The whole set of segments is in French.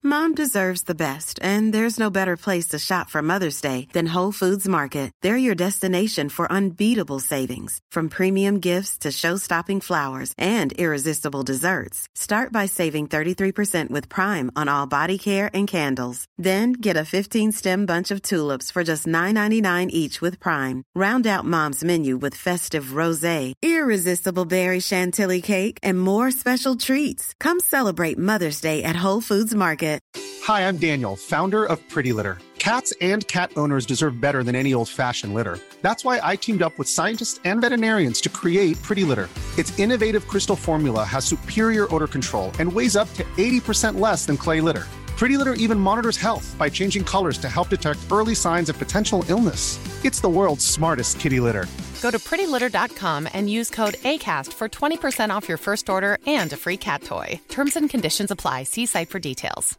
Mom deserves the best, and there's no better place to shop for Mother's Day than Whole Foods Market. They're your destination for unbeatable savings, from premium gifts to show-stopping flowers and irresistible desserts. Start by saving 33% with Prime on all body care and candles. Then get a 15-stem bunch of tulips for just $9.99 each with Prime. Round out Mom's menu with festive rosé, irresistible berry chantilly cake, and more special treats. Come celebrate Mother's Day at Whole Foods Market. Hi, I'm Daniel, founder of Pretty Litter. Cats and cat owners deserve better than any old-fashioned litter. That's why I teamed up with scientists and veterinarians to create Pretty Litter. Its innovative crystal formula has superior odor control and weighs up to 80% less than clay litter. Pretty Litter even monitors health by changing colors to help detect early signs of potential illness. It's the world's smartest kitty litter. Go to prettylitter.com and use code ACAST for 20% off your first order and a free cat toy. Terms and conditions apply. See site for details.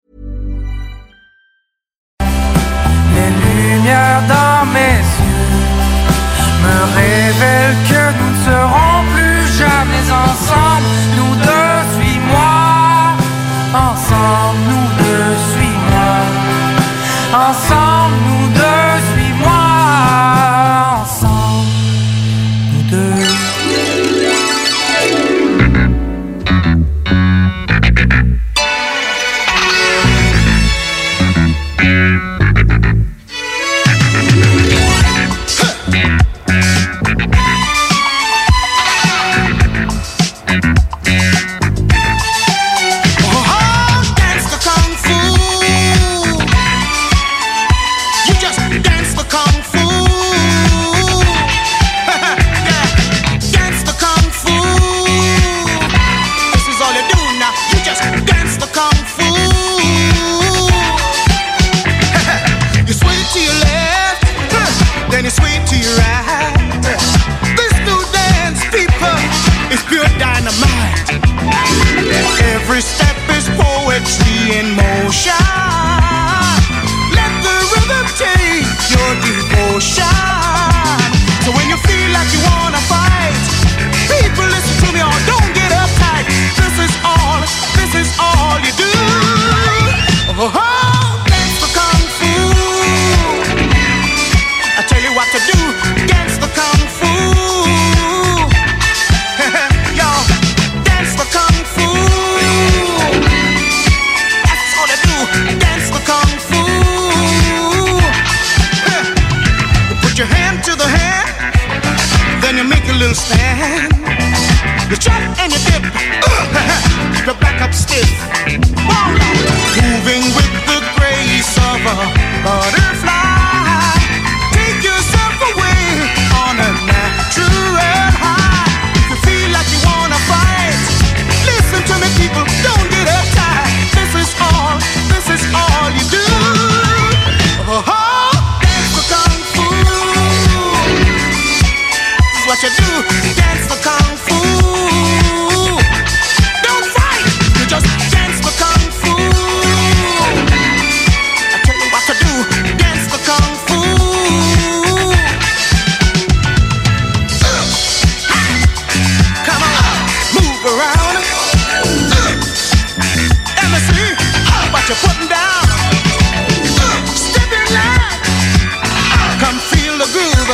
Les lumières dans mes yeux me révèlent que nous ne serons plus jamais ensemble. Nous deux, suis-moi. Ensemble, nous deux, suis-moi. Ensemble, nous deux, suis-moi. Ensemble, nous deux. Every step is poetry in motion. Let the rhythm take your devotion. So when you feel like you wanna fight, people listen to me or don't get uptight. This is all you do. Oh, dance the kung fu. I tell you what to do, dance the kung fu. Little stand, you chop and you dip, you back up stiff, moving with the grace of a butterfly. Take yourself away on a natural high. If you feel like you wanna fight, listen to me, people, don't get uptight. This is all you do. Oh, dance the kung fu. What you do, dance the kung fu. Don't fight, you just dance the kung fu. I tell you what to do, dance the kung fu. Come on, move around. Let me see what you're putting down. Step in line, come feel the groove.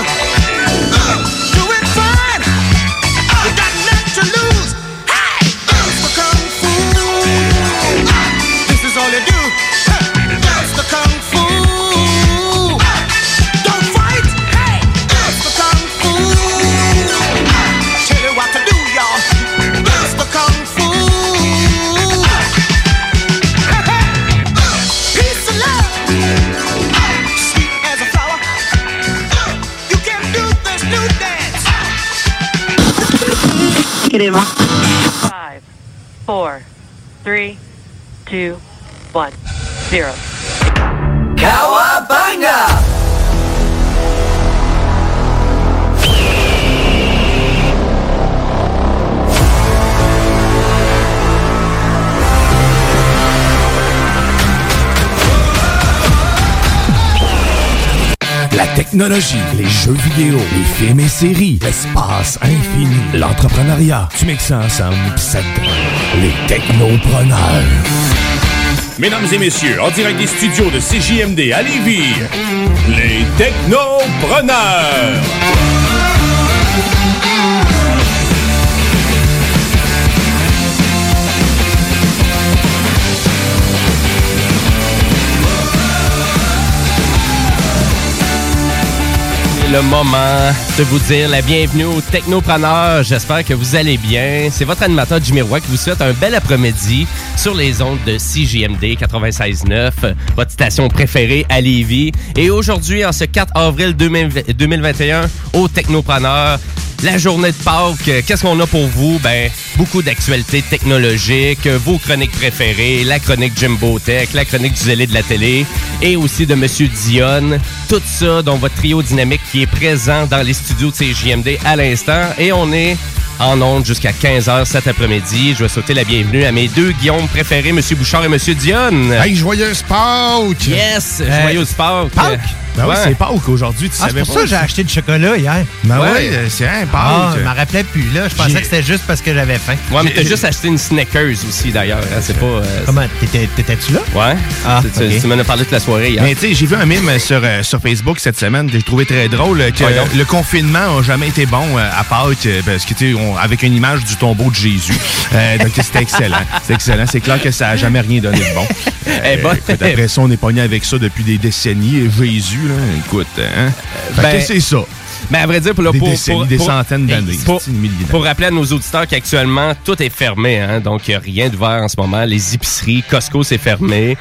Crema. 5, 4, 3, 2, 1, 0. Cowabunga! La technologie, les jeux vidéo, les films et séries, l'espace infini, l'entrepreneuriat. Tu mixes ça ensemble pis ça te donne les technopreneurs. Mesdames et messieurs, en direct des studios de CJMD à Lévis, les Technopreneurs. Le moment de vous dire la bienvenue aux Technopreneurs. J'espère que vous allez bien. C'est votre animateur Jimmy Roy qui vous souhaite un bel après-midi sur les ondes de CJMD 96.9, votre station préférée à Lévis. Et aujourd'hui, en ce 4 avril 2021, aux Technopreneurs, la journée de Pâques, qu'est-ce qu'on a pour vous? Ben, beaucoup d'actualités technologiques, vos chroniques préférées, la chronique Jimbo Tech, la chronique du zélé de la télé et aussi de Monsieur Dionne. Tout ça dans votre trio dynamique qui est présent dans les studios de CJMD à l'instant. Et on est en ondes jusqu'à 15h cet après-midi. Je vais souhaiter la bienvenue à mes deux Guillaume préférés, M. Bouchard et M. Dionne. Hey, joyeuse Pâques! Yes, joyeuse Pâques! Pâques? Ben ouais. oui, c'est Pâques aujourd'hui, tu savais c'est pour ça que j'ai acheté du chocolat hier. Ben oui, c'est un Pâques. Ah, je m'en rappelais plus, là. Je pensais que c'était juste parce que j'avais faim. Ouais, mais t'as juste acheté une Snickers aussi, d'ailleurs. Hein? C'est pas... Comment? T'étais-tu là? Ouais. Ah, tu m'en as parlé toute la soirée hier. Mais tu sais, j'ai vu un mime sur Facebook cette semaine que j'ai trouvé très drôle, que le confinement n'a jamais été bon à Pâques, parce que tu sais, avec une image du tombeau de Jésus. Donc c'était excellent. C'est excellent. C'est clair que ça n'a jamais rien donné de bon. Après ça, on est pogné avec ça depuis des décennies. Et Jésus, là, écoute, hein? Fait que c'est ça. Mais à vrai dire, des centaines d'années. Pour rappeler à nos auditeurs qu'actuellement, tout est fermé. Hein? Donc, il n'y a rien d'ouvert en ce moment. Les épiceries, Costco, c'est fermé.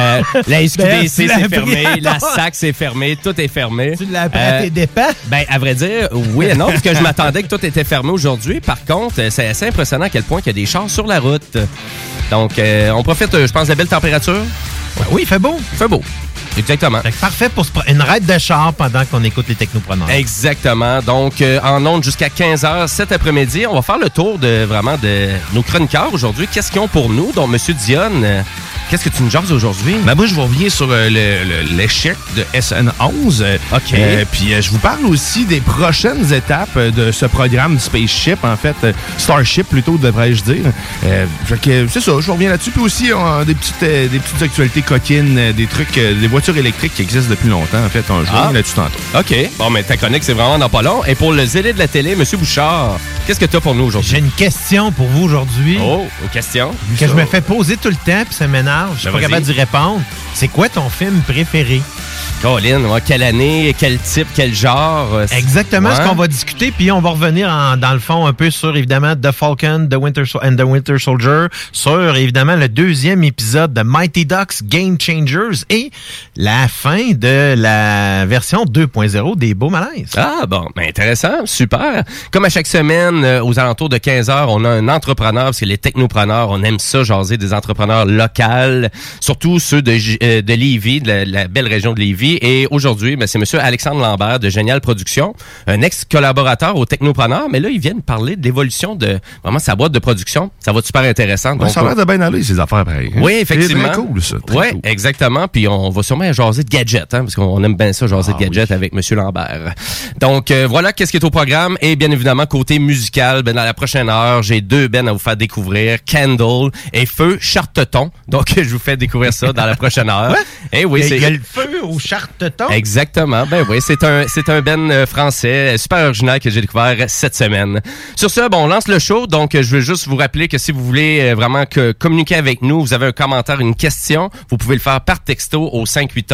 La SQDC, c'est fermé. La SAC, c'est fermé. Tout est fermé. Tu l'as appris à tes dépens? Ben, à vrai dire, oui et non, parce que je m'attendais que tout était fermé aujourd'hui. Par contre, c'est assez impressionnant à quel point il y a des chars sur la route. Donc, on profite, je pense, de la belle température. Ben oui, il fait beau. Il fait beau. Exactement. Fait que parfait pour une raide de char pendant qu'on écoute les Technopreneurs. Exactement. Donc, en ondes jusqu'à 15h cet après-midi, on va faire le tour de nos chroniqueurs aujourd'hui. Qu'est-ce qu'ils ont pour nous? Donc, M. Dionne, qu'est-ce que tu nous jases aujourd'hui? Ben moi, je vous reviens sur l'échec de SN11. OK. Puis, je vous parle aussi des prochaines étapes de ce programme Spaceship, en fait, Starship plutôt, devrais-je dire. Fait que c'est ça, je vous reviens là-dessus. Puis aussi, des petites actualités coquines, des trucs, des voitures électriques qui existent depuis longtemps, en fait. Je vous reviens là-dessus tantôt. OK. Bon, mais ta chronique, c'est vraiment dans pas long. Et pour le zélé de la télé, M. Bouchard, qu'est-ce que tu as pour nous aujourd'hui? J'ai une question pour vous aujourd'hui. Oh, une question? Que je me fais poser tout le temps, puis ça m'énerve. Je suis pas capable d'y répondre. C'est quoi ton film préféré? Colin, quelle année, quel type, quel genre? Exactement ce qu'on va discuter, puis on va revenir dans le fond un peu sur, évidemment, The Falcon and the Winter Soldier, sur, évidemment, le deuxième épisode de Mighty Ducks Game Changers et la fin de la version 2.0 des Beaux Malaises. Ah bon, ben intéressant, super. Comme à chaque semaine, aux alentours de 15h, on a un entrepreneur, parce que les technopreneurs, on aime ça, jaser des entrepreneurs locaux, surtout ceux de Lévis, de la belle région de Lévis. Et aujourd'hui, ben, c'est M. Alexandre Lambert de Génial Production, un ex-collaborateur au Technopreneur, mais là, il vient de parler de l'évolution de vraiment sa boîte de production. Ça va être super intéressant. Donc, ça a l'air de bien aller, ces affaires pareilles. Oui, effectivement. C'est très cool, ça. Oui, cool. Exactement. Puis on va sûrement jaser de gadgets, hein, parce qu'on aime bien ça, jaser de gadgets avec M. Lambert. Donc, voilà qu'est-ce qui est au programme. Et bien évidemment, côté musical, ben, dans la prochaine heure, j'ai deux à vous faire découvrir, Candle et Feu Charteton. Donc, je vous fais découvrir ça dans la prochaine heure. Et oui, il y a le feu au Charteton. Exactement. Ben oui, c'est un ben français super original que j'ai découvert cette semaine. Sur ce, bon, on lance le show. Donc, je veux juste vous rappeler que si vous voulez vraiment communiquer avec nous, vous avez un commentaire, une question, vous pouvez le faire par texto au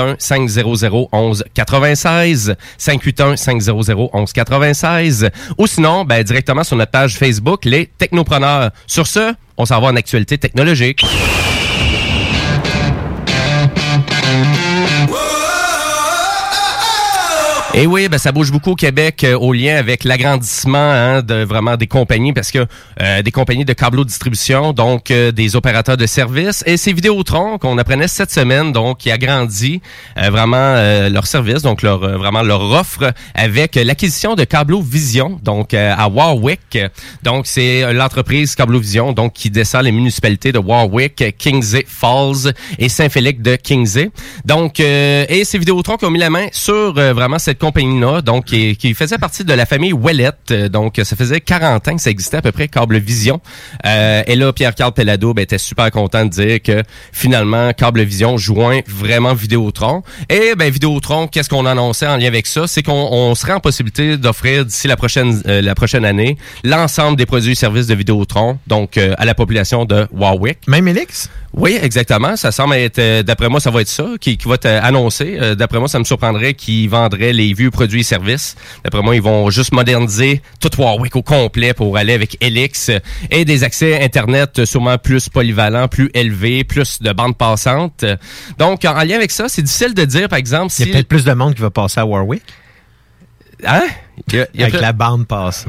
581-500-1196. 581-500-1196. Ou sinon, ben, directement sur notre page Facebook, les Technopreneurs. Sur ce, on s'en va en actualité technologique. Et oui, ben ça bouge beaucoup au Québec au lien avec l'agrandissement de vraiment des compagnies, parce que des compagnies de câbleau-distribution, donc des opérateurs de services. Et c'est Vidéotron qu'on apprenait cette semaine, donc qui agrandit vraiment leur service, donc leur offre avec l'acquisition de Cablevision, donc à Warwick. Donc c'est l'entreprise Cablevision, donc qui dessert les municipalités de Warwick, Kingsey Falls et Saint-Félix de Kingsey. Donc et c'est Vidéotron qui ont mis la main sur vraiment cette compagnie-là, donc qui faisait partie de la famille Ouellette. Donc, ça faisait 40 ans que ça existait à peu près, Cablevision. Et là, Pierre-Carl Péladeau était super content de dire que finalement, Cablevision joint vraiment Vidéotron. Et Vidéotron, qu'est-ce qu'on annonçait en lien avec ça? C'est qu'on serait en possibilité d'offrir d'ici la prochaine année l'ensemble des produits et services de Vidéotron, donc à la population de Warwick. Même Elix? Oui, exactement. Ça semble être, d'après moi, ça va être ça qui va être annoncé. D'après moi, ça me surprendrait qu'ils vendraient les vieux produits et services. D'après moi, ils vont juste moderniser tout Warwick au complet pour aller avec Elix et des accès Internet sûrement plus polyvalents, plus élevés, plus de bandes passantes. Donc, en lien avec ça, c'est difficile de dire, par exemple, si... Il y a peut-être plus de monde qui va passer à Warwick. Hein? Avec la bande passante.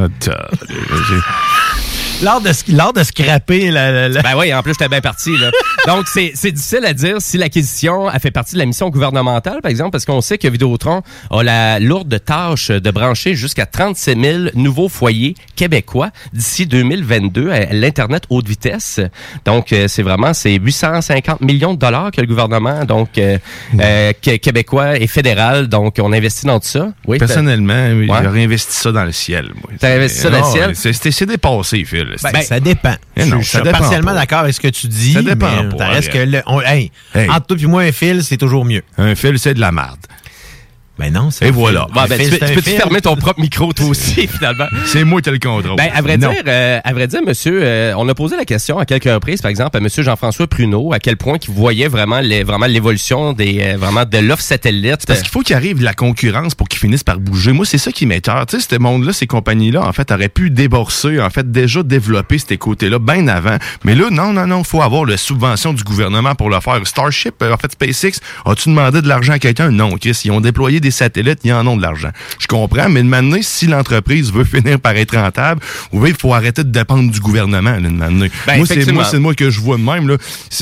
L'art de scraper Ben oui, en plus, j'étais bien parti, là. Donc, c'est difficile à dire si l'acquisition a fait partie de la mission gouvernementale, par exemple, parce qu'on sait que Vidéotron a la lourde tâche de brancher jusqu'à 37 000 nouveaux foyers québécois d'ici 2022 à l'Internet haute vitesse. Donc, c'est 850 millions de dollars que le gouvernement, donc, québécois et fédéral, donc, on investit dans tout ça. Oui, personnellement, j'aurais investi ça dans le ciel, moi. T'as investi ça dans le ciel? C'est dépassé, Phil. Ça dépend. Je suis partiellement d'accord avec ce que tu dis. Ça dépend pas. Reste que entre toi et moi, un fil, c'est toujours mieux. Un fil, c'est de la merde. Ben non, c'est et voilà. Tu peux-tu fermer ton propre micro, toi aussi, finalement? C'est moi qui ai le contrôle. À vrai dire, monsieur, on a posé la question à quelques reprises, par exemple, à monsieur Jean-François Pruneau, à quel point il voyait vraiment l'évolution de l'offre satellite. Parce qu'il faut qu'il arrive de la concurrence pour qu'ils finissent par bouger. Moi, c'est ça qui m'écoeure. Tu sais, ce monde-là, ces compagnies-là, en fait, auraient pu débourser, en fait, déjà développer ces côtés-là bien avant. Mais là, non, faut avoir la subvention du gouvernement pour le faire. Starship, en fait, SpaceX, as-tu demandé de l'argent à quelqu'un? Non, Chris, ils ont déployé des satellites, ils en ont de l'argent. Je comprends, mais de maintenant, si l'entreprise veut finir par être rentable, il faut arrêter de dépendre du gouvernement. Là, moi, c'est moi que je vois de même. Là.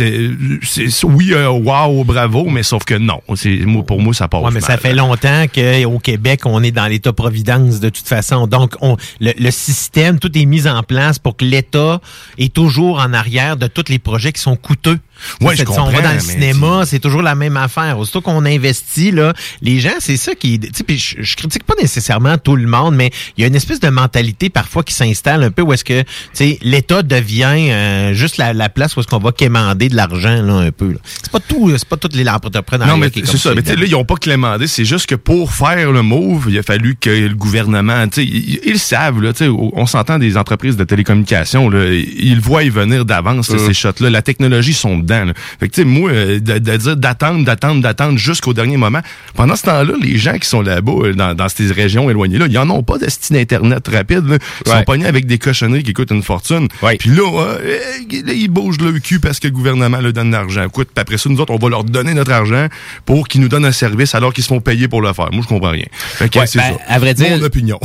Wow, bravo, mais sauf que non. Pour moi, ça passe mal. Mais ça fait longtemps qu'au Québec, on est dans l'État-providence de toute façon. Donc, le système, tout est mis en place pour que l'État est toujours en arrière de tous les projets qui sont coûteux. Oui, je comprends. On va dans le cinéma, c'est toujours la même affaire. Aussitôt qu'on investit, là, les gens, c'est ça qui... Puis je critique pas nécessairement tout le monde, mais il y a une espèce de mentalité parfois qui s'installe un peu où est-ce que l'État devient juste la place où est-ce qu'on va quémander de l'argent là, un peu. Là. C'est pas tous les entrepreneurs. Non, mais c'est ça. Mais là, ils n'ont pas quémandé. C'est juste que pour faire le move, il a fallu que le gouvernement... Ils savent, là, on s'entend des entreprises de télécommunications, là, ils voient y venir d'avance ces shots-là. La technologie sont dedans. Là. Fait que, tu sais, moi, de dire d'attendre jusqu'au dernier moment. Pendant ce temps-là, les gens qui sont là-bas, dans ces régions éloignées-là, ils n'en ont pas de style Internet rapide. Là. Ils sont pognés avec des cochonneries qui coûtent une fortune. Puis là, ils bougent le cul parce que le gouvernement leur donne de l'argent. Écoute, puis après ça, nous autres, on va leur donner notre argent pour qu'ils nous donnent un service alors qu'ils se font payer pour le faire. Moi, je comprends rien. Fait que, c'est ça. À vrai dire, mon opinion.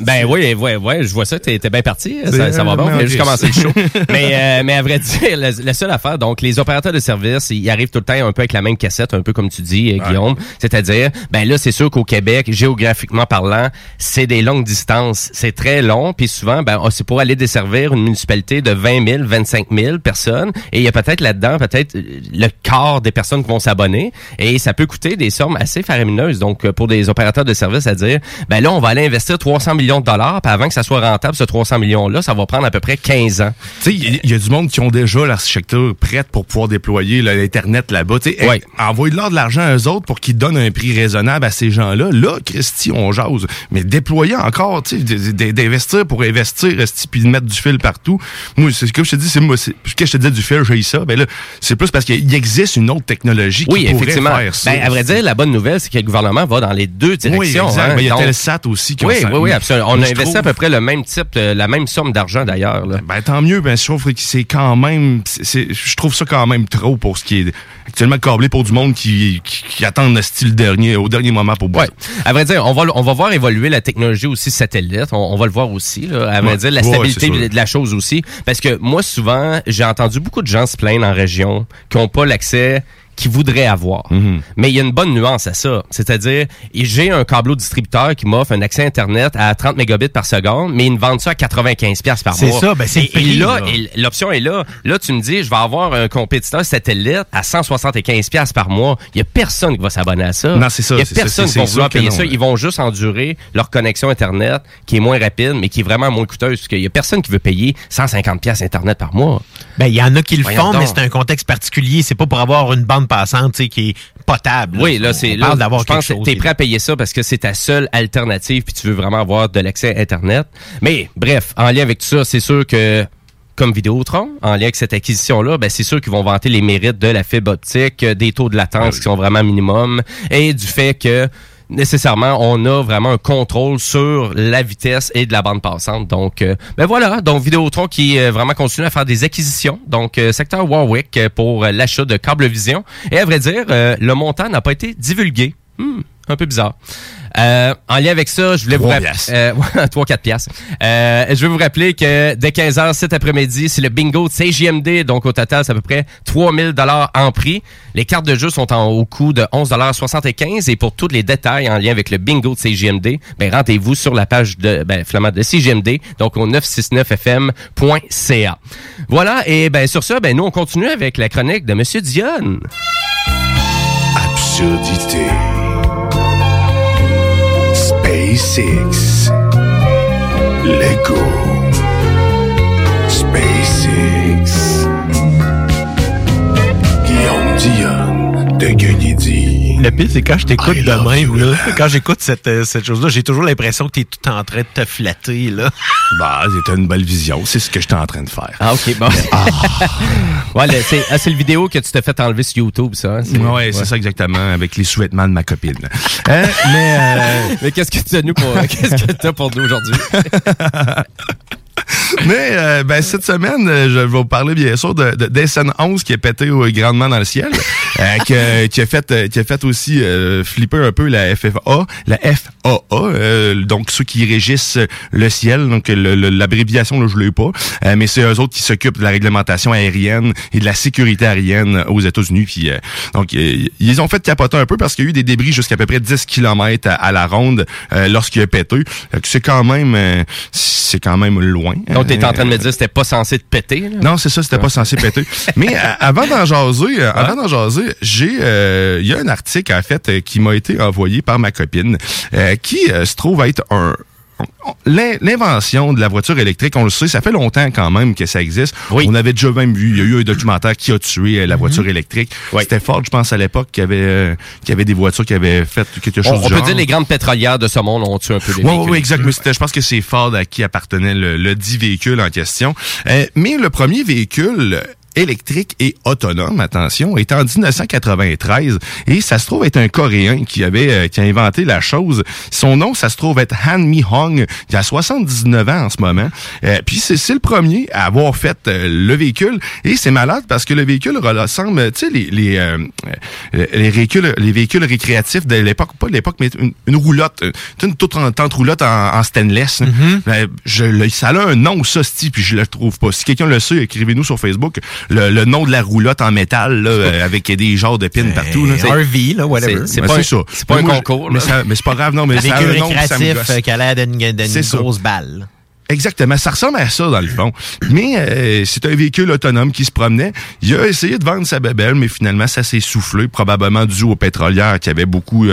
Oui, je vois ça, t'es bien parti. Ça va bien, on vient juste commencer le show. mais à vrai dire, la seule affaire, donc, les opérateurs de services, ils arrivent tout le temps un peu avec la même cassette, un peu comme tu dis, Guillaume. C'est-à-dire, là, c'est sûr qu'au Québec, géographiquement parlant, c'est des longues distances. C'est très long, puis souvent, c'est pour aller desservir une municipalité de 20 000, 25 000 personnes, et il y a peut-être là-dedans, le quart des personnes qui vont s'abonner, et ça peut coûter des sommes assez faramineuses. Donc, pour des opérateurs de services, à dire, là, on va aller investir 300 millions de dollars, puis avant que ça soit rentable, ce 300 millions-là, ça va prendre à peu près 15 ans. Tu sais, il y a du monde qui ont déjà l'architecture prête pour pouvoir déployer l'Internet là-bas. Envoyez-leur de l'argent à eux autres pour qu'ils donnent un prix raisonnable à ces gens-là. Là, Christy, on jase. Mais déployer encore, d'investir pour investir, puis de mettre du fil partout. Moi, c'est comme je te dis, quand je te disais du fil, j'ai ça. Là, c'est plus parce qu'il existe une autre technologie qui pourrait faire ça. À vrai dire, la bonne nouvelle, c'est que le gouvernement va dans les deux directions. Oui, exact. Il y a Telsat aussi qui Oui, absolument. On a investi à peu près le même type, la même somme d'argent d'ailleurs. Là. Tant mieux. Je trouve que c'est quand même... Je trouve ça quand même trop pour ce qui est actuellement câblé pour du monde qui attendent le style au dernier moment pour bouger. À vrai dire, on va voir évoluer la technologie aussi satellite. On va le voir aussi. Là, à vrai dire, la stabilité de la chose aussi. Parce que moi, souvent, j'ai entendu beaucoup de gens se plaindre en région qui n'ont pas l'accès qui voudraient avoir. Mais il y a une bonne nuance à ça. C'est-à-dire, j'ai un câbleau distributeur qui m'offre un accès Internet à 30 mégabits par seconde, mais ils me vendent ça à 95$ par mois. C'est ça, ben c'est le prix, là. Et l'option est là. Là, tu me dis, je vais avoir un compétiteur satellite à 175$ par mois. Il y a personne qui va s'abonner à ça. Non, c'est ça. Il y a personne qui va vouloir payer ça. Ils vont juste endurer leur connexion Internet, qui est moins rapide, mais qui est vraiment moins coûteuse. Parce qu'il y a personne qui veut payer 150$ Internet par mois. Ben, il y en a qui le font, mais c'est un contexte particulier. C'est pas pour avoir une bande passante, tu sais, qui est potable. Oui, là, c'est là. Je pense que t'es prêt à payer ça parce que c'est ta seule alternative puis tu veux vraiment avoir de l'accès Internet. Mais, bref, en lien avec tout ça, c'est sûr que comme Vidéotron, en lien avec cette acquisition-là, ben c'est sûr qu'ils vont vanter les mérites de la fibre optique, des taux de latence qui sont vraiment minimum et du fait que nécessairement, on a vraiment un contrôle sur la vitesse et de la bande passante. Donc, ben voilà. Donc, Vidéotron qui vraiment continue à faire des acquisitions. Donc, secteur Warwick pour l'achat de Cablevision. Et à vrai dire, le montant n'a pas été divulgué. Un peu bizarre. En lien avec ça, je voulais vous rappeler 3-4 piastres. Je vais vous rappeler que dès 15h cet après-midi, c'est le bingo de CJMD. Donc, au total, c'est à peu près 3000 $ en prix. Les cartes de jeu sont au coût de 11,75 $. Et pour tous les détails en lien avec le bingo de CJMD, ben, rendez-vous sur la page de CJMD, donc au 969fm.ca. Voilà. Et ben, sur ça, ben, nous, on continue avec la chronique de Monsieur Dionne. Absurdité. SpaceX, Lego, SpaceX, Guillaume Dionne de Gueugny-Dit. Le pire, c'est quand je t'écoute de même, là. Quand j'écoute cette chose-là, j'ai toujours l'impression que t'es tout en train de te flatter, là. Bah, c'était une belle vision. C'est ce que j'étais en train de faire. Ah, OK, bon. Ouais, c'est le vidéo que tu t'es fait enlever sur YouTube, ça. Ouais, c'est ça exactement, avec les sous-vêtements de ma copine. Mais qu'est-ce que tu as pour nous aujourd'hui? Mais ben, cette semaine, je vais vous parler bien sûr de SN11 qui est pété grandement dans le ciel, qui a fait aussi flipper un peu la FAA, donc ceux qui régissent le ciel, donc l'abréviation là je l'ai pas, mais c'est eux autres qui s'occupent de la réglementation aérienne et de la sécurité aérienne aux États-Unis. Puis donc ils ont fait capoter un peu parce qu'il y a eu des débris jusqu'à peu près 10 km à la ronde lorsqu'il a pété. C'est quand même loin. Donc, t'es en train de me dire que c'était pas censé te péter, là? Non, c'est ça, c'était pas censé péter. Mais avant d'en jaser, il y a un article, en fait, qui m'a été envoyé par ma copine, qui se trouve être l'invention de la voiture électrique, on le sait, ça fait longtemps quand même que ça existe. Oui. On avait déjà même vu, il y a eu un documentaire qui a tué la voiture électrique. Oui. C'était Ford, je pense, à l'époque, qui avait des voitures qui avaient fait quelque chose on peut dire les grandes pétrolières de ce monde ont tué un peu les véhicules. Oui, exact. Mais je pense que c'est Ford à qui appartenait le dit véhicule en question. Mais le premier véhicule électrique et autonome, attention, est en 1993 et ça se trouve être un Coréen qui a inventé la chose. Son nom, ça se trouve être Han Mi-hong, qui a 79 ans en ce moment. Puis c'est le premier à avoir fait le véhicule et c'est malade parce que le véhicule ressemble, tu sais, les véhicules récréatifs de l'époque, pas de l'époque, mais une roulotte, une toute tente roulotte en stainless. Ça a un nom, ça, puis je le trouve pas. Si quelqu'un le sait, écrivez-nous sur Facebook. Le nom de la roulotte en métal là, avec des genres de pins partout. Là. RV, là, whatever. C'est pas un concours. Mais c'est pas grave, non. Mais c'est un nom récréatif qui a l'air d'une grosse balle. Exactement, ça ressemble à ça dans le fond. Mais c'est un véhicule autonome qui se promenait. Il a essayé de vendre sa bébelle, mais finalement ça s'est soufflé, probablement dû aux pétrolières qui avaient beaucoup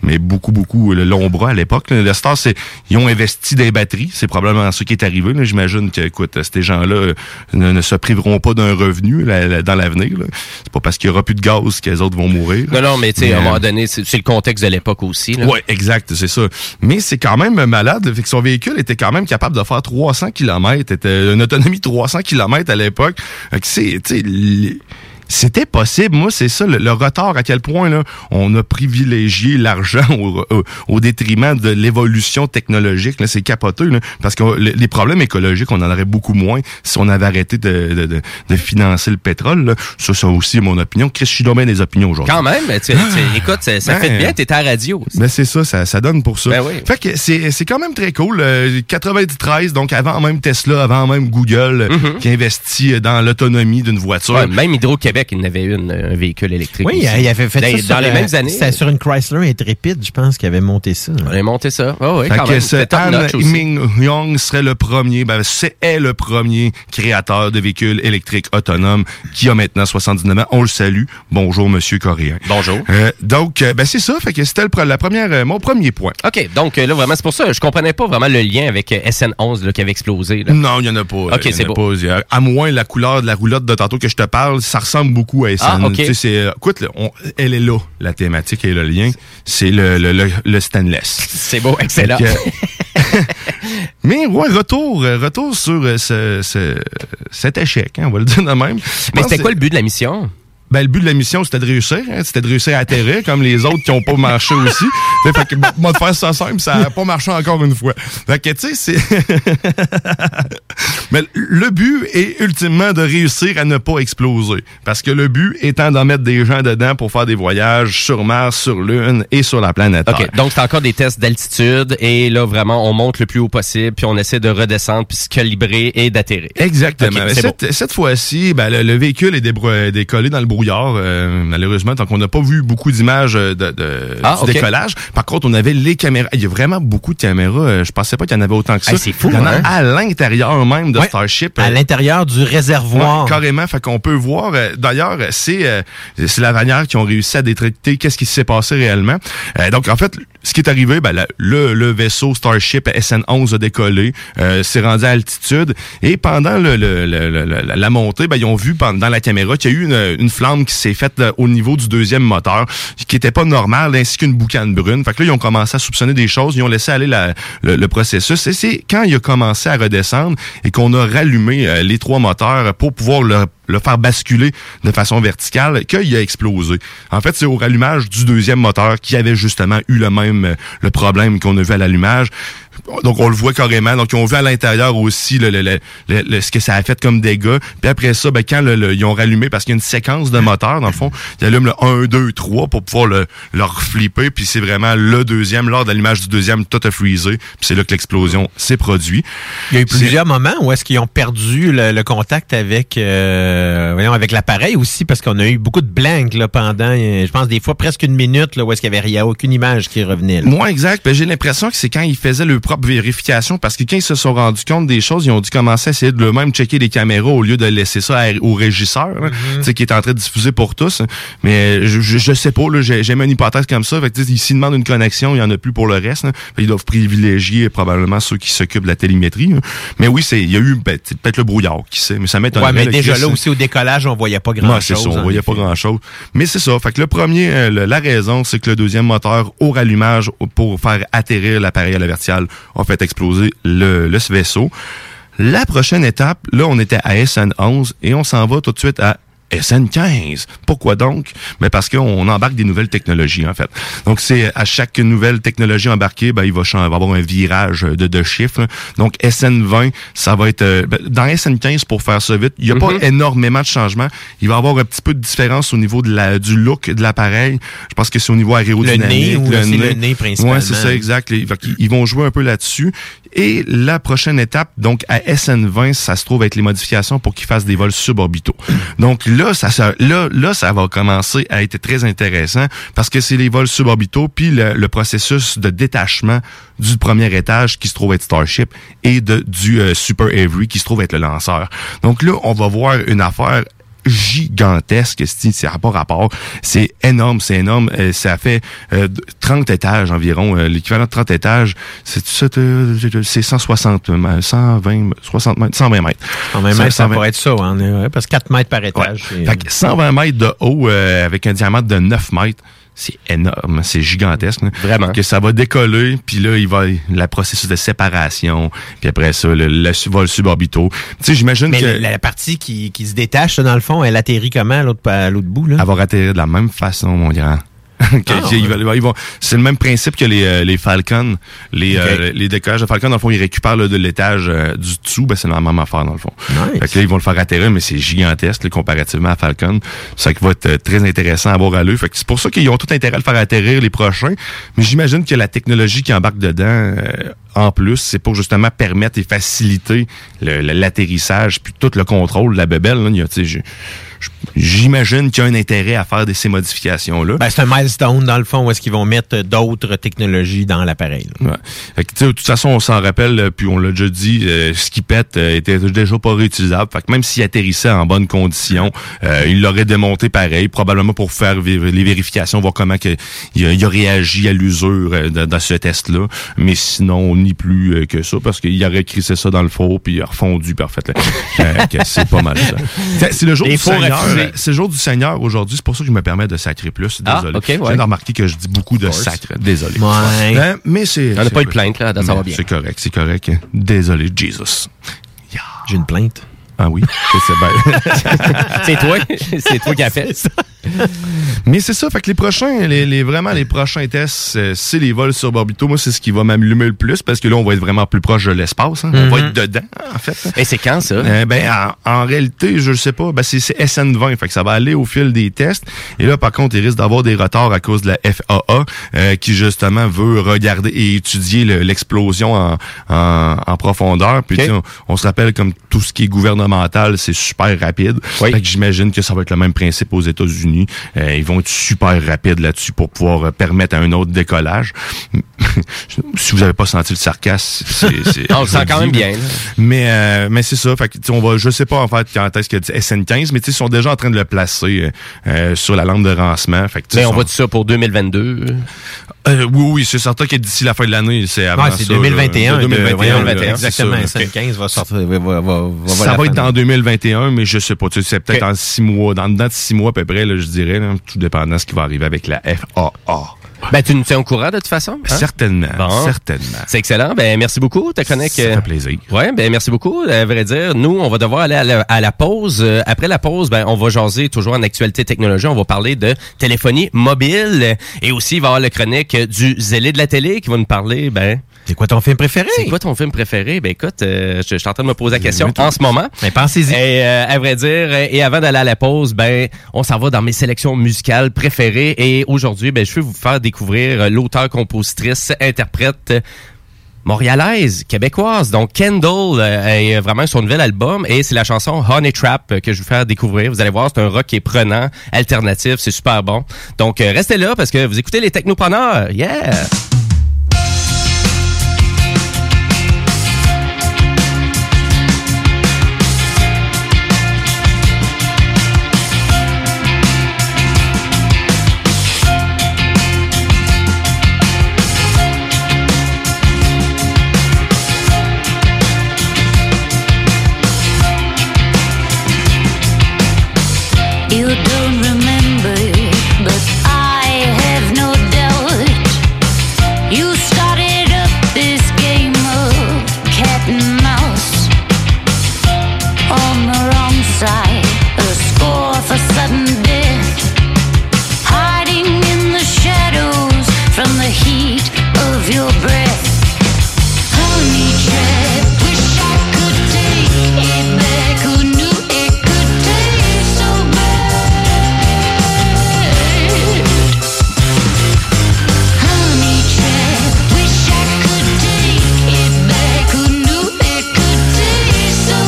le long bras à l'époque. Le Star, ils ont investi des batteries, c'est probablement ce qui est arrivé. Là. J'imagine que, écoute, ces gens-là ne se priveront pas d'un revenu dans l'avenir. Là. C'est pas parce qu'il y aura plus de gaz que les autres vont mourir. Non, mais tu sais, à un moment donné, c'est le contexte de l'époque aussi. Oui, exact, c'est ça. Mais c'est quand même malade, fait que son véhicule était quand même capable de faire 300 km, était une autonomie de 300 km à l'époque. C'était possible. Moi, c'est ça, le retard, à quel point là, on a privilégié l'argent au détriment de l'évolution technologique. Là, c'est capoteux, là, parce que les problèmes écologiques, on en aurait beaucoup moins si on avait arrêté de financer le pétrole. Là. Ça aussi mon opinion. Chris, je suis domaine des opinions aujourd'hui. Quand même, écoute, ça fait bien, t'es à la radio. Ben c'est ça donne pour ça. Ben oui. Fait que c'est quand même très cool. 93, donc avant même Tesla, avant même Google, qui investit dans l'autonomie d'une voiture. Ouais, même Hydro-Québec Québec, il y en avait un véhicule électrique. Oui, aussi. il avait fait ça dans les mêmes années. C'était sur une Chrysler Intrepid, je pense, qu'il avait monté ça. On avait monté ça. Oh, oui, fait quand que même. An Ming-Young serait le premier, c'est le premier créateur de véhicules électriques autonomes qui a maintenant 79 ans. On le salue. Bonjour, monsieur coréen. Bonjour. Donc, c'est ça. Fait que c'était mon premier point. OK. Donc, là, vraiment, c'est pour ça. Je comprenais pas vraiment le lien avec SN11 là, qui avait explosé. Là. Non, il n'y en a pas. OK, c'est beau. À moins la couleur de la roulotte de tantôt que je te parle, ça ressemble beaucoup à SN. Ah, OK. Écoute, elle est là, la thématique et le lien. C'est le stainless. C'est beau, excellent. Mais ouais, retour sur cet échec, hein, on va le dire de même. Mais c'était quoi le but de la mission? Ben, le but de la mission, c'était de réussir. Hein, c'était de réussir à atterrir, comme les autres qui n'ont pas marché aussi. Fait que, moi, de faire ça simple, ça n'a pas marché encore une fois. Fait que, tu sais, c'est... Mais le but est ultimement de réussir à ne pas exploser. Parce que le but étant d'en mettre des gens dedans pour faire des voyages sur Mars, sur Lune et sur la planète Terre. OK, donc c'est encore des tests d'altitude et là, vraiment, on monte le plus haut possible puis on essaie de redescendre puis se calibrer et d'atterrir. Exactement. Okay, cette fois-ci, ben, le véhicule est décollé dans le brouillard, malheureusement, donc on n'a pas vu beaucoup d'images du décollage. Par contre, on avait les caméras. Il y a vraiment beaucoup de caméras. Je pensais pas qu'il y en avait autant que ça. C'est fou, il y en a hein? à l'intérieur même de Starship. À l'intérieur du réservoir. Ouais, carrément. Fait qu'on peut voir. D'ailleurs, c'est la manière qu'ils ont réussi à détecter qu'est-ce qui s'est passé réellement. Donc, en fait, ce qui est arrivé, ben, le vaisseau Starship SN11 a décollé, s'est rendu à altitude et pendant la montée, ben, ils ont vu dans la caméra qu'il y a eu une flamme qui s'est faite au niveau du deuxième moteur, qui était pas normale, ainsi qu'une boucane brune. Fait que là, ils ont commencé à soupçonner des choses, ils ont laissé aller le processus. Et c'est quand il a commencé à redescendre et qu'on a rallumé les trois moteurs pour pouvoir le faire basculer de façon verticale qu'il a explosé. En fait, c'est au rallumage du deuxième moteur qui avait justement eu le problème qu'on a vu à l'allumage. Donc, on le voit carrément. Donc, ils ont vu à l'intérieur aussi ce que ça a fait comme dégâts. Puis après ça, ben, quand ils ont rallumé, parce qu'il y a une séquence de moteurs, dans le fond, ils allument le 1, 2, 3 pour pouvoir le reflipper. Puis c'est vraiment le deuxième. Lors de l'allumage du deuxième, tout a freezé. Puis c'est là que l'explosion s'est produite. Il y a eu plusieurs moments où est-ce qu'ils ont perdu le contact avec l'appareil aussi, parce qu'on a eu beaucoup de blanks là, pendant, je pense, des fois presque une minute là, où est-ce qu'il n'y avait aucune image qui revenait. Là. Moi, exact. Ben, j'ai l'impression que c'est quand ils faisaient leur propre vérification, parce que quand ils se sont rendus compte des choses, ils ont dû commencer à essayer de eux-mêmes checker les caméras au lieu de laisser ça au régisseur, qui est en train de diffuser pour tous. Mais je sais pas, là, j'ai mis une hypothèse comme ça. Fait que, s'ils demandent une connexion, il y en a plus pour le reste. Là. Ils doivent privilégier probablement ceux qui s'occupent de la télémétrie. Hein. Mais oui, il y a eu peut-être le brouillard, qui sait. Mais ça m'étonne. Ouais, mais déjà là aussi au décollage, on voyait pas grand-chose. C'est ça, on voyait pas grand-chose. Mais c'est ça. Fait que le premier, la raison, c'est que le deuxième moteur au rallumage pour faire atterrir l'appareil à la verticale a fait exploser le vaisseau. La prochaine étape, là, on était à SN11 et on s'en va tout de suite à SN15. Pourquoi donc? Mais parce qu'on embarque des nouvelles technologies, en fait. Donc, c'est à chaque nouvelle technologie embarquée, ben, il va avoir un virage de chiffres. Donc, SN20, ça va être... dans SN15, pour faire ça vite, il n'y a pas énormément de changements. Il va y avoir un petit peu de différence au niveau du look de l'appareil. Je pense que c'est au niveau aérodynamique. Le nez principalement. Ouais, c'est ça, exact. Ils vont jouer un peu là-dessus. Et la prochaine étape, donc à SN20, ça se trouve avec les modifications pour qu'ils fassent des vols suborbitaux. Donc là, ça va commencer à être très intéressant parce que c'est les vols suborbitaux puis le processus de détachement du premier étage qui se trouve être Starship et du Super Avery qui se trouve être le lanceur. Donc là, on va voir une affaire gigantesque, ça n'a pas rapport. C'est énorme. Ça fait 30 étages environ. L'équivalent de 30 étages, c'est 160, 120, 60 mètres, 120 mètres. 120 mètres, ça pourrait être ça, hein, parce que 4 mètres par étage. Ouais. Fait que 120 mètres de haut avec un diamètre de 9 mètres. C'est énorme, c'est gigantesque. Là. Vraiment. Que ça va décoller, puis là, le processus de séparation, puis après ça, le vol suborbitaux. Tu sais, j'imagine que... la partie qui se détache, dans le fond, elle atterrit comment à l'autre bout, là? Elle va atterrir de la même façon, mon grand. C'est le même principe que les Falcons. Les décollages de Falcon, dans le fond, ils récupèrent de l'étage du dessous. Ben, c'est la même affaire, dans le fond. Nice. Fait que là, ils vont le faire atterrir, mais c'est gigantesque comparativement à Falcon. Ça va être très intéressant à voir à l'œil. Fait que c'est pour ça qu'ils ont tout intérêt à le faire atterrir les prochains. Mais j'imagine que la technologie qui embarque dedans, en plus, c'est pour justement permettre et faciliter l'atterrissage puis tout le contrôle de la bébelle. Là, j'imagine qu'il y a un intérêt à faire ces modifications-là. Ben, c'est un milestone, dans le fond, où est-ce qu'ils vont mettre d'autres technologies dans l'appareil. Ouais. Fait que, de toute façon, on s'en rappelle, puis on l'a déjà dit, ce qui pète était déjà pas réutilisable. Fait que même s'il atterrissait en bonne condition, il l'aurait démonté pareil, probablement pour faire les vérifications, voir comment il a réagi à l'usure dans ce test-là. Mais sinon, ni plus que ça, parce qu'il aurait crissé ça dans le four, puis il a refondu parfaitement. C'est pas mal ça. C'est le jour du Seigneur. C'est le jour du Seigneur aujourd'hui. C'est pour ça que je me permets de sacrer plus. Désolé. Okay, ouais. Je viens de remarquer que je dis beaucoup de sacre. Désolé. Ouais. Mais c'est... On n'a pas eu de plainte, là. Ça va bien. C'est correct. Désolé, Jesus. Yeah. J'ai une plainte. Ah oui, c'est toi qui as fait ça. Mais c'est ça, fait que les prochains tests, c'est les vols suborbitaux. Moi, c'est ce qui va m'allumer le plus parce que là, on va être vraiment plus proche de l'espace. Hein. On va être dedans, en fait. Et c'est quand, ça? En réalité, je ne sais pas. C'est SN20, fait que ça va aller au fil des tests. Et là, par contre, il risque d'avoir des retards à cause de la FAA qui, justement, veut regarder et étudier l'explosion en profondeur. Puis, on se rappelle, comme tout ce qui est gouvernemental, c'est super rapide. Oui. Fait que j'imagine que ça va être le même principe aux États-Unis. Ils vont être super rapides là-dessus pour pouvoir permettre un autre décollage. Si vous n'avez pas senti le sarcasme, on le sent quand même bien. Mais c'est ça. Fait que je sais pas en fait quand est-ce que SN15, mais ils sont déjà en train de le placer sur la lampe de rancement. Fait que, mais on voit tout ça pour 2022. Oui, c'est certain que d'ici la fin de l'année, c'est avant c'est 2021. 2021. Exactement. SN15 va sortir. Ça va être dans 2021, mais je sais pas. C'est peut-être en 6 mois. Dans 6 mois à peu près, là, je dirais, là, tout dépendant de ce qui va arriver avec la FAA. Ben, tu nous tiens au courant de toute façon? Hein? Certainement. C'est excellent. Ben, merci beaucoup. Ça fait plaisir. Ouais, ben, merci beaucoup. À vrai dire, nous, on va devoir aller à la pause. Après la pause, ben, on va jaser toujours en actualité technologie. On va parler de téléphonie mobile. Et aussi, il va y avoir la chronique du zélé de la télé qui va nous parler, c'est quoi ton film préféré? Ben écoute, je suis en train de me poser la question en ce moment. Mais pensez-y. Et à vrai dire, et avant d'aller à la pause, on s'en va dans mes sélections musicales préférées. Et aujourd'hui, je vais vous faire découvrir l'auteur, compositrice, interprète montréalaise, québécoise. Donc Kendall est vraiment son nouvel album et c'est la chanson Honey Trap que je vais vous faire découvrir. Vous allez voir, c'est un rock qui est prenant, alternatif, c'est super bon. Donc restez là parce que vous écoutez les Technopreneurs. Yeah! You don't remember, but I have no doubt. You started up this game of cat and mouse. On the wrong side, a score for sudden death. Hiding in the shadows from the heat of your breath. Honey trap, wish I could take it back. Who knew it could taste so bad? Honey trap, wish I could take it back. Who knew it could taste so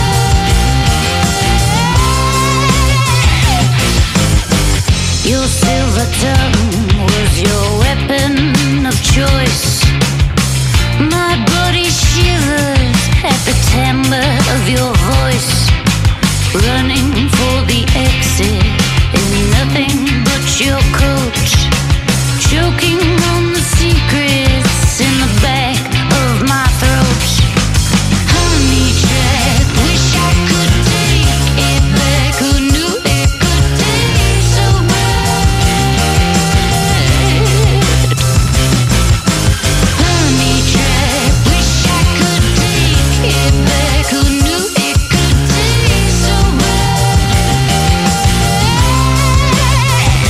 bad? Your silver tongue was your weapon of choice. My body shivers at the timbre of your voice. Running for the exit in nothing but your coat. Choking on the secrets in the back of my throat. Honey trap, wish I could take it back. Who knew it could taste so bad? Honey trap, wish I could take it back. Who knew it could taste so bad?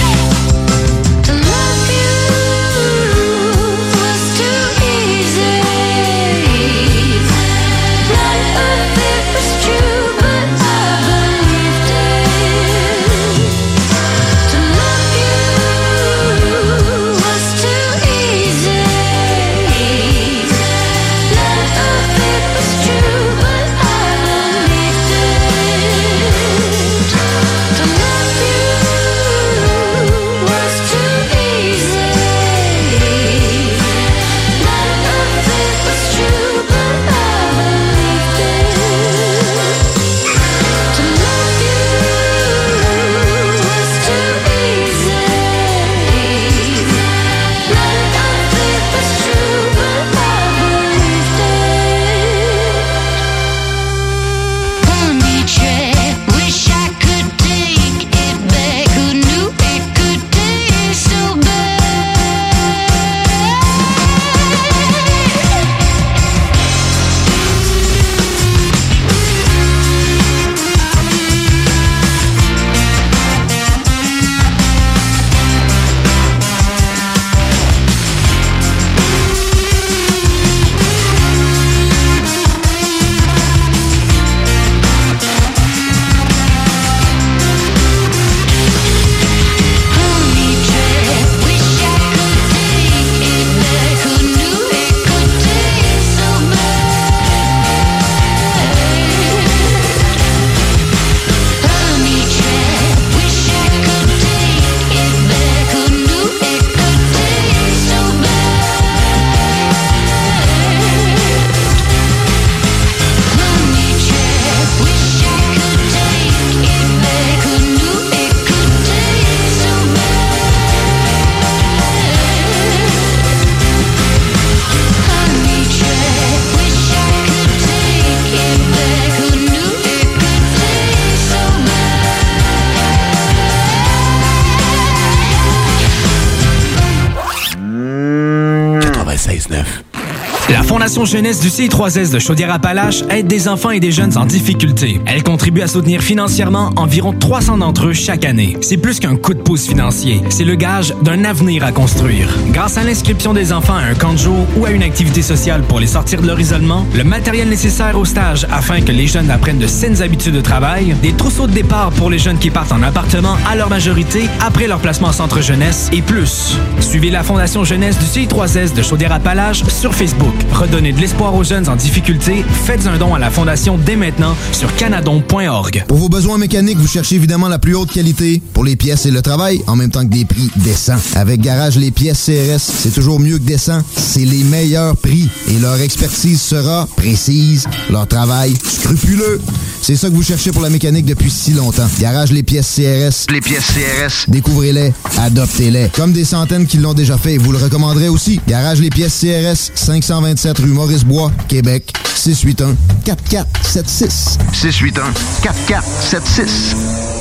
96.9. La Fondation Jeunesse du CI3S de Chaudière-Appalaches aide des enfants et des jeunes en difficulté. Elle contribue à soutenir financièrement environ 300 d'entre eux chaque année. C'est plus qu'un coup de pouce financier, c'est le gage d'un avenir à construire. Grâce à l'inscription des enfants à un camp de jour ou à une activité sociale pour les sortir de leur isolement, le matériel nécessaire au stage afin que les jeunes apprennent de saines habitudes de travail, des trousseaux de départ pour les jeunes qui partent en appartement à leur majorité après leur placement en centre jeunesse et plus. Suivez la Fondation Jeunesse du CI3S de Chaudière-Appalaches sur Facebook. Redonnez de l'espoir aux jeunes en difficulté. Faites un don à la Fondation dès maintenant sur canadon.org. Pour vos besoins mécaniques, vous cherchez évidemment la plus haute qualité pour les pièces et le travail, en même temps que des prix décents. Avec Garage Les Pièces CRS, c'est toujours mieux que décent. C'est les meilleurs prix et leur expertise sera précise, leur travail scrupuleux. C'est ça que vous cherchez pour la mécanique depuis si longtemps. Garage Les Pièces CRS. Les pièces CRS. Découvrez-les, adoptez-les. Comme des centaines qui l'ont déjà fait, vous le recommanderez aussi. Garage Les Pièces CRS, 527 rue Maurice-Bois, Québec, 681-4476. 681-4476.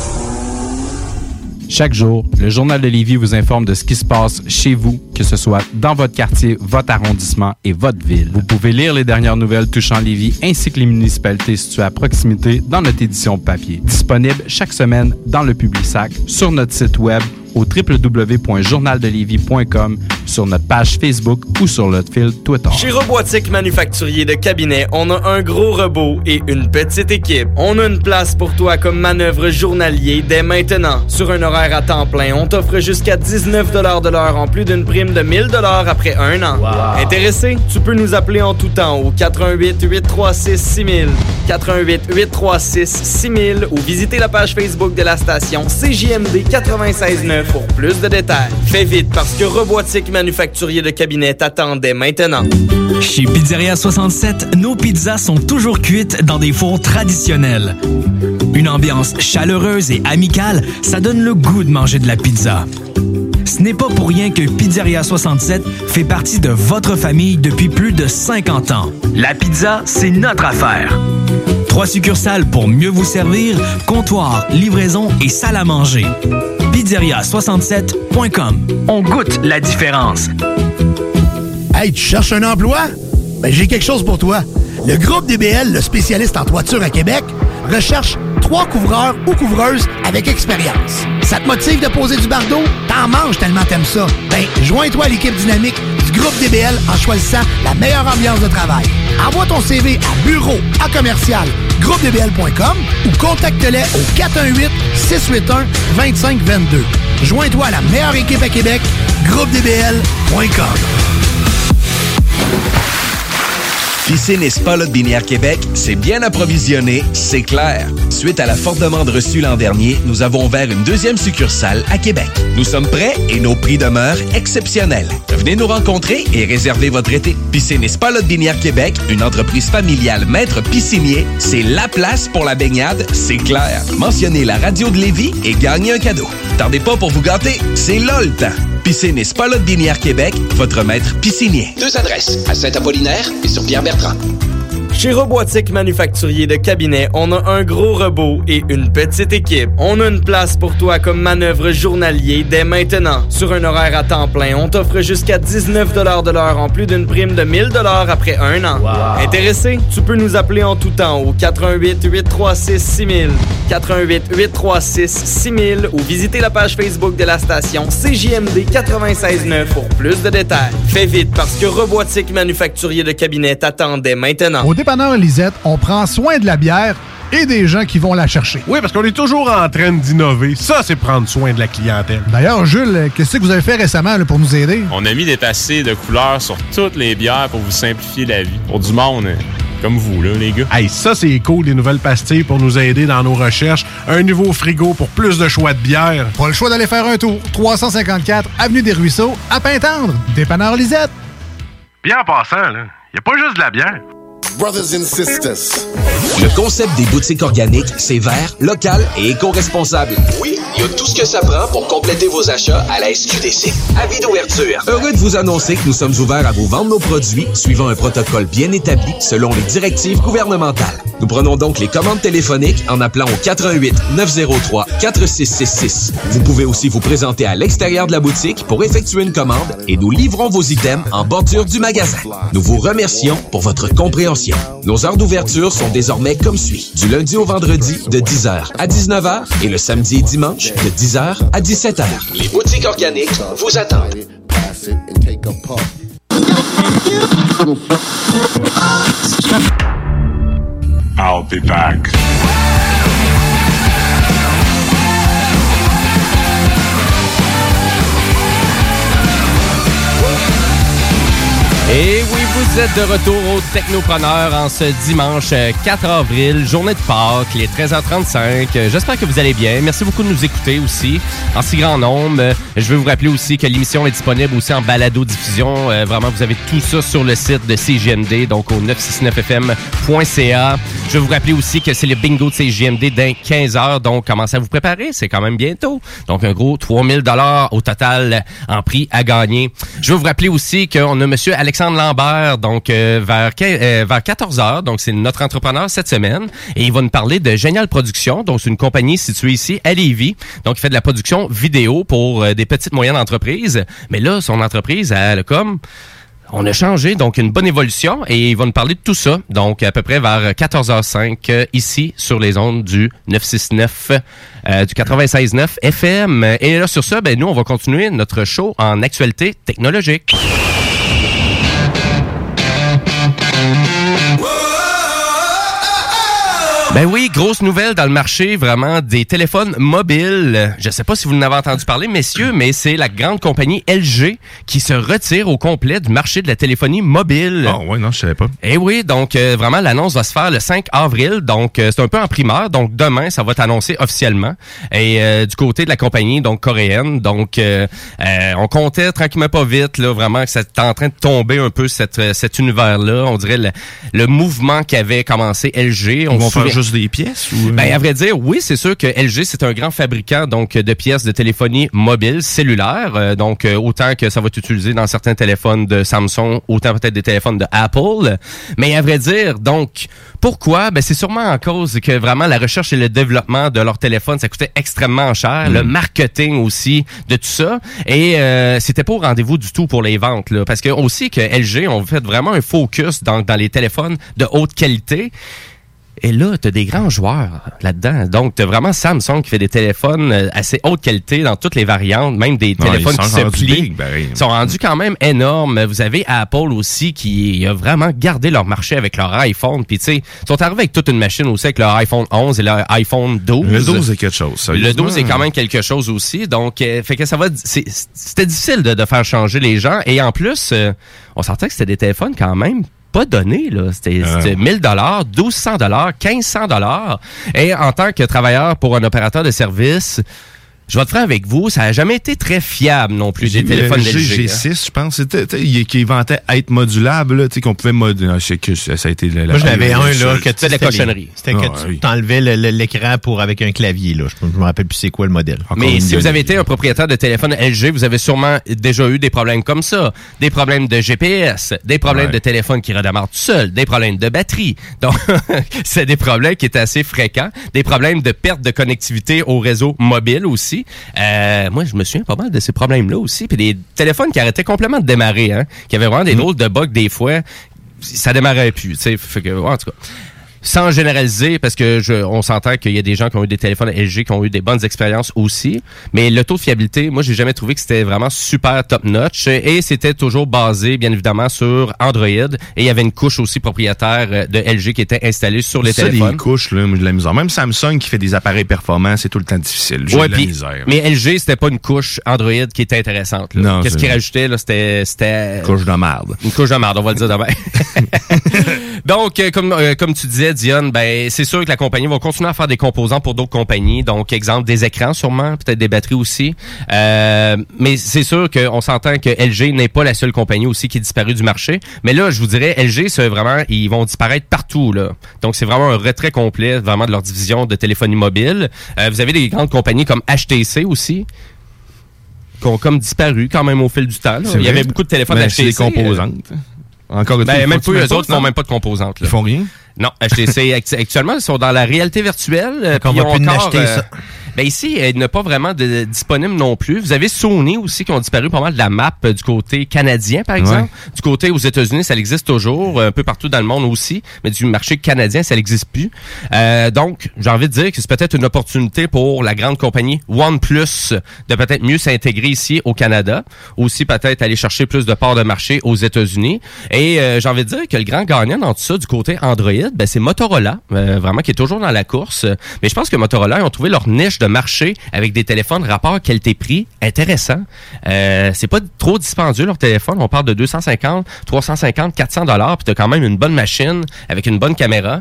Chaque jour, le Journal de Lévis vous informe de ce qui se passe chez vous, que ce soit dans votre quartier, votre arrondissement et votre ville. Vous pouvez lire les dernières nouvelles touchant Lévis ainsi que les municipalités situées à proximité dans notre édition papier. Disponible chaque semaine dans le Publisac, sur notre site web au www.journaldelévis.com, sur notre page Facebook ou sur notre fil Twitter. Chez Robotique Manufacturier de Cabinet, on a un gros robot et une petite équipe. On a une place pour toi comme manœuvre journalier dès maintenant. Sur un horaire à temps plein, on t'offre jusqu'à 19 $ de l'heure en plus d'une prime de 1 000 $ après un an. Wow. Intéressé? Tu peux nous appeler en tout temps au 88 836 6000, 88 836 6000 ou visiter la page Facebook de la station CJMD 96.9 pour plus de détails. Fais vite parce que Robotique Manufacturier de Cabinet t'attendait maintenant. Chez Pizzeria 67, nos pizzas sont toujours cuites dans des fours traditionnels. Une ambiance chaleureuse et amicale, ça donne le goût de manger de la pizza. Ce n'est pas pour rien que Pizzeria 67 fait partie de votre famille depuis plus de 50 ans. La pizza, c'est notre affaire. 3 succursales pour mieux vous servir, comptoir, livraison et salle à manger. Pizzeria67.com. On goûte la différence. Hey, tu cherches un emploi? Ben, j'ai quelque chose pour toi. Le groupe DBL, le spécialiste en toiture à Québec, recherche 3 couvreurs ou couvreuses avec expérience. Ça te motive de poser du bardeau? T'en manges tellement t'aimes ça. Ben, joins-toi à l'équipe dynamique du groupe DBL en choisissant la meilleure ambiance de travail. Envoie ton CV à bureau@commercial-groupedbl.com ou contacte-les au 418-681-2522. Joins-toi à la meilleure équipe à Québec, groupedbl.com. Piscine et Spa Lotbinière Québec, c'est bien approvisionné, c'est clair. Suite à la forte demande reçue l'an dernier, nous avons ouvert une 2e succursale à Québec. Nous sommes prêts et nos prix demeurent exceptionnels. Venez nous rencontrer et réserver votre été. Piscine et Spa Lotbinière Québec, une entreprise familiale maître piscinier, c'est la place pour la baignade, c'est clair. Mentionnez la radio de Lévis et gagnez un cadeau. Tardez pas pour vous gâter, c'est là le temps. Piscine et Spa Lotbinière Québec, votre maître piscinier. 2 adresses, à Saint-Apollinaire et sur Pierre-Bertrand. Chez Robotique Manufacturier de Cabinet, on a un gros robot et une petite équipe. On a une place pour toi comme manœuvre journalier dès maintenant. Sur un horaire à temps plein, on t'offre jusqu'à 19 $ de l'heure en plus d'une prime de 1 000 $ après un an. Wow. Intéressé? Tu peux nous appeler en tout temps au 88 836 6000, 88 836 6000 ou visiter la page Facebook de la station CJMD 96.9 pour plus de détails. Fais vite parce que Robotique Manufacturier de Cabinet t'attendait maintenant. Au dépanneur Lisette, on prend soin de la bière et des gens qui vont la chercher. Oui, parce qu'on est toujours en train d'innover. Ça, c'est prendre soin de la clientèle. D'ailleurs, Jules, qu'est-ce que vous avez fait récemment là, pour nous aider? On a mis des passés de couleurs sur toutes les bières pour vous simplifier la vie. Pour du monde comme vous, là, les gars. Hey, ça, c'est cool, des nouvelles pastilles pour nous aider dans nos recherches. Un nouveau frigo pour plus de choix de bière. Pas le choix d'aller faire un tour. 354 Avenue des Ruisseaux, à Pintendre. Dépanneur Lisette. Bien en passant, là, y a pas juste de la bière. Brothers and sisters. Le concept des boutiques organiques, c'est vert, local et éco-responsable. Oui, il y a tout ce que ça prend pour compléter vos achats à la SQDC. Avis d'ouverture. Heureux de vous annoncer que nous sommes ouverts à vous vendre nos produits suivant un protocole bien établi selon les directives gouvernementales. Nous prenons donc les commandes téléphoniques en appelant au 88 903 4666. Vous pouvez aussi vous présenter à l'extérieur de la boutique pour effectuer une commande et nous livrons vos items en bordure du magasin. Nous vous remercions pour votre compréhension. Nos heures d'ouverture sont désormais comme suit. Du lundi au vendredi de 10h à 19h et le samedi et dimanche de 10h à 17h. Les boutiques organiques vous attendent. I'll be back. Et oui, vous êtes de retour au Technopreneur en ce dimanche 4 avril, journée de Pâques, les 13h35. J'espère que vous allez bien. Merci beaucoup de nous écouter aussi en si grand nombre. Je veux vous rappeler aussi que l'émission est disponible aussi en balado-diffusion. Vraiment, vous avez tout ça sur le site de CJMD, donc au 969fm.ca. Je veux vous rappeler aussi que c'est le bingo de CJMD dans 15h, donc commencez à vous préparer, c'est quand même bientôt. Donc un gros 3000 $ au total en prix à gagner. Je veux vous rappeler aussi qu'on a monsieur Alexandre Lambert, donc vers 14h, donc c'est notre entrepreneur cette semaine, et il va nous parler de Génial Production, donc c'est une compagnie située ici à Lévis, donc il fait de la production vidéo pour des petites moyennes entreprises, mais là, son entreprise, elle a comme... On a changé, donc une bonne évolution, et il va nous parler de tout ça, donc à peu près vers 14h05, ici, sur les ondes du 969, du 96.9 FM. Et là, sur ça, ben nous, on va continuer notre show en actualité technologique. Ben oui, grosse nouvelle dans le marché, vraiment, des téléphones mobiles. Je sais pas si vous en avez entendu parler, messieurs, mais c'est la grande compagnie LG qui se retire au complet du marché de la téléphonie mobile. Ah ouais, non, je savais pas. Eh oui, donc vraiment, l'annonce va se faire le 5 avril, donc c'est un peu en primeur, donc demain, ça va être annoncé officiellement. Et du côté de la compagnie, donc coréenne, donc on comptait tranquillement pas vite, là, vraiment, que c'était en train de tomber un peu cet univers-là. On dirait le mouvement qu'avait commencé LG. On va faire juste des pièces? Ou... Ben, à vrai dire, oui, c'est sûr que LG, c'est un grand fabricant donc de pièces de téléphonie mobile, cellulaire. Donc, autant que ça va être utilisé dans certains téléphones de Samsung, autant peut-être des téléphones de Apple. Mais à vrai dire, donc, pourquoi? Ben, c'est sûrement en cause que vraiment la recherche et le développement de leur téléphone, ça coûtait extrêmement cher. Le marketing aussi de tout ça. Et c'était pas au rendez-vous du tout pour les ventes, là. Parce que aussi que LG ont fait vraiment un focus dans les téléphones de haute qualité. Et là, t'as des grands joueurs là-dedans. Donc, t'as vraiment Samsung qui fait des téléphones assez haute qualité dans toutes les variantes, même des téléphones qui se plient. Ils sont rendus quand même énormes. Vous avez Apple aussi qui a vraiment gardé leur marché avec leur iPhone. Puis, tu sais, ils sont arrivés avec toute une machine aussi avec leur iPhone 11 et leur iPhone 12. Le 12 est quelque chose. Le 12 est quand même quelque chose aussi. Donc, fait que ça va... C'était difficile de faire changer les gens. Et en plus, on sentait que c'était des téléphones quand même pas donné, là. C'était 1000 $, 1200 $, 1500 $. Et en tant que travailleur pour un opérateur de service, je vais être franc avec vous, ça n'a jamais été très fiable non plus, des téléphones LG. G6, je pense, qui vantait être modulable, tu sais, qu'on pouvait moduler. Je sais que ça a été... Moi, j'en avais un, là, que c'était de la cochonnerie. C'était que tu t'enlevais l'écran avec un clavier, là. Je me rappelle plus c'est quoi le modèle. Mais si vous avez été un propriétaire de téléphone LG, vous avez sûrement déjà eu des problèmes comme ça. Des problèmes de GPS, des problèmes de téléphone qui redémarrent tout seul, des problèmes de batterie. Donc, c'est des problèmes qui étaient assez fréquents. Des problèmes de perte de connectivité au réseau mobile aussi. Moi, je me souviens pas mal de ces problèmes-là aussi. Puis des téléphones qui arrêtaient complètement de démarrer, hein, qui avaient vraiment des drôles de bugs des fois. Ça démarrait plus, tu sais. Fait que, en tout cas, sans généraliser, parce que on s'entend qu'il y a des gens qui ont eu des téléphones LG qui ont eu des bonnes expériences aussi, mais le taux de fiabilité, moi, j'ai jamais trouvé que c'était vraiment super top-notch, et c'était toujours basé, bien évidemment, sur Android, et il y avait une couche aussi propriétaire de LG qui était installée sur les téléphones. Les couches, là, moi, j'ai de la misère. Même Samsung qui fait des appareils performants, c'est tout le temps difficile. J'ai de la misère. Mais LG, c'était pas une couche Android qui était intéressante, là. Non, qu'est-ce qu'ils rajoutaient, là? C'était... Une couche de merde. Une couche de merde, on va le dire demain. Donc, comme tu disais, Diane, ben c'est sûr que la compagnie va continuer à faire des composants pour d'autres compagnies. Donc, exemple, des écrans sûrement, peut-être des batteries aussi. Mais c'est sûr qu'on s'entend que LG n'est pas la seule compagnie aussi qui est disparue du marché. Mais là, je vous dirais, LG, c'est vraiment, ils vont disparaître partout, là. Donc, c'est vraiment un retrait complet, vraiment, de leur division de téléphonie mobile. Vous avez des grandes compagnies comme HTC aussi, qui ont comme disparu quand même au fil du temps. Il y avait beaucoup de téléphones HTC. C'est des composantes. Encore une fois, même peu, eux autres font même pas de composantes. Là. Ils font rien? Non, HTC, actuellement, ils sont dans la réalité virtuelle. On va plus acheter ça. Ben ici, il n'est pas vraiment disponible non plus. Vous avez Sony aussi qui ont disparu pas mal de la map du côté canadien, par exemple. Ouais. Du côté aux États-Unis, ça existe toujours, un peu partout dans le monde aussi, mais du marché canadien, ça n'existe plus. Donc, j'ai envie de dire que c'est peut-être une opportunité pour la grande compagnie OnePlus de peut-être mieux s'intégrer ici au Canada, aussi peut-être aller chercher plus de parts de marché aux États-Unis. Et j'ai envie de dire que le grand gagnant dans tout ça du côté Android, ben c'est Motorola, vraiment qui est toujours dans la course. Mais je pense que Motorola, ils ont trouvé leur niche de marché avec des téléphones rapport qualité-prix intéressant. C'est pas trop dispendieux leur téléphone. On parle de 250, 350, 400 $, puis t'as quand même une bonne machine avec une bonne caméra.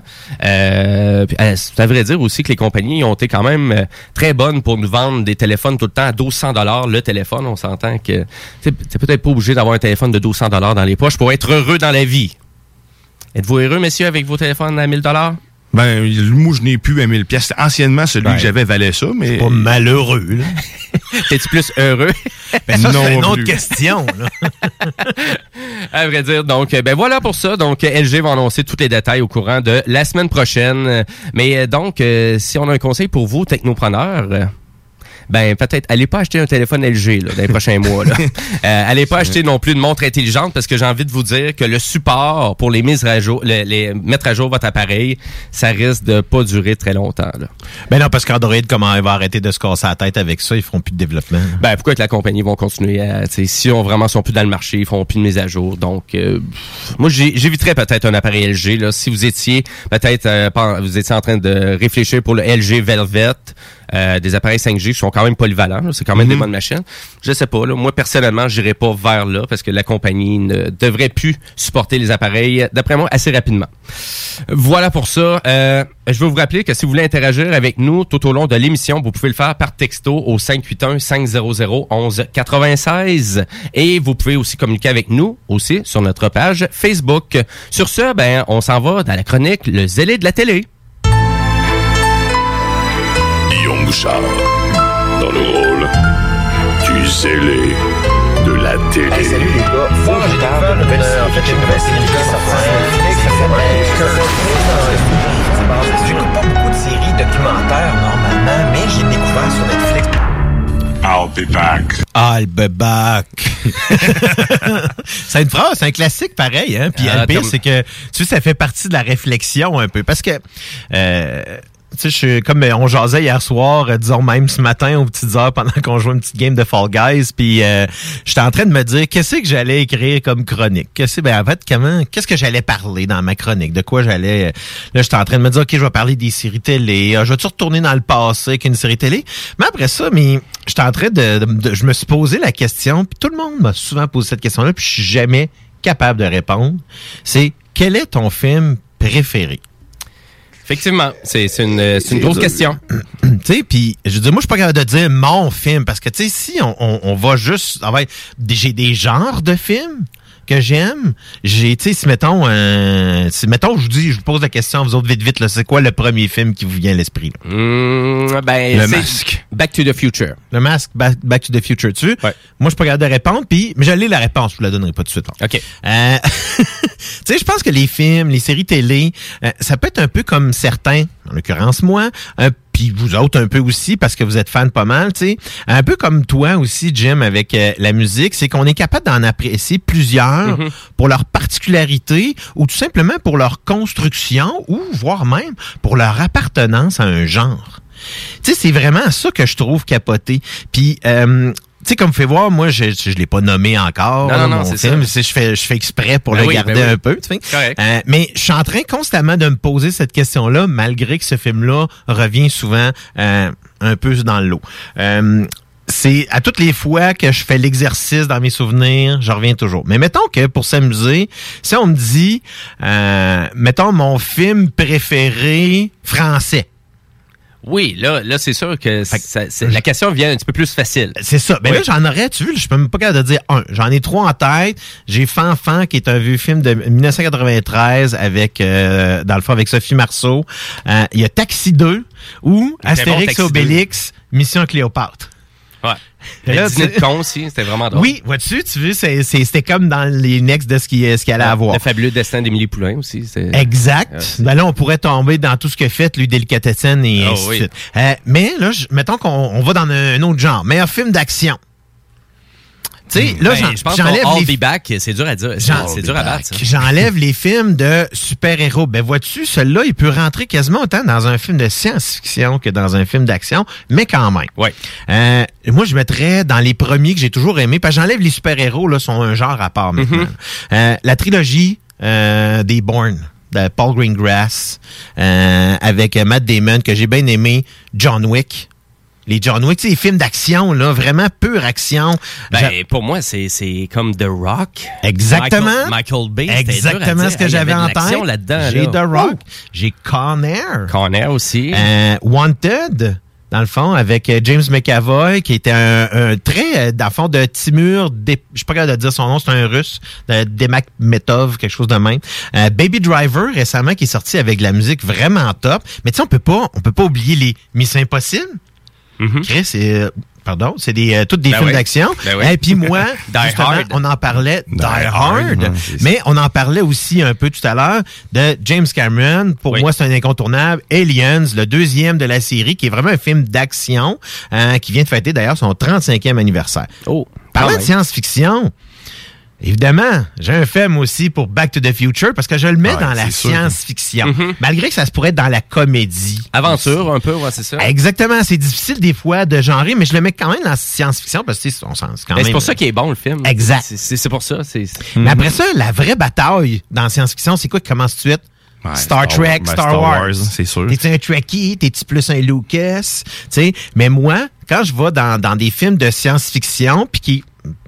Ça veut dire aussi que les compagnies ont été quand même très bonnes pour nous vendre des téléphones tout le temps à 1200 $ le téléphone. On s'entend que t'es peut-être pas obligé d'avoir un téléphone de 1200 $ dans les poches pour être heureux dans la vie. Êtes-vous heureux, messieurs, avec vos téléphones à 1000 $? Ben, moi, je n'ai plus à 1000 $. Anciennement, celui que j'avais valait ça, mais... C'est pas malheureux, là. T'es-tu plus heureux? Ben ça, c'est une autre question, là. À vrai dire, donc, ben voilà pour ça. Donc, LG va annoncer tous les détails au courant de la semaine prochaine. Mais donc, si on a un conseil pour vous, technopreneurs... ben peut-être allez pas acheter un téléphone LG là, dans les prochains mois. Là. Allez pas acheter non plus une montre intelligente parce que j'ai envie de vous dire que le support pour les mises à jour, les mettre à jour votre appareil, ça risque de pas durer très longtemps. Là. Ben non, parce qu'Android, comment il va arrêter de se casser la tête avec ça, ils feront plus de développement. Ben pourquoi que la compagnie vont continuer à, si on vraiment sont plus dans le marché, ils feront plus de mise à jour. Donc moi j'éviterais peut-être un appareil LG là, si vous étiez peut-être vous étiez en train de réfléchir pour le LG Velvet. Des appareils 5G qui sont quand même polyvalents. Là. C'est quand même des bonnes machines. Je sais pas. Là, moi, personnellement, j'irai pas vers là parce que la compagnie ne devrait plus supporter les appareils, d'après moi, assez rapidement. Voilà pour ça. Je veux vous rappeler que si vous voulez interagir avec nous tout au long de l'émission, vous pouvez le faire par texto au 581-500-1196 et vous pouvez aussi communiquer avec nous aussi sur notre page Facebook. Sur ce, ben, on s'en va dans la chronique Le Zélé de la télé. Guillaume Bouchard, dans le rôle du zélé de la télé. Hey, salut les gars, formidable, nouvelle série. En fait, j'ai une nouvelle série qui sort sur Netflix, ça s'appelle J'écoute pas beaucoup de séries documentaires normalement, mais j'ai découvert sur Netflix. I'll be back. I'll be back. C'est une phrase, c'est un classique pareil, hein. Puis le pire, c'est que tu sais, ça fait partie de la réflexion un peu, parce que tu sais, comme on jasait hier soir, disons même ce matin aux petites heures pendant qu'on jouait une petite game de Fall Guys, puis j'étais en train de me dire qu'est-ce que j'allais écrire comme chronique. En fait, qu'est-ce que j'allais parler dans ma chronique, de quoi j'allais. Là, j'étais en train de me dire ok, je vais parler des séries télé, je vais-tu retourner dans le passé avec une série télé. Mais après ça, j'étais en train je me suis posé la question, puis tout le monde m'a souvent posé cette question-là, puis je suis jamais capable de répondre. C'est quel est ton film préféré? Effectivement, c'est une grosse question. Tu sais, puis je veux dire, moi je suis pas capable de dire mon film parce que tu sais, si on va juste, j'ai des genres de films que j'aime. Tu sais, si mettons, je vous pose la question à vous autres vite là, c'est quoi le premier film qui vous vient à l'esprit? Le Masque. Back to the Future. Le Masque, Back to the Future. Tu sais, moi je suis pas capable de répondre, mais j'allais la réponse, je vous la donnerai pas tout de suite. Ok. Tu sais, je pense que les films, les séries télé, ça peut être un peu comme certains, en l'occurrence moi, puis vous autres un peu aussi, parce que vous êtes fans pas mal, tu sais. Un peu comme toi aussi, Jim, avec la musique, c'est qu'on est capable d'en apprécier plusieurs pour leur particularité ou tout simplement pour leur construction ou voire même pour leur appartenance à un genre. Tu sais, c'est vraiment ça que je trouve capoté. Puis tu sais, comme vous faites voir, moi, je l'ai pas nommé encore. Non, c'est film. ça. Je fais exprès pour le garder un peu. Tu sais. Mais je suis en train constamment de me poser cette question-là, malgré que ce film-là revient souvent un peu dans le lot. C'est à toutes les fois que je fais l'exercice dans mes souvenirs, je reviens toujours. Mais mettons que pour s'amuser, si on me dit, mettons mon film préféré français. Oui, là, c'est sûr que la question vient un petit peu plus facile. C'est ça. Ben là, j'en aurais, tu veux, je peux même pas capable de dire un. J'en ai trois en tête. J'ai Fanfan, qui est un vieux film de 1993 avec, dans le fond, avec Sophie Marceau. Il y a Taxi 2 ou Astérix Obélix, Mission Cléopâtre. Ouais. Là, Le dîner de con aussi, c'était vraiment drôle. Oui, vois-tu, c'était comme dans les next de ce qu'il allait avoir. Le fabuleux destin d'Émilie Poulain aussi. Exact. Ben là, on pourrait tomber dans tout ce que fait Louis Délicatessen et ainsi de suite. Mais là, mettons qu'on va dans un autre genre. Meilleur film d'action. Tu sais, là, je pense j'enlève I'll Be Back, c'est dur à dire. C'est dur à battre, ça. J'enlève les films de super-héros. Ben, vois-tu, celui-là, il peut rentrer quasiment autant dans un film de science-fiction que dans un film d'action, mais quand même. Ouais. Moi, je mettrais dans les premiers que j'ai toujours aimés, parce que j'enlève les super-héros, là, sont un genre à part maintenant. La trilogie des Bourne de Paul Greengrass, avec Matt Damon, que j'ai bien aimé, John Wick. Les John Wick, les films d'action, là, vraiment pure action. Pour moi, c'est comme The Rock. Exactement. Michael Bay. Exactement ce que j'avais en tête. Là-dedans, j'ai The Rock. J'ai Con Air. Con Air aussi. Wanted, dans le fond, avec James McAvoy, qui était un très, dans le fond, de Timur, je suis pas capable de dire son nom, c'est un russe, Demak Metov, quelque chose de même. Baby Driver, récemment, qui est sorti avec de la musique vraiment top. Mais tu sais, on peut pas oublier les Missions Impossibles. Chris, c'est toutes des films d'action. Et puis moi, justement, on en parlait Die Hard, mais on en parlait aussi un peu tout à l'heure de James Cameron. Pour moi, c'est un incontournable. Aliens, le deuxième de la série, qui est vraiment un film d'action, qui vient de fêter d'ailleurs son 35e anniversaire. Parlant de science-fiction, évidemment, j'ai un film aussi pour Back to the Future parce que je le mets dans la science-fiction. Malgré que ça se pourrait être dans la comédie. Aventure, un peu, c'est ça. Exactement. C'est difficile des fois de genrer, mais je le mets quand même dans la science-fiction parce que c'est son sens quand même. C'est pour ça qu'il est bon, le film. Exact. C'est pour ça. Mais après ça, la vraie bataille dans la science-fiction, c'est quoi qui commence tout de suite? Star Trek, Star Wars. C'est sûr. T'es-tu un Trekkie? T'es-tu plus un Lucas? Tu sais, mais moi, quand je vais dans des films de science-fiction, puis qui...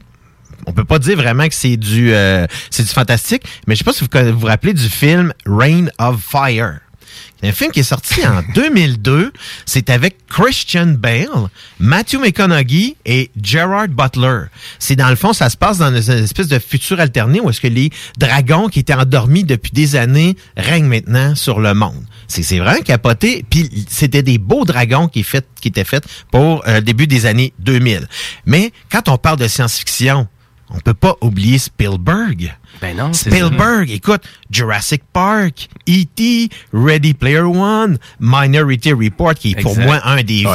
On peut pas dire vraiment que c'est du fantastique, mais je sais pas si vous vous rappelez du film Reign of Fire. C'est un film qui est sorti en 2002. C'est avec Christian Bale, Matthew McConaughey et Gerard Butler. C'est dans le fond, ça se passe dans une espèce de futur alterné où est-ce que les dragons qui étaient endormis depuis des années règnent maintenant sur le monde. C'est vraiment capoté. Puis c'était des beaux dragons qui étaient faits pour le début des années 2000. Mais quand on parle de science-fiction, on peut pas oublier Spielberg. Ben non, Spielberg, écoute, Jurassic Park, E.T., Ready Player One, Minority Report, qui est pour moi un des...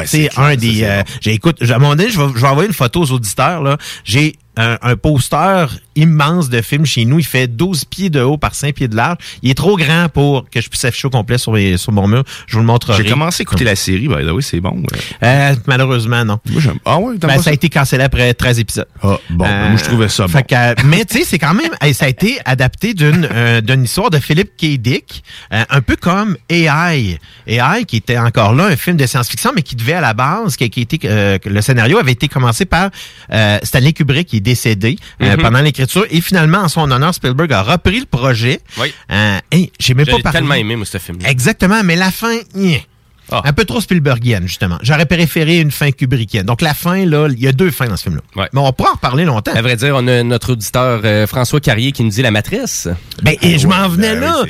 J'écoute, à un moment donné, je vais envoyer une photo aux auditeurs, là. J'ai un poster immense de film chez nous. Il fait 12 pieds de haut par 5 pieds de large. Il est trop grand pour que je puisse afficher au complet sur mon mur. Je vous le montrerai. J'ai commencé à écouter la série. Oui, c'est bon. Malheureusement, non. Moi, j'aime. Ah ouais, ça a été cancellé après 13 épisodes. Ah, bon. Moi, je trouvais ça bon. Mais tu sais, c'est quand même... ça a été adapté d'une histoire de Philip K. Dick, un peu comme AI. AI, qui était encore là, un film de science-fiction, mais qui devait à la base, le scénario avait été commencé par Stanley Kubrick, qui est décédé pendant l'écriture. Et finalement, en son honneur, Spielberg a repris le projet. Oui. J'ai même pas parlé. J'ai tellement aimé, moi, ce film-là. Exactement, mais la fin... Un peu trop Spielbergienne, justement. J'aurais préféré une fin kubrickienne. Donc, la fin, là, il y a 2 fins dans ce film-là. Ouais. Mais on pourra en reparler longtemps. À vrai dire, on a notre auditeur François Carrier qui nous dit La Matrice. Je m'en venais là.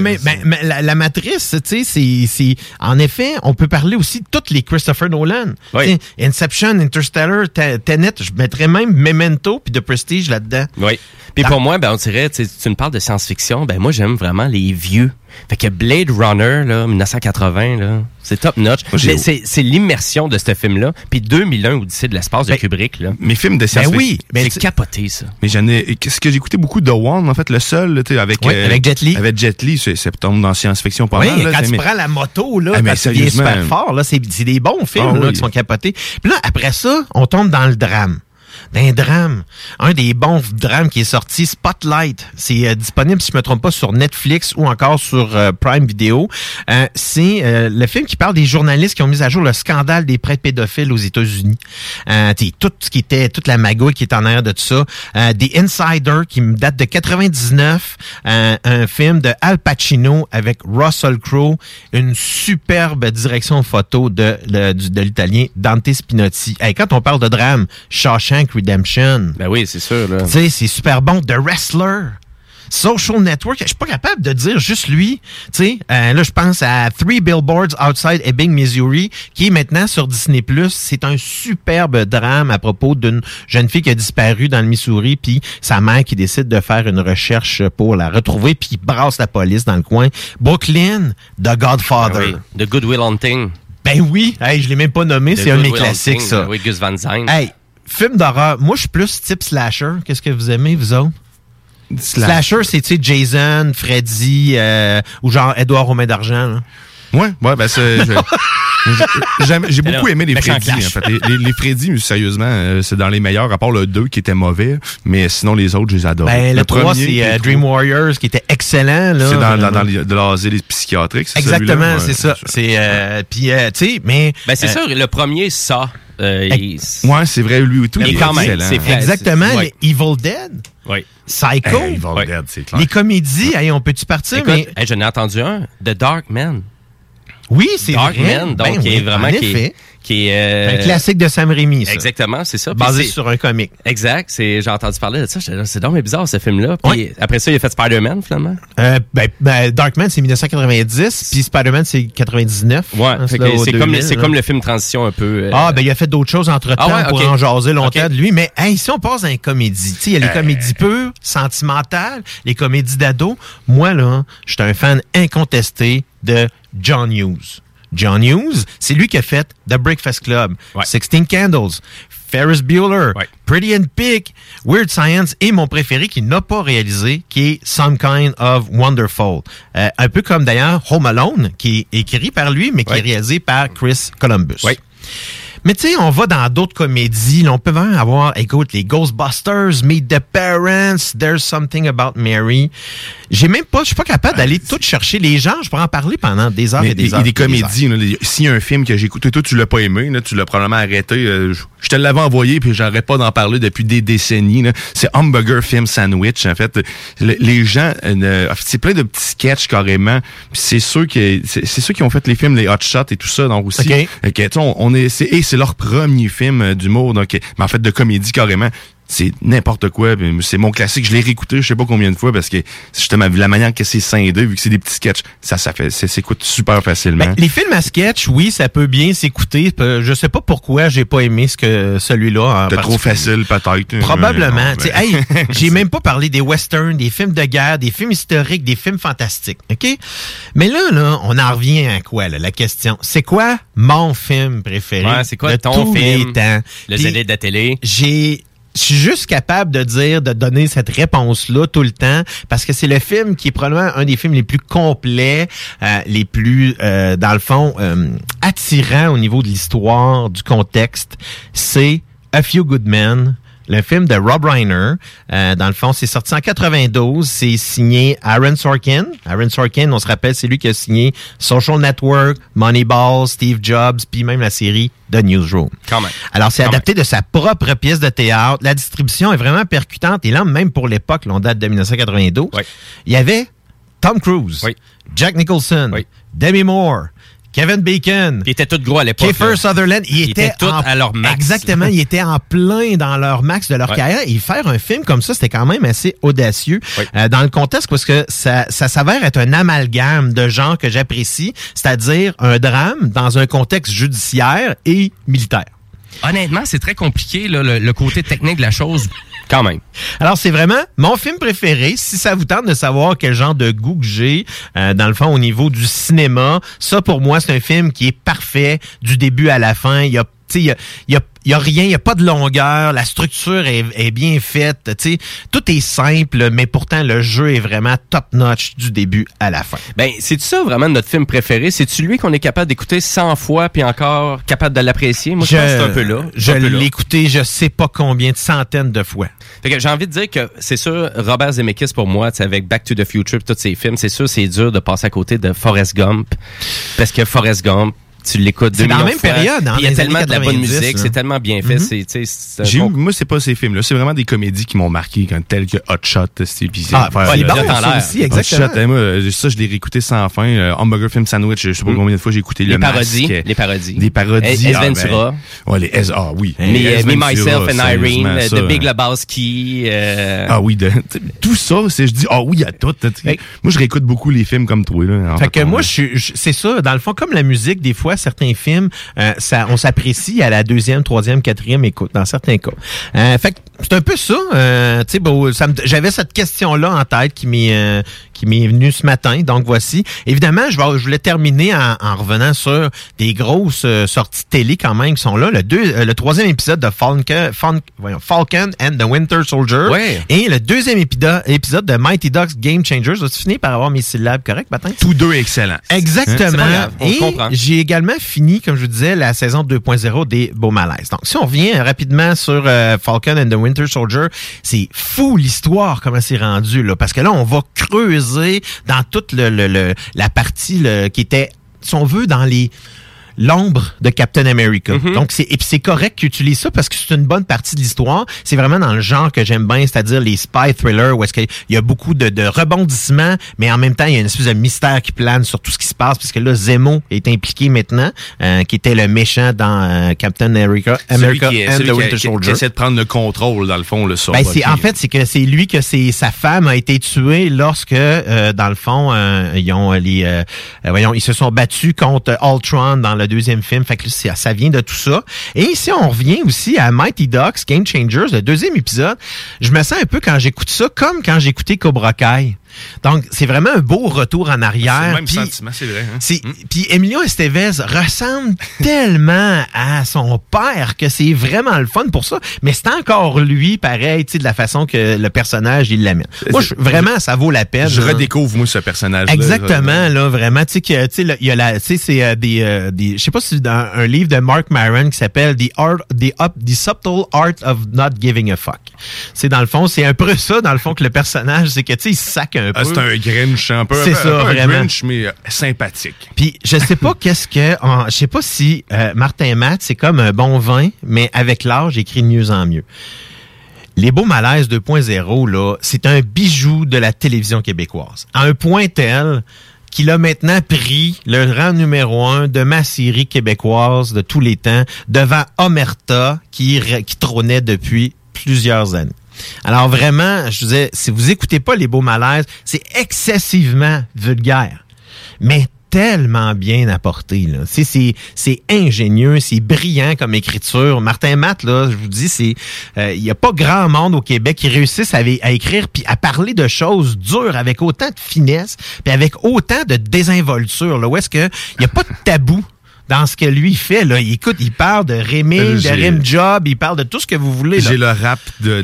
La Matrice, tu sais, c'est... En effet, on peut parler aussi de toutes les Christopher Nolan. Oui. Inception, Interstellar, Tenet, je mettrais même Memento puis The Prestige là-dedans. Oui. Puis pour moi, on dirait, tu me parles de science-fiction, moi, j'aime vraiment les vieux. Fait que Blade Runner, là, 1980, là, c'est top notch. C'est l'immersion de ce film-là. Puis 2001, Odyssée de l'espace de Kubrick, là. Mes films de science-fiction. C'est capoté, ça. Mais qu'est-ce que j'ai écouté beaucoup de One, en fait, le seul, tu sais, avec Jet Li. Avec Jet Li, c'est tombe dans science-fiction pas mal. Oui, quand tu prends la moto, là, quand tu viens super fort, là, c'est des bons films, là, qui sont capotés. Puis là, après ça, on tombe dans le drame. D'un drame. Un des bons drames qui est sorti, Spotlight. C'est disponible, si je me trompe pas, sur Netflix ou encore sur Prime Video. C'est le film qui parle des journalistes qui ont mis à jour le scandale des prêtres pédophiles aux États-Unis. Toute la magouille qui est en arrière de tout ça. The Insider, qui me date de 99. Un film de Al Pacino avec Russell Crowe. Une superbe direction photo de l'italien Dante Spinotti. Quand on parle de drame, Shawshank Redemption. Ben oui, c'est sûr, là. Tu sais, c'est super bon. The Wrestler. Social Network, je suis pas capable de dire juste lui. Tu sais, là, je pense à Three Billboards Outside Ebbing, Missouri, qui est maintenant sur Disney+. C'est un superbe drame à propos d'une jeune fille qui a disparu dans le Missouri, puis sa mère qui décide de faire une recherche pour la retrouver, puis qui brasse la police dans le coin. Brooklyn, The Godfather. Ah oui. The Good Will Hunting. Ben oui, hey, je l'ai même pas nommé, c'est un de mes classiques, ça. Oui, Gus Van Sant. Hey, film d'horreur. Moi, je suis plus type slasher. Qu'est-ce que vous aimez, vous autres? Slasher, c'est, tu sais, Jason, Freddy, ou genre Edouard aux mains d'argent, là. Ouais, ben j'ai beaucoup aimé les Freddy, en fait. Les Freddy, sérieusement, c'est dans les meilleurs, à part le 2 qui était mauvais, mais sinon les autres, je les adore. Ben, le 3, c'est Dream Warriors qui était excellent, là. C'est dans l'asile psychiatrique, c'est exactement, ouais, c'est ça. C'est, puis, tu sais, mais... Ben, c'est sûr, le premier, ça... ouais, c'est vrai, lui et tout. Il est quand même, c'est exactement, les Evil Dead. Oui. Psycho. Evil Dead, c'est clair. Les comédies, hey, on peut-tu partir? Écoute, mais... j'en ai entendu un, The Dark Man. Oui, c'est Dark vrai. Man, donc qui est vraiment qui est un classique de Sam Raimi, ça. Exactement, c'est ça. Basé sur un comic. Exact, j'ai entendu parler de ça, c'est donc bizarre ce film-là. Puis après ça, il a fait Spider-Man finalement. Darkman c'est 1990, puis Spider-Man c'est 99. Ouais, c'est comme le film transition un peu. Il a fait d'autres choses entre-temps pour en jaser longtemps de lui, mais hey, si on passe dans les comédies, tu sais, il y a les comédies pures, sentimentales, les comédies d'ado. Moi là, je suis un fan incontesté de John Hughes. John Hughes, c'est lui qui a fait The Breakfast Club, 16 Candles, Ferris Bueller, Pretty in Pink, Weird Science et mon préféré qui n'a pas réalisé, qui est Some Kind of Wonderful. Un peu comme d'ailleurs Home Alone, qui est écrit par lui, mais qui est réalisé par Chris Columbus. Mais tu sais, on va dans d'autres comédies. Là, on peut même avoir, écoute, les Ghostbusters, Meet the Parents, There's Something About Mary. Je suis pas capable d'aller tout chercher. Les gens, je pourrais en parler pendant des heures et des heures. Il y a des comédies. S'il y a un film que j'ai écouté, toi, tu l'as pas aimé, là, tu l'as probablement arrêté. Je te l'avais envoyé, puis j'arrête pas d'en parler depuis des décennies. Là. C'est Hamburger Film Sandwich, en fait. Les gens, c'est plein de petits sketchs carrément. Puis c'est ceux qui ont fait les films, les Hot Shots et tout ça, donc aussi. C'est leur premier film d'humour, donc, mais en fait de comédie carrément. C'est n'importe quoi. C'est mon classique. Je l'ai réécouté je sais pas combien de fois parce que justement la manière que c'est scindé, vu que c'est des petits sketchs, ça s'écoute super facilement. Les films à sketch, oui, ça peut bien s'écouter. Je sais pas pourquoi j'ai pas aimé celui-là. C'est trop facile peut-être. Probablement. J'ai même pas parlé des westerns, des films de guerre, des films historiques, des films fantastiques. OK? Mais là, on en revient à quoi, là, la question? C'est quoi mon film préféré? Ouais, c'est quoi de ton tous film? Les temps? Le zélé de la télé? Je suis juste capable de donner cette réponse-là tout le temps, parce que c'est le film qui est probablement un des films les plus complets, les plus, dans le fond, attirants au niveau de l'histoire, du contexte. C'est A Few Good Men, le film de Rob Reiner. Dans le fond, c'est sorti en 92. C'est signé Aaron Sorkin. Aaron Sorkin, on se rappelle, c'est lui qui a signé Social Network, Moneyball, Steve Jobs, puis même la série The Newsroom. Quand même. Alors, c'est adapté de sa propre pièce de théâtre. La distribution est vraiment percutante. Et là, même pour l'époque, on date de 1992, il y avait Tom Cruise, Jack Nicholson, Demi Moore, Kevin Bacon. Ils étaient tous gros à l'époque. Kiefer Sutherland. Ils étaient tous à leur max. Exactement. Ils étaient en plein dans leur max de leur carrière. Et faire un film comme ça, c'était quand même assez audacieux. Dans le contexte, parce que ça s'avère être un amalgame de genres que j'apprécie, c'est-à-dire un drame dans un contexte judiciaire et militaire. Honnêtement, c'est très compliqué, là, le côté technique de la chose. Quand même. Alors, c'est vraiment mon film préféré. Si ça vous tente de savoir quel genre de goût que j'ai, dans le fond, au niveau du cinéma, ça, pour moi, c'est un film qui est parfait du début à la fin. Il y a rien, il n'y a pas de longueur, la structure est bien faite, tout est simple, mais pourtant le jeu est vraiment top-notch du début à la fin. Ben, c'est ça vraiment notre film préféré? C'est-tu lui qu'on est capable d'écouter 100 fois puis encore capable de l'apprécier? Moi, je pense que c'est un peu là. Je l'ai écouté, je sais pas combien de centaines de fois. Fait que j'ai envie de dire que c'est sûr, Robert Zemeckis pour moi, avec Back to the Future et tous ces films, c'est sûr, c'est dur de passer à côté de Forrest Gump. Parce que Forrest Gump, tu l'écoutes 2 C'est dans millions la même de fois. période, hein, Puis il y a les tellement années de la bonne 90, musique, là. c'est tellement bien fait. Moi, c'est pas ces films-là. C'est vraiment des comédies qui m'ont marqué, tels que Hot Shot. C'est bon, ça aussi, exactement. Hot Shot, moi, ça, je l'ai réécouté sans fin. Hamburger Film Sandwich, je sais pas combien de fois j'ai écouté Les le parodies. Masque. Les parodies. Des parodies. S. Ventura. Ouais, oui. Me, Myself and Irene, ça, The Big Lebowski. Ah oui, tout ça, je dis, oui, il y a tout. Moi, je réécoute beaucoup les films comme toi. Là, fait que moi, c'est ça. Dans le fond, comme la musique, des fois, certains films, on s'apprécie à la 2e, 3e, 4e écoute, dans certains cas. Fait que c'est un peu ça. J'avais cette question-là en tête qui m'est venue ce matin. Donc, voici. Évidemment, je voulais terminer en revenant sur des grosses sorties télé quand même qui sont là. Le 3e épisode de Falcon and the Winter Soldier. Ouais. Et le 2e épisode de Mighty Ducks Game Changers. As-tu fini par avoir mes syllabes correctes, matin? Tous deux excellents. Exactement. C'est pas grave, on Et comprend. j'ai également fini, comme je vous disais, la saison 2.0 des Beaux Malaises. Donc, si on revient rapidement sur Falcon and the Winter Soldier, c'est fou l'histoire, comment c'est rendu, là. Parce que là, on va creuser dans toute la partie qui était, si on veut, dans l'ombre de Captain America. Donc, c'est correct qu'ils utilisent ça parce que c'est une bonne partie de l'histoire. C'est vraiment dans le genre que j'aime bien, c'est-à-dire les spy thrillers où est-ce qu'il y a beaucoup de rebondissements, mais en même temps, il y a une espèce de mystère qui plane sur tout ce qui se passe, puisque là, Zemo est impliqué maintenant, qui était le méchant dans Captain America and the Winter Soldier. Qui essaie de prendre le contrôle, dans le fond, le sort. En fait, c'est que c'est lui que sa femme a été tuée lorsque, dans le fond, ils se sont battus contre Ultron dans le 2e film. Fait que ça vient de tout ça. Et ici, on revient aussi à Mighty Ducks Game Changers, le 2e épisode. Je me sens un peu quand j'écoute ça comme quand j'écoutais Cobra Kai. Donc, c'est vraiment un beau retour en arrière. C'est le même sentiment, c'est vrai. Hein? Puis Emilio Estevez ressemble tellement à son père que c'est vraiment le fun pour ça. Mais c'est encore lui, pareil, de la façon que le personnage, il l'amène. Moi, vraiment, ça vaut la peine. Je redécouvre, moi, ce personnage-là. Exactement, là, vraiment. Tu sais, il y a c'est je sais pas si c'est dans un livre de Mark Maron qui s'appelle The Subtle Art of Not Giving a Fuck. C'est dans le fond, c'est un peu ça, dans le fond, que le personnage, c'est que, tu sais, il sac un peu. C'est un Grinch, un peu. C'est ça, vraiment. Un Grinch, mais sympathique. Puis, je sais pas je sais pas si Martin Matt, c'est comme un bon vin, mais avec l'âge, écrit de mieux en mieux. Les Beaux Malaises 2.0, là, c'est un bijou de la télévision québécoise. À un point tel qu'il a maintenant pris le rang numéro 1 de ma série québécoise de tous les temps, devant Omerta, qui trônait depuis plusieurs années. Alors vraiment, je disais, si vous écoutez pas Les Beaux Malaises, c'est excessivement vulgaire, mais tellement bien apporté, là. C'est ingénieux, c'est brillant comme écriture. Martin Matt, là, je vous dis, il y a pas grand monde au Québec qui réussisse à écrire puis à parler de choses dures avec autant de finesse puis avec autant de désinvolture, là. Où est-ce que il y a pas de tabou dans ce que lui fait, là. Il parle de rimming, de rim job, il parle de tout ce que vous voulez, là. J'ai le rap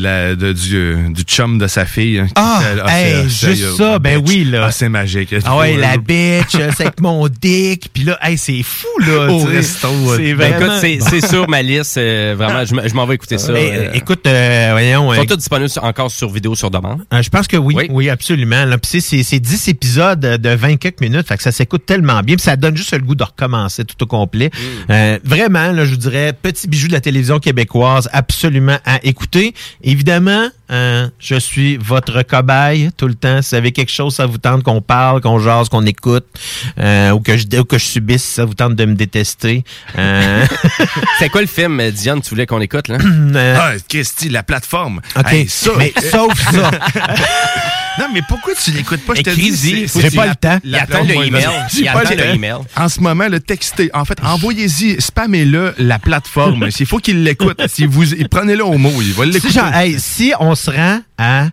du chum de sa fille. Juste ça, ben oui, là. C'est magique. Ah ouais, la bitch, c'est avec mon dick, puis là, c'est fou, là. Au resto. C'est vraiment... Écoute, c'est sur ma liste, vraiment, je m'en vais écouter ça. Écoute, voyons... Ils sont tous disponibles encore sur vidéo sur demande? Je pense que oui, absolument. Là, puis c'est 10 épisodes de 20 quelques minutes, fait que ça s'écoute tellement bien, puis ça donne juste le goût de recommencer tout au complet. Vraiment, là, je vous dirais, petit bijou de la télévision québécoise, absolument à écouter. Évidemment, je suis votre cobaye tout le temps. Si vous avez quelque chose, ça vous tente qu'on parle, qu'on jase, qu'on écoute, ou que je subisse, ça vous tente de me détester. C'est quoi le film, Diane, tu voulais qu'on écoute, là? Christy, la plateforme. OK, hey, ça, mais sauf ça. Non, mais pourquoi tu l'écoutes pas? Je te dis, j'ai pas le temps. Il attend le email. En ce moment, le textez. En fait, envoyez-y, spammez-le la plateforme. Il faut qu'il l'écoute. Prenez-le au mot, il va l'écouter. Si on se rend à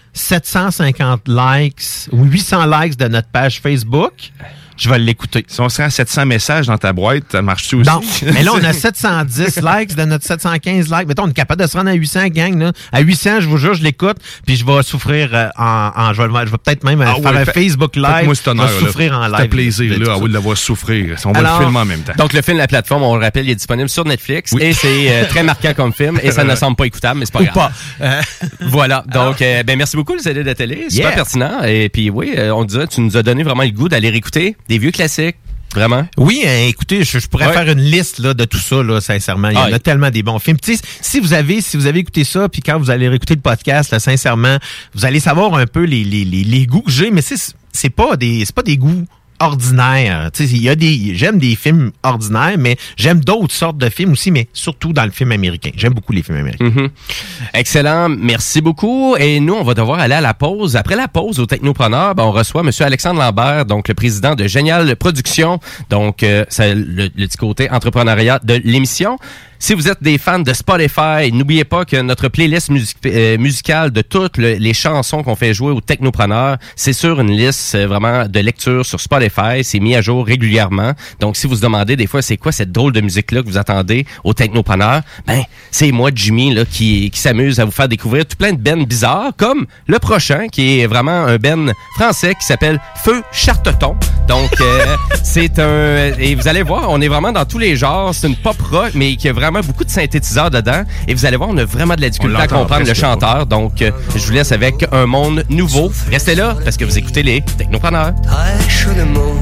750 likes ou 800 likes de notre page Facebook, je vais l'écouter. Si on se rend à 700 messages dans ta boîte, ça marche-tu aussi? Non, mais là, on a 710 likes de notre 715 likes. Mettons, on est capable de se rendre à 800, gang. Là. À 800, je vous jure, je l'écoute, puis je vais souffrir je vais peut-être même faire un Facebook Live. Moi, cet honneur, je vais souffrir en live. C'est un plaisir, là, de l'avoir souffrir. On va le filmer en même temps. Donc, le film La Plateforme, on le rappelle, il est disponible sur Netflix, et c'est très marquant comme film, et ça ne semble pas écoutable, mais c'est pas grave. Voilà. Donc, merci beaucoup, le CD de la télé. Super pertinent. Et puis, oui, on disait, tu nous as donné vraiment le goût d'aller écouter des vieux classiques. Vraiment? Oui, écoutez, je pourrais faire une liste là, de tout ça, là, sincèrement. Il y en a tellement des bons films. Tu sais, si vous avez écouté ça, puis quand vous allez réécouter le podcast, là, sincèrement, vous allez savoir un peu les goûts que j'ai, mais c'est pas des goûts ordinaire. Tu sais, j'aime des films ordinaires, mais j'aime d'autres sortes de films aussi, mais surtout dans le film américain. J'aime beaucoup les films américains. Mm-hmm. Excellent. Merci beaucoup. Et nous, on va devoir aller à la pause. Après la pause au Technopreneur, on reçoit M. Alexandre Lambert, donc le président de Génial Productions. Donc, c'est le petit côté entrepreneuriat de l'émission. Si vous êtes des fans de Spotify, n'oubliez pas que notre playlist musicale de toutes les chansons qu'on fait jouer au Technopreneur, c'est sur une liste vraiment de lecture sur Spotify. C'est mis à jour régulièrement. Donc, si vous vous demandez des fois, c'est quoi cette drôle de musique-là que vous attendez au Technopreneur, c'est moi, Jimmy, là, qui s'amuse à vous faire découvrir tout plein de bennes bizarres, comme le prochain, qui est vraiment un ben français qui s'appelle Feu Charteton. Donc, et vous allez voir, on est vraiment dans tous les genres. C'est une pop rock, mais qui a vraiment beaucoup de synthétiseurs dedans. Et vous allez voir, on a vraiment de la difficulté à comprendre le chanteur. Donc, je vous laisse avec Un monde nouveau. Restez là, parce que vous écoutez les Technopreneurs. Très chaudement,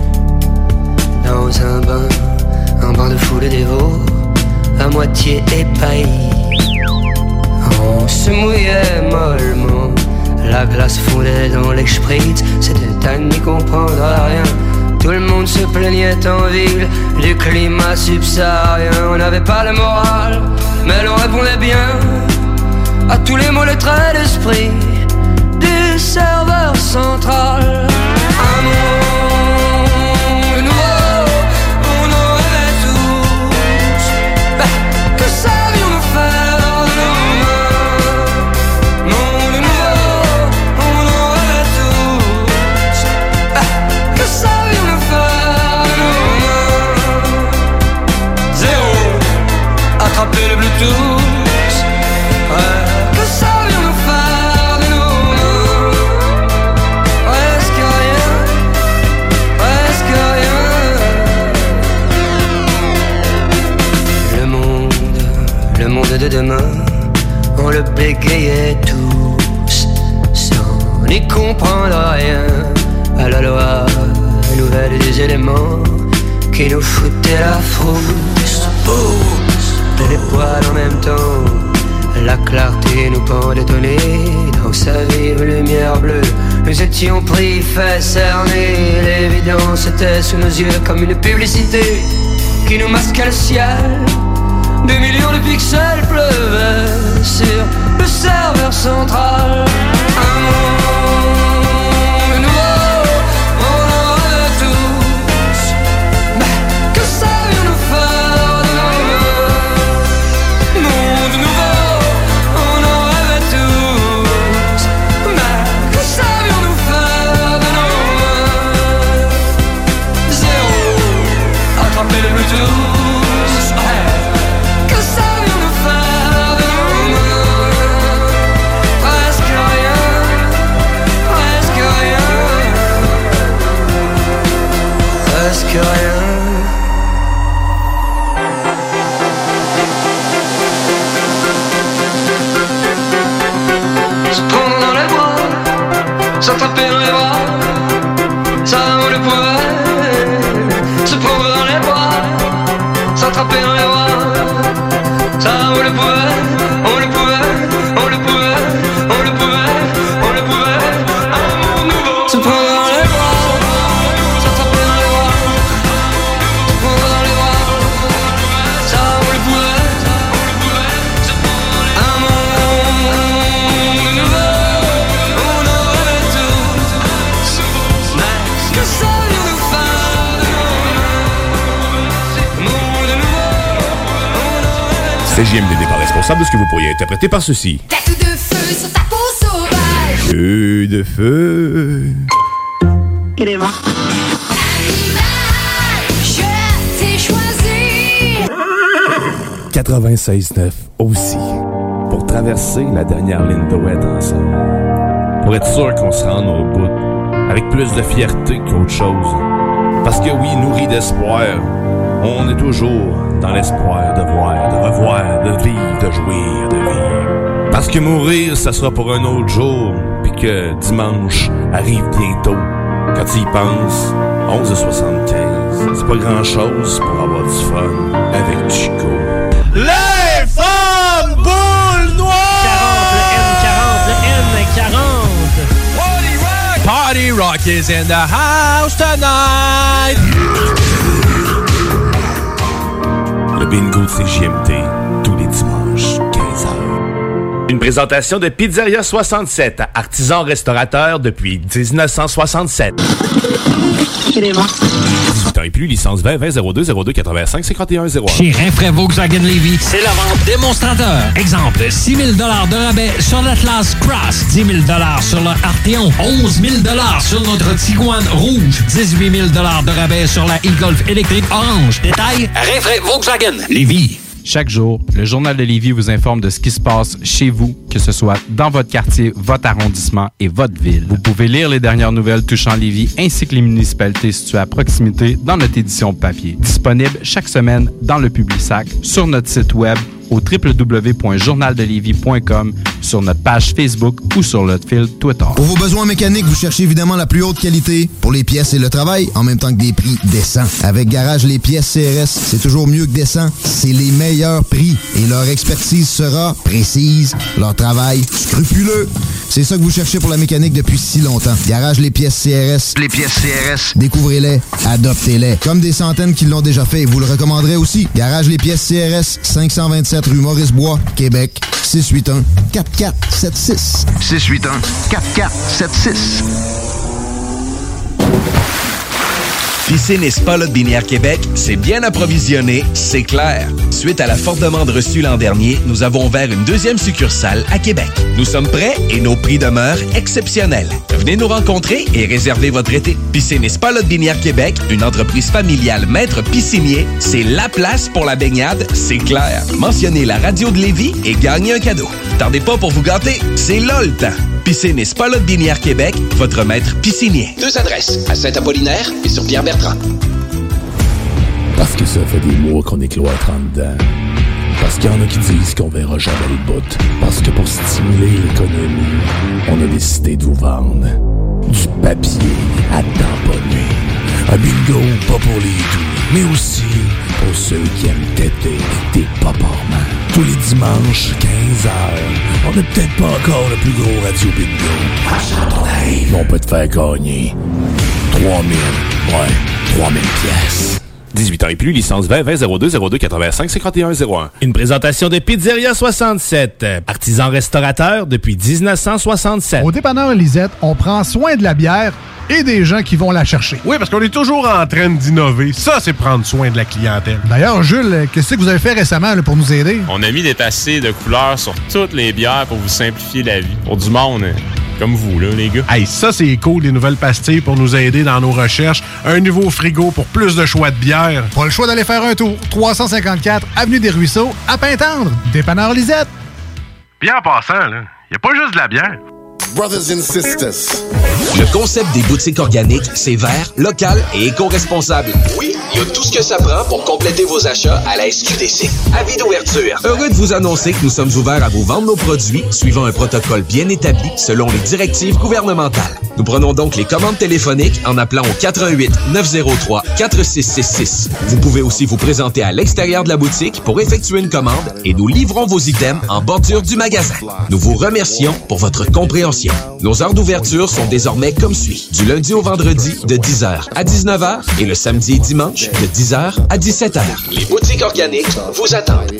dans un bain de foule dévot, à moitié épaillis. On se mouillait mollement, la glace fondait dans les spritz. C'était à n'y comprendre à rien. Tout le monde se plaignait en ville du climat subsaharien. On n'avait pas le moral, mais l'on répondait bien à tous les mots, les traits d'esprit du serveur central. Un monde nouveau, on en rêvait tous. Que savions-nous faire de nos mains? Monde nouveau, on en rêvait tous. Que savions-nous faire de nos mains? Zéro, attraper le Bluetooth. Que savions-nous faire de nos mains? Presque rien, presque rien. Le monde de demain, on le bégayait tous, sans n'y comprendre rien à la loi nouvelle des éléments qui nous foutaient la frousse. Les poils en même temps, la clarté nous pendait au nez. Dans sa vive lumière bleue, nous étions pris, fait cerner. L'évidence était sous nos yeux comme une publicité qui nous masquait le ciel. Des millions de pixels pleuvaient sur le serveur central. Un monde nouveau, on en rêvait tous. Mais que savions-nous faire de nos mains? Monde nouveau, on en rêvait tous. Mais que savions-nous faire de nos mains? Zéro, attraper le Bluetooth. Que savions-nous faire de nos mains? Presque rien, presque rien, presque rien. Se prendre dans les bras, s'attraper dans les bras, ça vaut le poids. Se prendre dans les bras, s'attraper dans les bras, ça vaut le poids. On le pouvait, on le pouvait, on le pouvait, on le pouvait. Un monde nouveau. Se prendre dans les bras, s'attraper dans les bras, se prendre dans les bras, ça vaut le poids. Un monde nouveau, on en rêvait tous. Mais que savions-nous faire de nos mains? Monde nouveau. CJMD n'est pas responsable de ce que vous pourriez interpréter par ceci. Tatou de feu sur ta peau sauvage. Feu de feu. Animal, je t'ai choisi. 96.9 aussi. Pour traverser la dernière ligne de ouest ensemble. Pour être sûr qu'on se rende au bout. Avec plus de fierté qu'autre chose. Parce que oui, nourri d'espoir, on est toujours dans l'espoir de voir, de revoir, de vivre, de jouir, de vivre. Parce que mourir, ça sera pour un autre jour. Puis que dimanche arrive bientôt. Quand tu y penses, 11h75. C'est pas grand-chose pour avoir du fun avec Chico. Les femmes boules noires! 40, le N40. Party Rock is in the house tonight. Le bingo de CJMD, tous les dimanches, 15h. Une présentation de Pizzeria 67, artisan restaurateur depuis 1967. 18 ans et plus, licence 20 02 02 85 51 01. Chez Rinfraie Volkswagen Lévy, c'est la vente démonstrateur. Exemple, 6 000 de rabais sur l'Atlas Cross, 10 000 sur le Arteon, 11 000 sur notre Tiguan rouge, 18 000 de rabais sur la e-Golf électrique orange. Détail, Rinfraie Volkswagen Lévy. Chaque jour, le Journal de Lévis vous informe de ce qui se passe chez vous, que ce soit dans votre quartier, votre arrondissement et votre ville. Vous pouvez lire les dernières nouvelles touchant Lévis ainsi que les municipalités situées à proximité dans notre édition papier. Disponible chaque semaine dans le Publisac, sur notre site web au www.journaldelévis.com, sur notre page Facebook ou sur notre fil Twitter. Pour vos besoins mécaniques, vous cherchez évidemment la plus haute qualité pour les pièces et le travail, en même temps que des prix décents. Avec Garage Les Pièces CRS, c'est toujours mieux que décent. C'est les meilleurs prix et leur expertise sera précise, leur travail scrupuleux. C'est ça que vous cherchez pour la mécanique depuis si longtemps. Garage Les Pièces CRS. Les pièces CRS. Découvrez-les, adoptez-les. Comme des centaines qui l'ont déjà fait, vous le recommanderez aussi. Garage Les Pièces CRS, 527 rue Maurice-Bois, Québec, 681-4476. 681-4476. Piscine et Spa Lot Binière Québec, c'est bien approvisionné, c'est clair. Suite à la forte demande reçue l'an dernier, nous avons ouvert une deuxième succursale à Québec. Nous sommes prêts et nos prix demeurent exceptionnels. Venez nous rencontrer et réservez votre été. Piscine et Spa Lot Binière Québec, une entreprise familiale maître piscinier, c'est la place pour la baignade, c'est clair. Mentionnez la radio de Lévis et gagnez un cadeau. Tardez pas pour vous gâter, c'est là le temps. Piscine et Spa Lot Binière Québec, votre maître piscinier. 2 adresses, à Saint-Apollinaire et sur Pierre-Bertrand. Parce que ça fait des mois qu'on est cloître en dedans. Parce qu'il y en a qui disent qu'on verra jamais le bout. Parce que pour stimuler l'économie, on a décidé de vous vendre du papier à tamponner. Un bingo pas pour les doux, mais aussi pour ceux qui aiment têter des paparmans. Tous les dimanches, 15h, on n'est peut-être pas encore le plus gros radio bingo. Mais on peut te faire gagner 3000 pièces. 18 ans et plus, licence 20 02 02 85 51 01. Une présentation de Pizzeria 67, artisan restaurateur depuis 1967. Au dépanneur Lisette, on prend soin de la bière et des gens qui vont la chercher. Oui, parce qu'on est toujours en train d'innover. Ça, c'est prendre soin de la clientèle. D'ailleurs, Jules, qu'est-ce que vous avez fait récemment là, pour nous aider? On a mis des passés de couleurs sur toutes les bières pour vous simplifier la vie. Pour du monde comme vous, là, les gars. Hey, ça, c'est cool, des nouvelles pastilles pour nous aider dans nos recherches. Un nouveau frigo pour plus de choix de bière. Pas le choix d'aller faire un tour. 354 Avenue des Ruisseaux, à Pintendre. Dépanneur Lisette. Bien en passant, là, y a pas juste de la bière. Brothers and sisters. Le concept des boutiques organiques, c'est vert, local et éco-responsable. Oui, il y a tout ce que ça prend pour compléter vos achats à la SQDC. Avis d'ouverture. Heureux de vous annoncer que nous sommes ouverts à vous vendre nos produits suivant un protocole bien établi selon les directives gouvernementales. Nous prenons donc les commandes téléphoniques en appelant au 88 903 4666. Vous pouvez aussi vous présenter à l'extérieur de la boutique pour effectuer une commande et nous livrons vos items en bordure du magasin. Nous vous remercions pour votre compréhension. Nos heures d'ouverture sont désormais comme suit. Du lundi au vendredi de 10h à 19h et le samedi et dimanche de 10h à 17h. Les boutiques organiques vous attendent.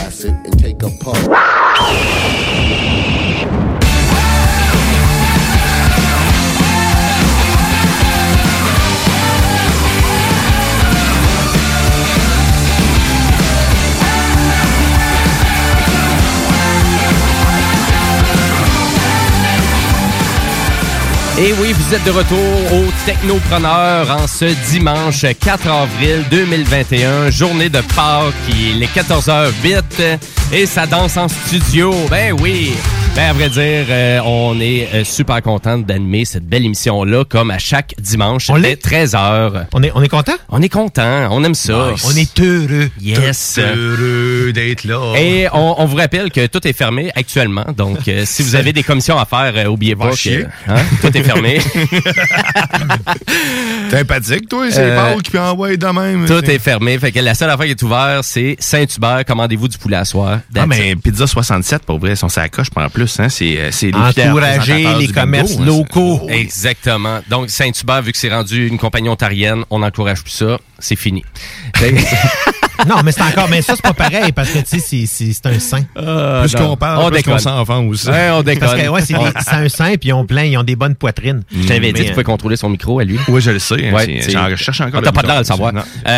Et oui, vous êtes de retour au Technopreneur en ce dimanche 4 avril 2021, journée de Pâques, il est 14h08 et ça danse en studio. Ben oui, ben à vrai dire, on est super content d'animer cette belle émission-là comme à chaque dimanche dès 13h. On est content? On est content, on aime ça. Nice. On est heureux. Yes. Heureux d'être là. Et on vous rappelle que tout est fermé actuellement, donc si vous avez des commissions à faire, oubliez pas que tout est fermé. T'es empathique, toi, c'est Pâques qui envoie de même. Tout est fermé. Fait que la seule affaire qui est ouverte, c'est Saint-Hubert. Commandez-vous du poulet à soir. Ah, mais Pizza 67, pour vrai, ils sont sur la coche, en plus. Hein, c'est encourager les commerces locaux. Exactement. Donc, Saint-Hubert, vu que c'est rendu une compagnie ontarienne, on n'encourage plus ça. C'est fini. Non, mais c'est encore, mais ça, c'est pas pareil, parce que, tu sais, c'est un saint. Plus qu'on parle, plus qu'on s'enfonce. Ouais, on déconne. Parce que, ouais, c'est un saint, puis ils ont des bonnes poitrines. Je t'avais dit, tu peux contrôler son micro à lui. Oui, je le sais. Hein, ouais, je cherche encore. T'as pas de l'air de le savoir.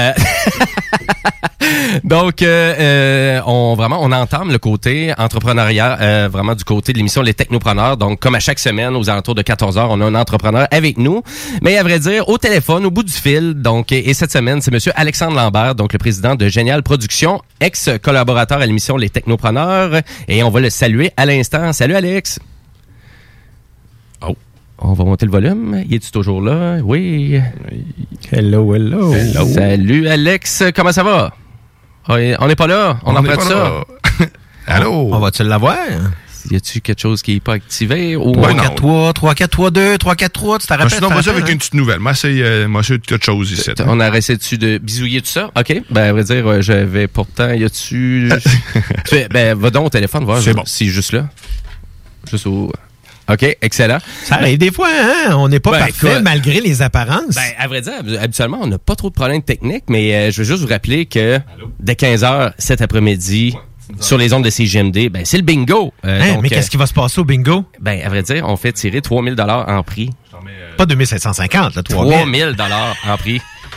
Donc, on entame le côté entrepreneuriat, vraiment du côté de l'émission Les Technopreneurs. Donc, comme à chaque semaine, aux alentours de 14h, on a un entrepreneur avec nous. Mais à vrai dire, au téléphone, au bout du fil, donc, et cette semaine, c'est monsieur Alexandre Lambert, donc le président de Génial Production, ex-collaborateur à l'émission Les Technopreneurs. Et on va le saluer à l'instant. Salut, Alex! Oh. On va monter le volume. Y es-tu toujours là? Oui. Hello. Salut, Alex. Comment ça va? On n'est pas là. On en fait ça. Allô? On va-tu l'avoir? Y a-tu quelque chose qui n'est pas activé? 3-4-3, 3-4-3-2, 3-4-3, tu t'en rappelles? Sinon, on va ça avec une petite nouvelle. Moi, c'est quelque chose ici. On a essayé de bisouiller tout ça? OK. Ben, à vrai dire, j'avais pourtant, y a-tu... Ben, va donc au téléphone, voir. C'est bon. Si juste là. Juste au... OK, excellent. Ça arrive des fois, hein? On n'est pas parfait malgré les apparences. Ben, à vrai dire, habituellement, on n'a pas trop de problèmes techniques, mais je veux juste vous rappeler que dès 15h cet après-midi, sur les ondes de CGMD, ben, c'est le bingo. Donc, mais qu'est-ce qui va se passer au bingo? Ben, à vrai dire, on fait tirer 3 000 $ en prix. Pas 2 750, là, 3 000 $ en prix.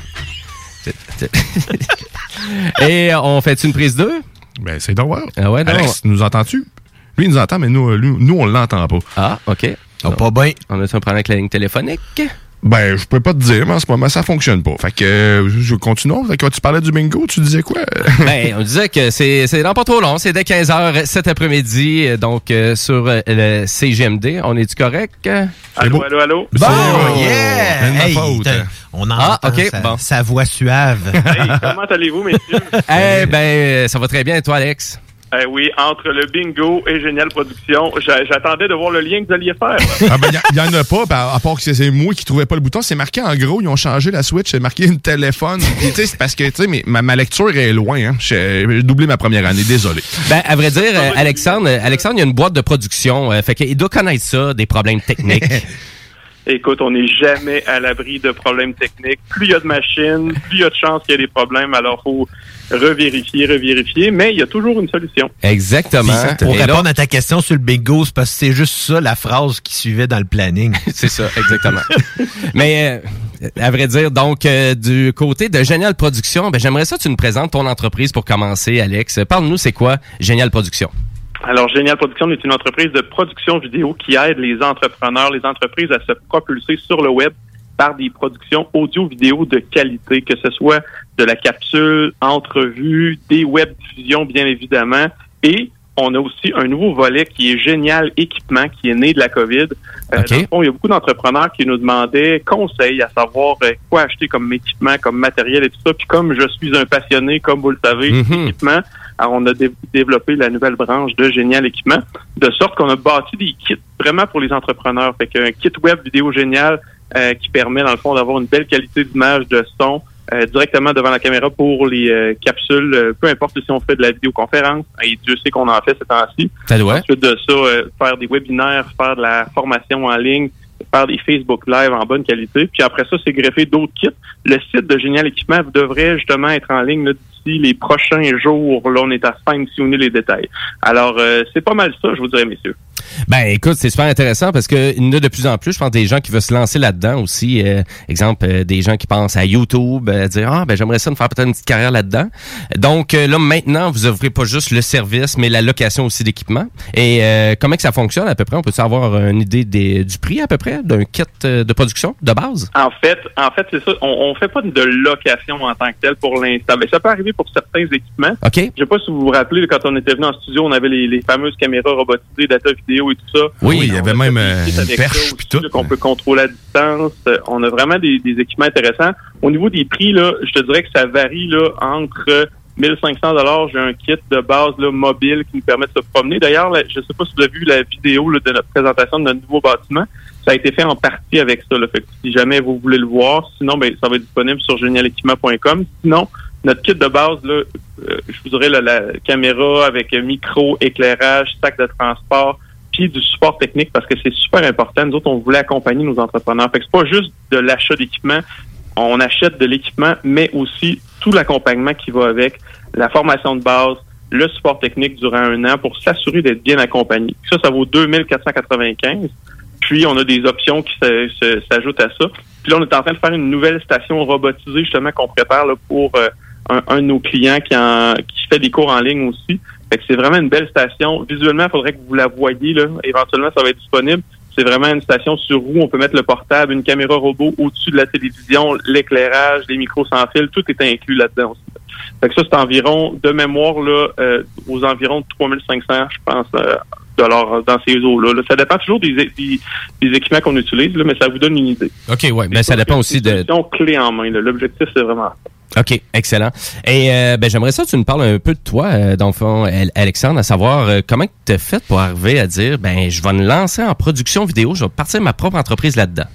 Et on fait une prise 2? Ben, c'est d'en voir. Ah ouais, Alex, nous entends-tu? Lui, il nous entend, mais nous on l'entend pas. Ah, OK. Pas bien. On a un problème avec la ligne téléphonique? Ben, je peux pas te dire, mais en ce moment, ça fonctionne pas. Fait que, je continue. Quand tu parlais du bingo, tu disais quoi? Ben, on disait que c'est dans pas trop long. C'est dès 15h cet après-midi, donc, sur le CGMD. On est-tu correct? Allô? Bon, yeah! Hey, on entend sa voix suave. Hey, comment allez-vous, messieurs? Eh ben, ça va très bien. Et toi, Alex? Oui, entre le bingo et Génial Production, j'attendais de voir le lien que vous alliez faire. Ah ben, il y en a pas, à part que c'est moi qui trouvais pas le bouton. C'est marqué en gros, ils ont changé la Switch, c'est marqué une téléphone. Tu sais, c'est parce que, tu sais, ma lecture est loin, hein. J'ai doublé ma première année, désolé. Ben, à vrai dire, Alexandre, il y a une boîte de production, fait qu'il doit connaître ça, des problèmes techniques. Écoute, on n'est jamais à l'abri de problèmes techniques. Plus il y a de machines, plus il y a de chances qu'il y ait des problèmes. Alors, faut revérifier, mais il y a toujours une solution. Exactement. Pour répondre à ta question sur le bingo, c'est parce que c'est juste ça la phrase qui suivait dans le planning. C'est ça, exactement. Mais à vrai dire, donc, du côté de Génial Production, ben, j'aimerais ça que tu nous présentes ton entreprise pour commencer, Alex. Parle-nous, c'est quoi Génial Production? Alors, Génial Production est une entreprise de production vidéo qui aide les entrepreneurs, les entreprises à se propulser sur le web par des productions audio-vidéo de qualité, que ce soit de la capsule, entrevue, des web-diffusions, bien évidemment. Et on a aussi un nouveau volet qui est Génial Équipement, qui est né de la COVID. Dans le fond, il y a beaucoup d'entrepreneurs qui nous demandaient conseils à savoir quoi acheter comme équipement, comme matériel et tout ça. Puis comme je suis un passionné, comme vous le savez, d'équipement, alors on a développé la nouvelle branche de Génial Équipement, de sorte qu'on a bâti des kits vraiment pour les entrepreneurs. Fait qu'un kit web vidéo génial qui permet, dans le fond, d'avoir une belle qualité d'image, de son, directement devant la caméra pour les capsules, peu importe si on fait de la vidéoconférence, et Dieu sait qu'on en fait ces temps-ci. Ensuite de ça, faire des webinaires, faire de la formation en ligne, faire des Facebook Live en bonne qualité. Puis après ça, c'est greffé d'autres kits. Le site de Génial Équipement devrait justement être en ligne là, d'ici les prochains jours. Là, on est à fine-tuner les détails. Alors, c'est pas mal ça, je vous dirais, messieurs. Ben, écoute, c'est super intéressant parce que il y en a de plus en plus, je pense, des gens qui veulent se lancer là-dedans aussi. Exemple, des gens qui pensent à YouTube, dire, ben, j'aimerais ça me faire peut-être une petite carrière là-dedans. Donc, là, maintenant, vous offrez pas juste le service, mais la location aussi d'équipement. Et comment que ça fonctionne à peu près? On peut avoir une idée du prix à peu près d'un kit de production de base? En fait, c'est ça. On fait pas de location en tant que tel pour l'instant. Ben, ça peut arriver pour certains équipements. OK. Je sais pas si vous vous rappelez, quand on était venu en studio, on avait les fameuses caméras robotisées, data vidéo et tout ça. Oui, il y avait même une perche puis tout. Qu'on peut contrôler à distance. On a vraiment des équipements intéressants. Au niveau des prix, là, je te dirais que ça varie là entre 1500 $. J'ai un kit de base là, mobile qui nous permet de se promener. D'ailleurs, je ne sais pas si vous avez vu la vidéo là, de notre présentation de notre nouveau bâtiment. ça a été fait en partie avec ça. Là. Fait que si jamais vous voulez le voir, sinon, ben ça va être disponible sur génialequipement.com. Sinon, notre kit de base, là, je vous dirais la caméra avec micro, éclairage, sac de transport, puis du support technique parce que c'est super important. Nous autres, on voulait accompagner nos entrepreneurs. Fait que c'est pas juste de l'achat d'équipement. On achète de l'équipement, mais aussi tout l'accompagnement qui va avec, la formation de base, le support technique durant 1 an pour s'assurer d'être bien accompagné. Ça vaut 2495. Puis, on a des options qui s'ajoutent à ça. Puis là, on est en train de faire une nouvelle station robotisée, justement, qu'on prépare là, pour un de nos clients qui fait des cours en ligne aussi. Fait que c'est vraiment une belle station. Visuellement, il faudrait que vous la voyiez, là. Éventuellement, ça va être disponible. C'est vraiment une station sur roue. On peut mettre le portable, une caméra robot au-dessus de la télévision, l'éclairage, les micros sans fil. Tout est inclus là-dedans aussi. Fait que ça, c'est environ, de mémoire, là, aux environs de 3500, je pense, dollars dans ces eaux-là. Là. Ça dépend toujours des équipements qu'on utilise, là, mais ça vous donne une idée. OK, ouais. Ben, ça dépend aussi de... C'est une clé en main. Là. L'objectif, c'est vraiment ça. OK, excellent. Et j'aimerais ça que tu nous parles un peu de toi, dans le fond, Alexandre, à savoir comment tu as fait pour arriver à dire, je vais me lancer en production vidéo, je vais partir ma propre entreprise là-dedans.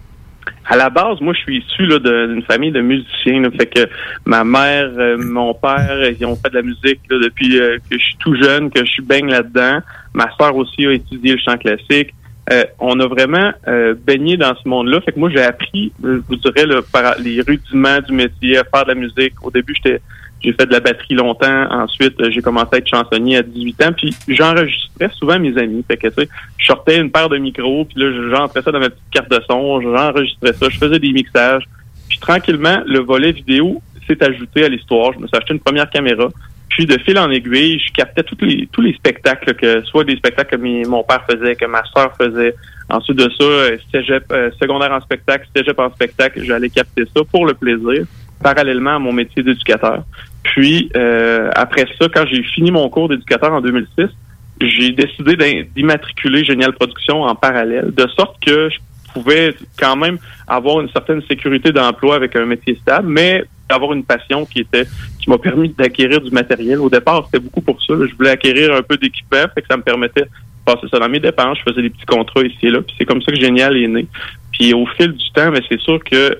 À la base, moi, je suis issu là, d'une famille de musiciens. Là, fait que ma mère, mon père, ils ont fait de la musique là, depuis que je suis tout jeune, que je suis baigne là-dedans. Ma sœur aussi a étudié le chant classique. On a vraiment baigné dans ce monde-là. Fait que moi, j'ai appris, je vous dirais, là, par les rudiments du métier, à faire de la musique. Au début, j'ai fait de la batterie longtemps. Ensuite, j'ai commencé à être chansonnier à 18 ans. Puis j'enregistrais souvent mes amis. Fait que, tu sais, je sortais une paire de micros. Puis là, j'entrais ça dans ma petite carte de son. J'enregistrais ça. Je faisais des mixages. Puis tranquillement, le volet vidéo s'est ajouté à l'histoire. Je me suis acheté une première caméra. Puis de fil en aiguille, je captais tous les spectacles, que soit des spectacles que mon père faisait, que ma sœur faisait. Ensuite de ça, cégep, secondaire en spectacle, cégep en spectacle, j'allais capter ça pour le plaisir, parallèlement à mon métier d'éducateur. Puis après ça, quand j'ai fini mon cours d'éducateur en 2006, j'ai décidé d'immatriculer Génial Production en parallèle, de sorte que je pouvais quand même avoir une certaine sécurité d'emploi avec un métier stable, mais avoir une passion qui m'a permis d'acquérir du matériel. Au départ, c'était beaucoup pour ça. Je voulais acquérir un peu d'équipement, fait que ça me permettait de passer ça dans mes dépenses. Je faisais des petits contrats ici et là, puis c'est comme ça que Génial est né. Puis au fil du temps, c'est sûr que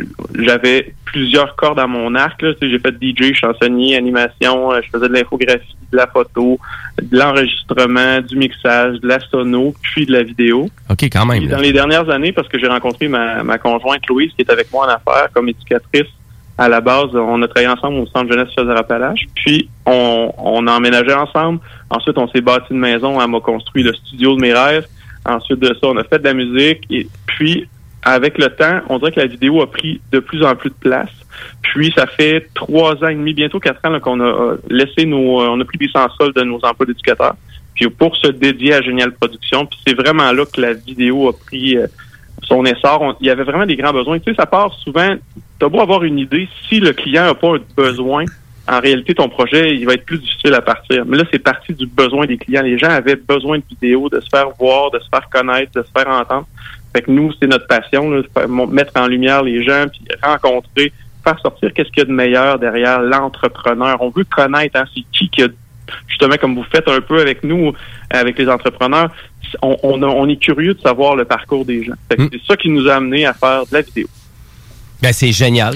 j'avais plusieurs cordes à mon arc. Là. J'ai fait DJ, chansonnier, animation, je faisais de l'infographie, de la photo, de l'enregistrement, du mixage, de la sono, puis de la vidéo. OK, quand même. Puis dans les dernières années, parce que j'ai rencontré ma conjointe Louise, qui est avec moi en affaires comme éducatrice. À la base, on a travaillé ensemble au Centre jeunesse Chaudière-Appalaches. Puis, on a emménagé ensemble. Ensuite, on s'est bâti une maison. Elle m'a construit le studio de mes rêves. Ensuite de ça, on a fait de la musique. Et puis, avec le temps, on dirait que la vidéo a pris de plus en plus de place. Puis, ça fait 3 ans et demi, bientôt 4 ans, là, qu'on a laissé on a pris des sans-soldes de nos emplois d'éducateurs. Puis, pour se dédier à Génial Production. Puis, c'est vraiment là que la vidéo a pris son essor. Il y avait vraiment des grands besoins. Tu sais, ça part souvent... T'as beau avoir une idée, si le client n'a pas un besoin, en réalité, ton projet, il va être plus difficile à partir. Mais là, c'est parti du besoin des clients. Les gens avaient besoin de vidéos, de se faire voir, de se faire connaître, de se faire entendre. Fait que nous, c'est notre passion, là, mettre en lumière les gens, puis rencontrer, faire sortir qu'est-ce qu'il y a de meilleur derrière l'entrepreneur. On veut connaître, c'est qui a, justement, comme vous faites un peu avec nous, avec les entrepreneurs, on est curieux de savoir le parcours des gens. Fait que c'est ça qui nous a amené à faire de la vidéo. Ben, c'est génial.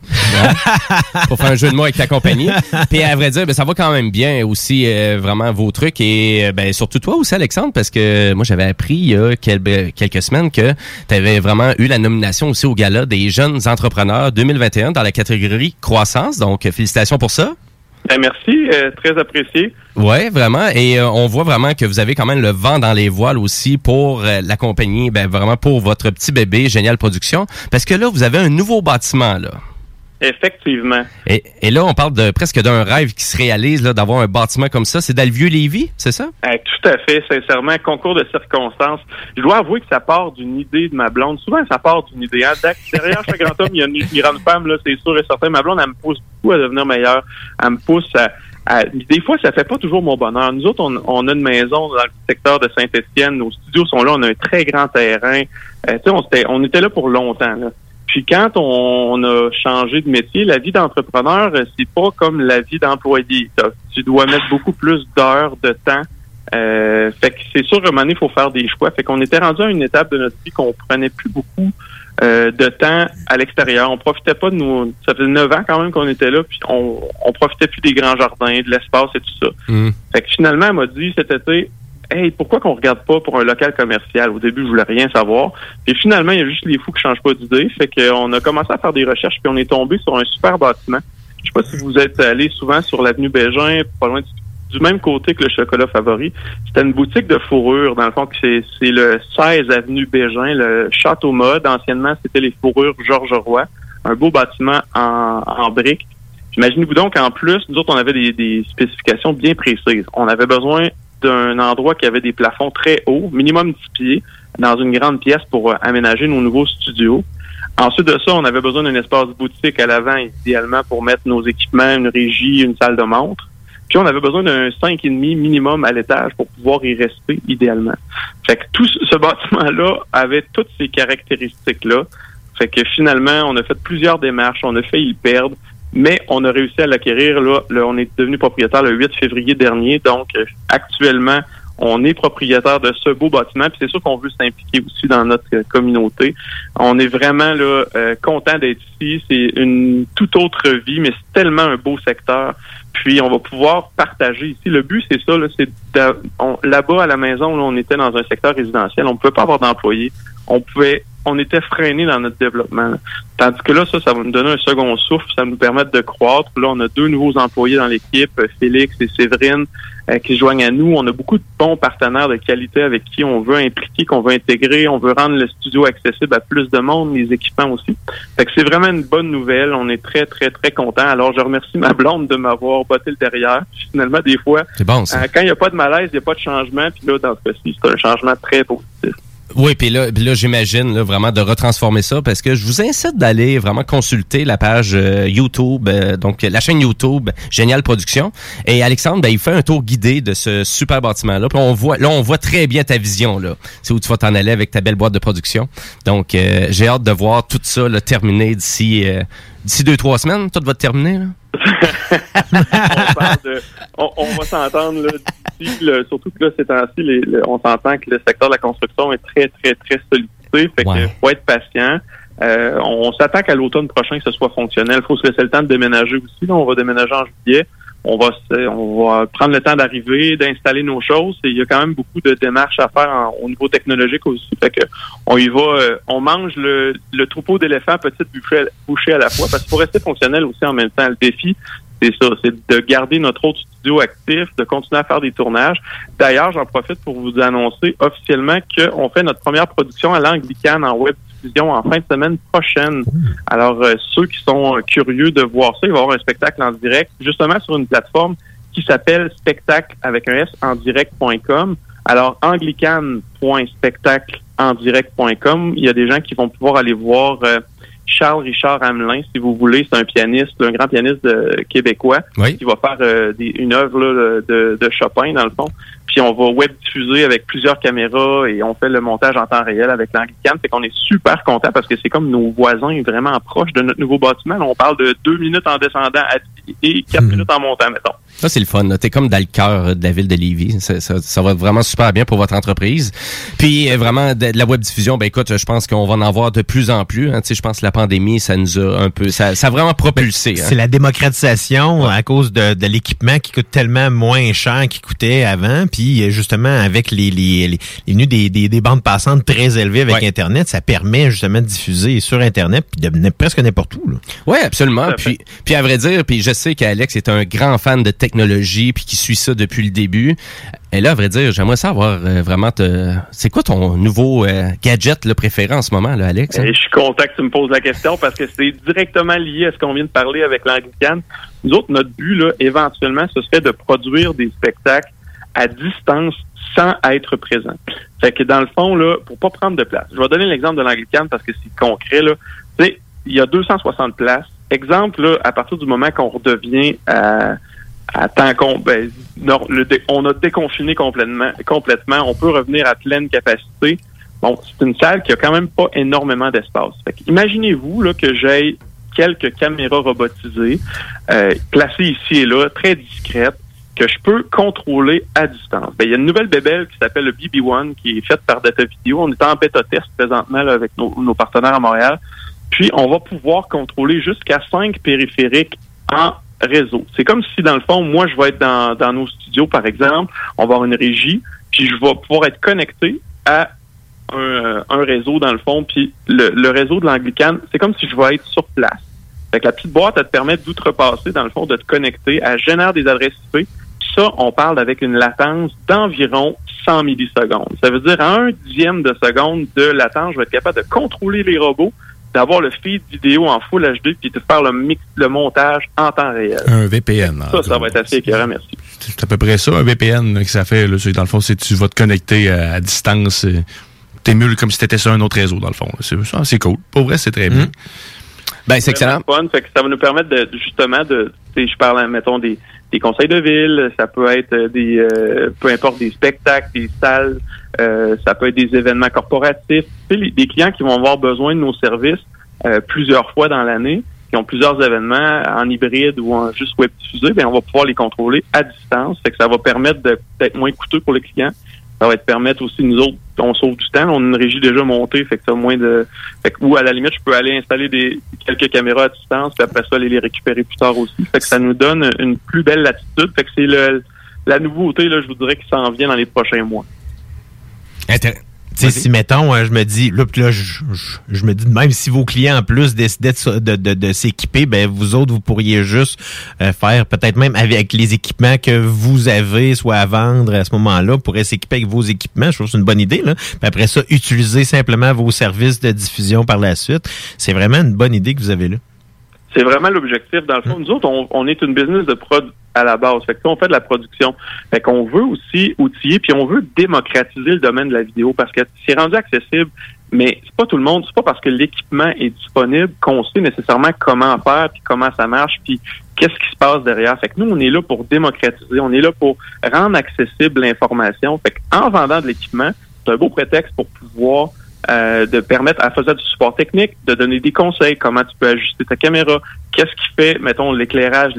Pour faire un jeu de mots avec ta compagnie. Puis à vrai dire, ça va quand même bien aussi, vraiment, vos trucs. Et surtout toi aussi, Alexandre, parce que moi, j'avais appris il y a quelques semaines que tu avais vraiment eu la nomination aussi au Gala des jeunes entrepreneurs 2021 dans la catégorie croissance. Donc, félicitations pour ça. Merci, très apprécié. Ouais, vraiment. Et on voit vraiment que vous avez quand même le vent dans les voiles aussi pour la compagnie, vraiment pour votre petit bébé Génial Production. Parce que là, vous avez un nouveau bâtiment, là. Effectivement. Et là, on parle de presque d'un rêve qui se réalise, là, d'avoir un bâtiment comme ça. C'est dans le Vieux-Lévis, c'est ça? Tout à fait, sincèrement. Concours de circonstances. Je dois avouer que ça part d'une idée de ma blonde. Souvent, ça part d'une idée. Hein? Derrière chaque grand homme, il y a une grande femme, là, c'est sûr et certain. Ma blonde, elle me pousse beaucoup à devenir meilleure. Elle me pousse à... Des fois, ça fait pas toujours mon bonheur. Nous autres, on a une maison dans le secteur de Saint-Étienne. Nos studios sont là. On a un très grand terrain. On était là pour longtemps, là. Puis quand on a changé de métier, la vie d'entrepreneur, c'est pas comme la vie d'employé. Tu dois mettre beaucoup plus d'heures, de temps Fait que c'est sûr, à un moment donné, il faut faire des choix. Fait qu'on était rendu à une étape de notre vie qu'on prenait plus beaucoup de temps à l'extérieur. On profitait pas de nous. Ça faisait 9 ans quand même qu'on était là, puis on profitait plus des grands jardins, de l'espace et tout ça. Fait que finalement, elle m'a dit cet été, hey, pourquoi qu'on regarde pas pour un local commercial? Au début, je voulais rien savoir. Puis finalement, il y a juste les fous qui changent pas d'idée. Fait qu'on a commencé à faire des recherches, puis on est tombé sur un super bâtiment. Je sais pas si vous êtes allé souvent sur l'avenue Bégin, pas loin du même côté que le Chocolat Favori. C'était une boutique de fourrure, dans le fond, c'est le 16 avenue Bégin, le Château Mode. Anciennement, c'était les fourrures Georges Roy. Un beau bâtiment en briques. Imaginez-vous donc, en plus, nous autres, on avait des spécifications bien précises. On avait besoin d'un endroit qui avait des plafonds très hauts, minimum 10 pieds, dans une grande pièce pour aménager nos nouveaux studios. Ensuite de ça, on avait besoin d'un espace boutique à l'avant, idéalement, pour mettre nos équipements, une régie, une salle de montre. Puis on avait besoin d'un 5,5 minimum à l'étage pour pouvoir y rester, idéalement. Fait que tout ce bâtiment-là avait toutes ces caractéristiques-là. Fait que finalement, on a fait plusieurs démarches, on a failli le perdre, mais on a réussi à l'acquérir. Là, on est devenu propriétaire le 8 février dernier. Donc, actuellement, on est propriétaire de ce beau bâtiment. Puis c'est sûr qu'on veut s'impliquer aussi dans notre communauté. On est vraiment là content d'être ici. C'est une toute autre vie, mais c'est tellement un beau secteur. Puis on va pouvoir partager ici. Le but, c'est ça. Là, là-bas, à la maison, là, on était dans un secteur résidentiel. On ne pouvait pas avoir d'employés. On était freiné dans notre développement. Là. Tandis que là, ça va nous donner un second souffle, ça va nous permettre de croître. Là, on a 2 nouveaux employés dans l'équipe, Félix et Séverine, qui se joignent à nous. On a beaucoup de bons partenaires de qualité avec qui on veut impliquer, qu'on veut intégrer. On veut rendre le studio accessible à plus de monde, les équipements aussi. Fait que c'est vraiment une bonne nouvelle. On est très, très, très contents. Alors, je remercie ma blonde de m'avoir botté le derrière. Puis, finalement, des fois, c'est bon, ça. Quand il n'y a pas de malaise, il n'y a pas de changement. Puis là, dans ce cas-ci, c'est un changement très positif. Oui, puis là j'imagine là, vraiment de retransformer ça parce que je vous incite d'aller vraiment consulter la page YouTube, donc la chaîne YouTube Génial Production. Et Alexandre, il fait un tour guidé de ce super bâtiment-là. Puis on voit très bien ta vision là. C'est où tu vas t'en aller avec ta belle boîte de production. Donc j'ai hâte de voir tout ça là, terminé d'ici 2-3 semaines. Tout va terminer là. on va s'entendre là, d'ici, surtout que là, ces temps-ci, on s'entend que le secteur de la construction est très, très, très sollicité. Fait que faut être patient. On s'attend qu'à l'automne prochain que ce soit fonctionnel. Il faut se laisser le temps de déménager aussi. Là, on va déménager en juillet. On va prendre le temps d'arriver, d'installer nos choses. Et il y a quand même beaucoup de démarches à faire au niveau technologique aussi. Fait que on y va, on mange le troupeau d'éléphants petite bouchée à la fois. Parce qu'il faut rester fonctionnel aussi en même temps. Le défi, c'est ça, c'est de garder notre autre studio actif, de continuer à faire des tournages. D'ailleurs, j'en profite pour vous annoncer officiellement qu'on fait notre première production à l'Anglicane en web diffusion en fin de semaine prochaine. Alors, ceux qui sont curieux de voir ça, il va y avoir un spectacle en direct, justement sur une plateforme qui s'appelle spectacle avec un S en direct.com. Alors, anglicane.spectacleendirect.com. Il y a des gens qui vont pouvoir aller voir Charles Richard Hamelin, si vous voulez. C'est un pianiste, un grand pianiste québécois qui va faire une œuvre là, de Chopin, dans le fond. Puis on va web diffuser avec plusieurs caméras et on fait le montage en temps réel avec l'Anglicane. Fait qu'on est super contents parce que c'est comme nos voisins vraiment proches de notre nouveau bâtiment. Là, on parle de 2 minutes en descendant et 4 minutes en montant, mettons. Ça, c'est le fun. T'es comme dans le cœur de la ville de Lévis. Ça va vraiment super bien pour votre entreprise. Puis vraiment, de la web diffusion, écoute, je pense qu'on va en avoir de plus en plus. Hein. Tu sais, je pense que la pandémie, ça nous a un peu... Ça a vraiment propulsé. C'est la démocratisation à cause de l'équipement qui coûte tellement moins cher qu'il coûtait avant. Puis justement, avec les venues des bandes passantes très élevées avec Internet, ça permet justement de diffuser sur Internet puis de presque n'importe où. Oui, absolument. Puis à vrai dire, puis je sais qu'Alex est un grand fan de technologie puis qui suit ça depuis le début. Et là, à vrai dire, j'aimerais savoir vraiment c'est quoi ton nouveau gadget là, préféré en ce moment, là, Alex? Je suis content que tu me poses la question parce que c'est directement lié à ce qu'on vient de parler avec l'Anglicane. Nous autres, notre but, là, éventuellement, ce serait de produire des spectacles à distance sans être présent. Fait que dans le fond, là, pour pas prendre de place, je vais donner l'exemple de l'Anglicane parce que c'est concret, là. Tu sais, il y a 260 places. Exemple, là, à partir du moment qu'on redevient à temps on a déconfiné complètement, on peut revenir à pleine capacité. Bon, c'est une salle qui a quand même pas énormément d'espace. Fait que imaginez-vous là que j'ai quelques caméras robotisées placées ici et là, très discrètes, que je peux contrôler à distance. Il y a une nouvelle bébelle qui s'appelle le BB1 qui est faite par Data Video. On est en bêta-test présentement là, avec nos partenaires à Montréal. Puis, on va pouvoir contrôler jusqu'à 5 périphériques en réseau. C'est comme si, dans le fond, moi, je vais être dans nos studios, par exemple, on va avoir une régie, puis je vais pouvoir être connecté à un réseau, dans le fond, puis le réseau de l'Anglicane, c'est comme si je vais être sur place. Fait que la petite boîte, elle te permet d'outrepasser, dans le fond, de te connecter, elle génère des adresses IP. Ça, on parle avec une latence d'environ 100 millisecondes. Ça veut dire, à 1/10 de seconde de latence, je vais être capable de contrôler les robots, d'avoir le feed vidéo en Full HD, puis de faire le montage en temps réel. Un VPN. Ça va être assez écœurant, merci. C'est à peu près ça, un VPN là, que ça fait. Là, dans le fond, c'est tu vas te connecter à distance. T'émules comme si t'étais sur un autre réseau, dans le fond. C'est cool. Pour vrai, c'est très bien. Ben, c'est excellent. Fun, fait que ça va nous permettre je parle, mettons, des conseils de ville, ça peut être peu importe, des spectacles, des salles, ça peut être des événements corporatifs. Des clients qui vont avoir besoin de nos services plusieurs fois dans l'année, qui ont plusieurs événements en hybride ou en juste web diffusé, on va pouvoir les contrôler à distance. Fait que ça va permettre d'être moins coûteux pour les clients. Ça va te permettre aussi, nous autres, on sauve du temps. On a une régie déjà montée, fait que ça moins de... ou à la limite, je peux aller installer quelques caméras à distance, puis après ça, aller les récupérer plus tard aussi. Fait que ça nous donne une plus belle latitude. Fait que c'est la nouveauté, là, je vous dirais, qui s'en vient dans les prochains mois. Si, mettons, je me dis, je me dis, même si vos clients, en plus, décidaient de s'équiper, vous autres, vous pourriez juste faire, peut-être même avec les équipements que vous avez, soit à vendre à ce moment-là, pourrait s'équiper avec vos équipements. Je trouve que c'est une bonne idée, là. Puis après ça, utiliser simplement vos services de diffusion par la suite. C'est vraiment une bonne idée que vous avez là. C'est vraiment l'objectif. Dans le fond, nous autres, on est une business de prod à la base. Fait que on fait de la production. Fait qu'on veut aussi outiller, puis on veut démocratiser le domaine de la vidéo parce que c'est rendu accessible, mais c'est pas tout le monde. C'est pas parce que l'équipement est disponible qu'on sait nécessairement comment faire, puis comment ça marche, puis qu'est-ce qui se passe derrière. Fait que nous, on est là pour démocratiser. On est là pour rendre accessible l'information. Fait qu'en vendant de l'équipement, c'est un beau prétexte pour pouvoir de permettre à faire du support technique, de donner des conseils, comment tu peux ajuster ta caméra, qu'est-ce qui fait, mettons, l'éclairage,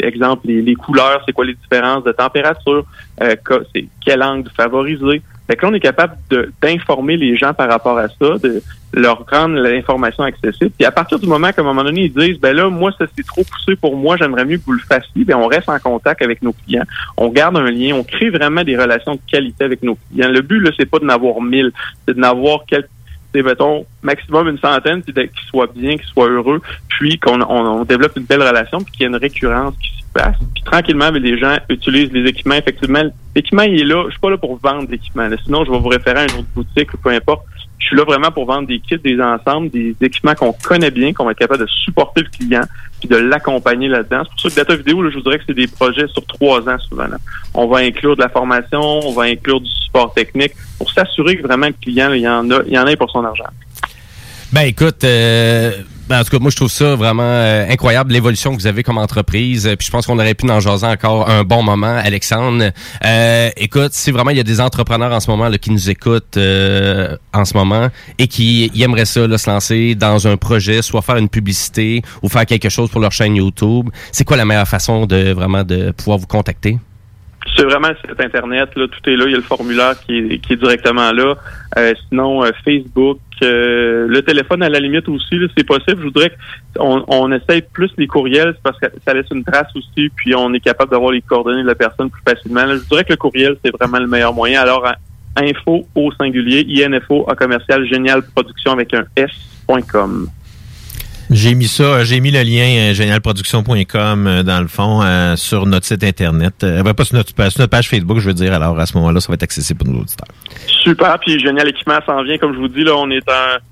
les couleurs, c'est quoi les différences de température, c'est quel angle favoriser. Fait que là, on est capable d'informer les gens par rapport à ça, de leur rendre l'information accessible. Puis à partir du moment qu'à un moment donné, ils disent, là, moi, ça c'est trop poussé pour moi, j'aimerais mieux que vous le fassiez, on reste en contact avec nos clients. On garde un lien, on crée vraiment des relations de qualité avec nos clients. Le but, là, c'est pas de n'avoir 1000, c'est de n'avoir mettons, maximum une centaine, puis qu'ils soient bien, qu'ils soient heureux, puis qu'on développe une belle relation, puis qu'il y ait une récurrence qui se passe. Puis tranquillement, les gens utilisent les équipements. Effectivement, l'équipement, il est là. Je suis pas là pour vendre l'équipement. Sinon, je vais vous référer à une autre boutique ou peu importe. Je suis là vraiment pour vendre des kits, des ensembles, des équipements qu'on connaît bien, qu'on va être capable de supporter le client, puis de l'accompagner là-dedans. C'est pour ça que Data Vidéo, là, je vous dirais que c'est des projets sur 3 ans souvent. Là. On va inclure de la formation, on va inclure du support technique pour s'assurer que vraiment le client, là, il y en a pour son argent. Ben écoute, en tout cas, moi je trouve ça vraiment incroyable l'évolution que vous avez comme entreprise. Puis je pense qu'on aurait pu en jaser encore un bon moment, Alexandre. Écoute, si vraiment il y a des entrepreneurs en ce moment là, qui nous écoutent en ce moment et qui aimeraient ça là, se lancer dans un projet, soit faire une publicité ou faire quelque chose pour leur chaîne YouTube, c'est quoi la meilleure façon de vraiment de pouvoir vous contacter? C'est vraiment le site Internet, là, tout est là, il y a le formulaire qui est directement là. Sinon, Facebook, le téléphone à la limite aussi, là, c'est possible. Je voudrais qu'on essaye plus les courriels parce que ça laisse une trace aussi, puis on est capable d'avoir les coordonnées de la personne plus facilement. Là, je dirais que le courriel, c'est vraiment le meilleur moyen. Alors, info au singulier, info à commercial génialproduction avec un s.com. J'ai mis le lien génialproduction.com dans le fond sur notre site Internet. Pas sur notre page Facebook, je veux dire. Alors, à ce moment-là, ça va être accessible pour nos auditeurs. Super. Puis, Génial Équipement s'en vient. Comme je vous dis, là, on est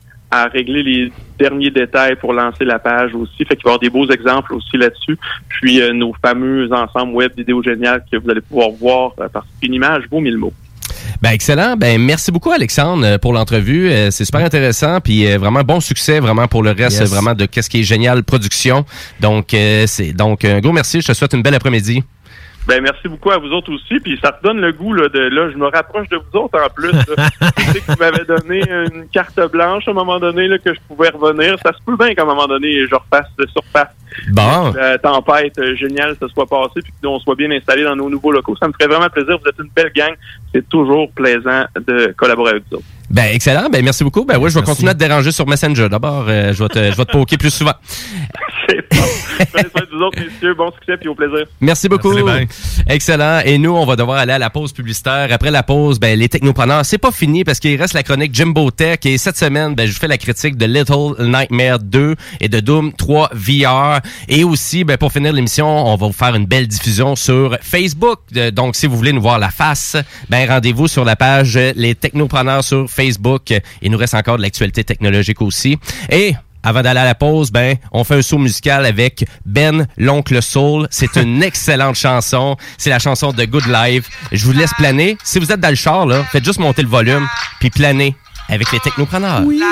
à régler les derniers détails pour lancer la page aussi. Fait qu'il va y avoir des beaux exemples aussi là-dessus. Puis, nos fameux ensembles web vidéo génial que vous allez pouvoir voir parce qu'une image vaut 1000 mots. Ben excellent. Ben merci beaucoup Alexandre pour l'entrevue. C'est super intéressant puis vraiment bon succès vraiment pour le reste vraiment de qu'est-ce qui est Génial Production. Donc un gros merci. Je te souhaite une belle après-midi. Ben, merci beaucoup à vous autres aussi. Puis ça te donne le goût, là, je me rapproche de vous autres en plus. Là. Je sais que vous m'avez donné une carte blanche à un moment donné, là, que je pouvais revenir. Ça se peut bien qu'à un moment donné, je repasse de surface. Bon. La tempête géniale se soit passée puis qu'on soit bien installé dans nos nouveaux locaux. Ça me ferait vraiment plaisir. Vous êtes une belle gang. C'est toujours plaisant de collaborer avec vous autres. Ben, excellent. Ben, merci beaucoup. Ben, oui, je vais continuer à te déranger sur Messenger. D'abord, je vais te poker plus souvent. C'est bon. Prenez soin de vous autres, messieurs. Bon succès puis au plaisir. Merci beaucoup. Merci, excellent. Et nous, on va devoir aller à la pause publicitaire. Après la pause, ben, les technopreneurs, c'est pas fini parce qu'il reste la chronique Jimbo Tech. Et cette semaine, ben, je vous fais la critique de Little Nightmare 2 et de Doom 3 VR. Et aussi, ben, pour finir l'émission, on va vous faire une belle diffusion sur Facebook. Donc, si vous voulez nous voir la face, ben, rendez-vous sur la page Les Technopreneurs sur Facebook. Il nous reste encore de l'actualité technologique aussi. Et avant d'aller à la pause, ben, on fait un saut musical avec Ben, l'oncle Soul. C'est une excellente chanson. C'est la chanson de Good Life. Je vous laisse planer. Si vous êtes dans le char, là, faites juste monter le volume puis planer avec les technopreneurs. Oui.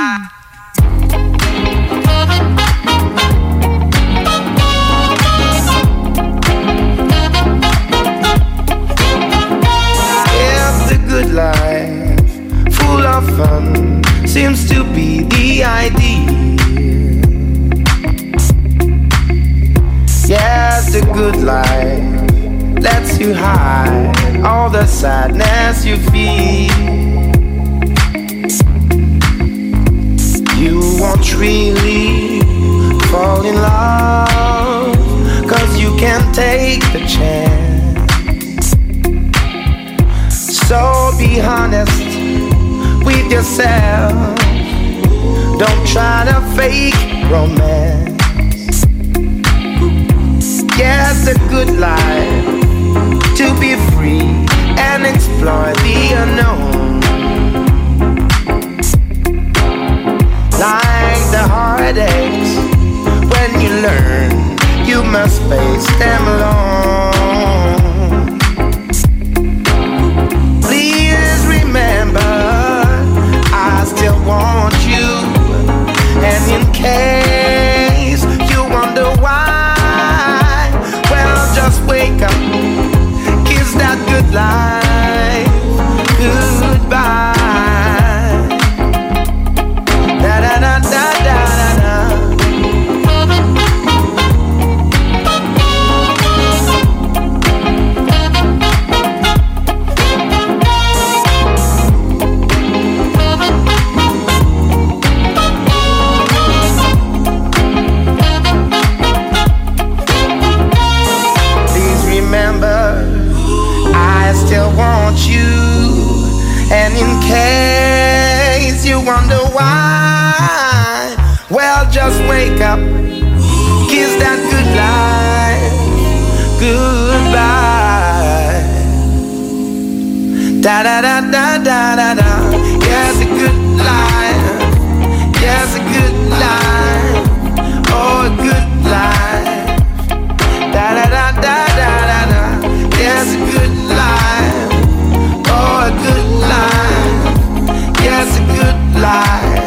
If the good life, full of fun, seems to be the idea. Yes, the good life lets you hide all the sadness you feel. You won't really fall in love, 'cause you can't take the chance. So be honest with yourself. Don't try to fake romance. Yes, a good life, to be free and explore the unknown. Like the heartaches, when you learn, you must face them alone. Please remember, I still want you. And in case you wonder why, well, just wake up, kiss that good life goodbye. Da da da da da da da. Still want you, and in case you wonder why, well, just wake up, kiss that good life goodbye. Da da da da da da da. Yes, a good life. Yes, a good life. Oh, a good life. Da da da da da da da. Yes, a good life. Oh, a good life. Yes, a good life.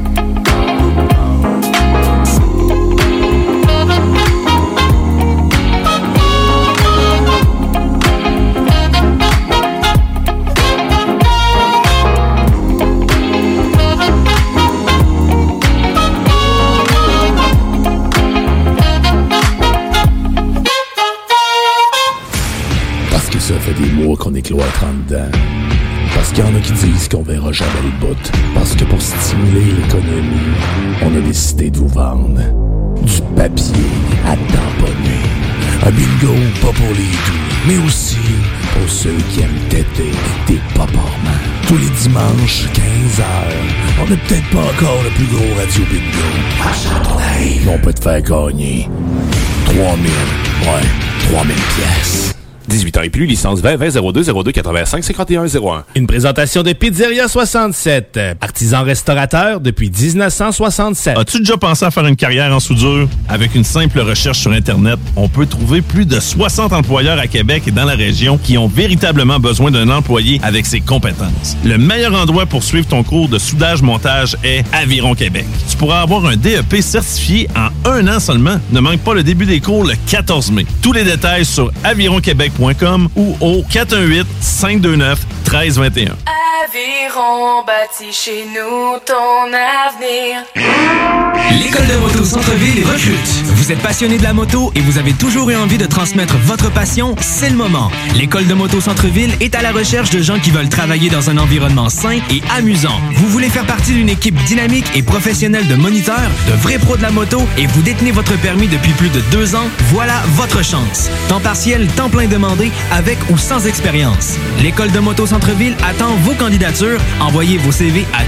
Parce que ça fait des mois qu'on est cloître en dedans. Parce qu'il y en a qui disent qu'on verra jamais le bout. Parce que pour stimuler l'économie, on a décidé de vous vendre du papier à tamponner. Un bingo pas pour les doux, mais aussi pour ceux qui aiment têter des paparmans. Tous les dimanches, 15h, on n'est peut-être pas encore le plus gros radio bingo à Châteauneuf, mais on peut te faire gagner 3000 pièces. 18 ans et plus, licence 20 02 02 85 51 01. Une présentation de Pizzeria 67, artisan restaurateur depuis 1967. As-tu déjà pensé à faire une carrière en soudure? Avec une simple recherche sur Internet, on peut trouver plus de 60 employeurs à Québec et dans la région qui ont véritablement besoin d'un employé avec ses compétences. Le meilleur endroit pour suivre ton cours de soudage-montage est Aviron Québec. Tu pourras avoir un DEP certifié en 1 an seulement. Ne manque pas le début des cours le 14 mai. Tous les détails sur avironquebec.com. aviron.com ou au 418-529-1321. Aviron bâti chez nous ton avenir. L'école de moto Centre-Ville recrute. Vous êtes passionné de la moto et vous avez toujours eu envie de transmettre votre passion, c'est le moment. L'école de moto Centre-Ville est à la recherche de gens qui veulent travailler dans un environnement sain et amusant. Vous voulez faire partie d'une équipe dynamique et professionnelle de moniteurs, de vrais pros de la moto et vous détenez votre permis depuis plus de 2 ans? Voilà votre chance. Temps partiel, temps plein demandé, avec ou sans expérience. L'école de moto Centre-Ville attend vos candidatures. Envoyez vos CV à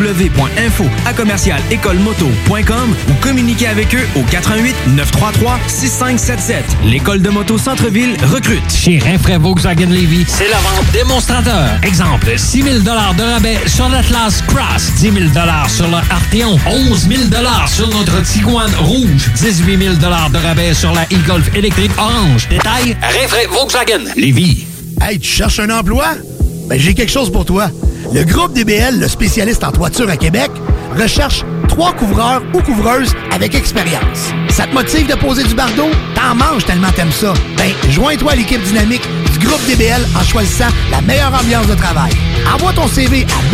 www.info@écolemoto.com ou communiquez avec eux au 88 933 6577. L'école de moto Centre-Ville recrute. Chez Rinfraie Volkswagen Lévy, c'est la vente démonstrateur. Exemple, 6 000 $ de rabais sur l'Atlas Cross, 10 000 $ sur le Arteon, 11 000 $ sur notre Tiguan Rouge, 18 000 $ de rabais sur la e-Golf électrique orange. Détail, Rinfraie Volkswagen Lévy. Hey, tu cherches un emploi? Ben, j'ai quelque chose pour toi. Le groupe DBL, le spécialiste en toiture à Québec, recherche 3 couvreurs ou couvreuses avec expérience. Ça te motive de poser du bardeau? T'en manges tellement t'aimes ça. Ben, joins-toi à l'équipe dynamique du groupe DBL en choisissant la meilleure ambiance de travail. Envoie ton CV à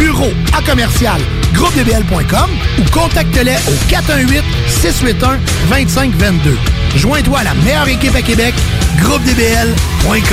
bureau@commercial-groupedbl.com ou contacte-les au 418-681-2522. Joins-toi à la meilleure équipe à Québec, groupedbl.com.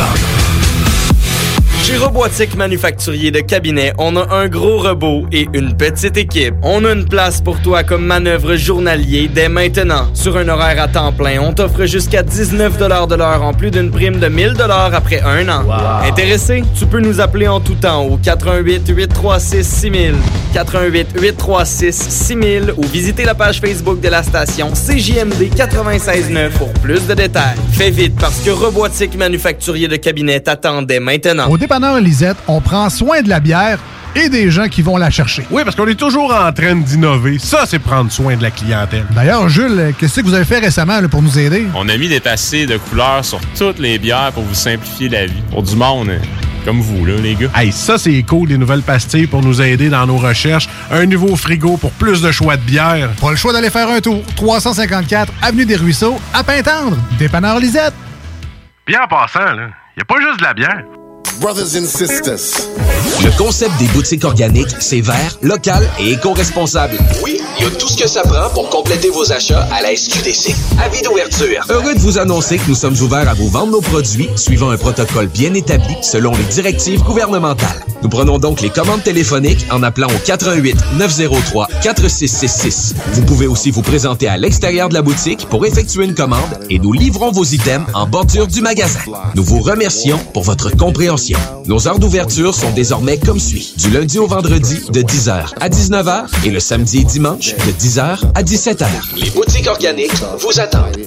Chez Robotique Manufacturier de Cabinet, on a un gros robot et une petite équipe. On a une place pour toi comme manœuvre journalier dès maintenant. Sur un horaire à temps plein, on t'offre jusqu'à 19 $ de l'heure en plus d'une prime de 1 000 $ après 1 an. Wow. Intéressé? Tu peux nous appeler en tout temps au 88 836 6000, 88 836 6000 ou visiter la page Facebook de la station CJMD 96.9 pour plus de détails. Fais vite parce que Robotique Manufacturier de Cabinet t'attend dès maintenant. Au dépanneur Lisette, on prend soin de la bière et des gens qui vont la chercher. Oui, parce qu'on est toujours en train d'innover. Ça, c'est prendre soin de la clientèle. D'ailleurs, Jules, qu'est-ce que vous avez fait récemment là, pour nous aider? On a mis des passés de couleurs sur toutes les bières pour vous simplifier la vie. Pour du monde comme vous, là, les gars. Hey, ça, c'est cool, des nouvelles pastilles pour nous aider dans nos recherches. Un nouveau frigo pour plus de choix de bière. Pas le choix d'aller faire un tour. 354 Avenue des Ruisseaux, à Pintendre. Dépanneur Lisette. Bien en passant, là, y a pas juste de la bière. Brothers and sisters. Le concept des boutiques organiques, c'est vert, local et éco-responsable. Oui, il y a tout ce que ça prend pour compléter vos achats à la SQDC. Avis d'ouverture. Heureux de vous annoncer que nous sommes ouverts à vous vendre nos produits suivant un protocole bien établi selon les directives gouvernementales. Nous prenons donc les commandes téléphoniques en appelant au 88 903 4666. Vous pouvez aussi vous présenter à l'extérieur de la boutique pour effectuer une commande et nous livrons vos items en bordure du magasin. Nous vous remercions pour votre compréhension. Nos heures d'ouverture sont désormais comme suit. Du lundi au vendredi de 10h à 19h et le samedi et dimanche de 10h à 17h. Les boutiques organiques vous attendent.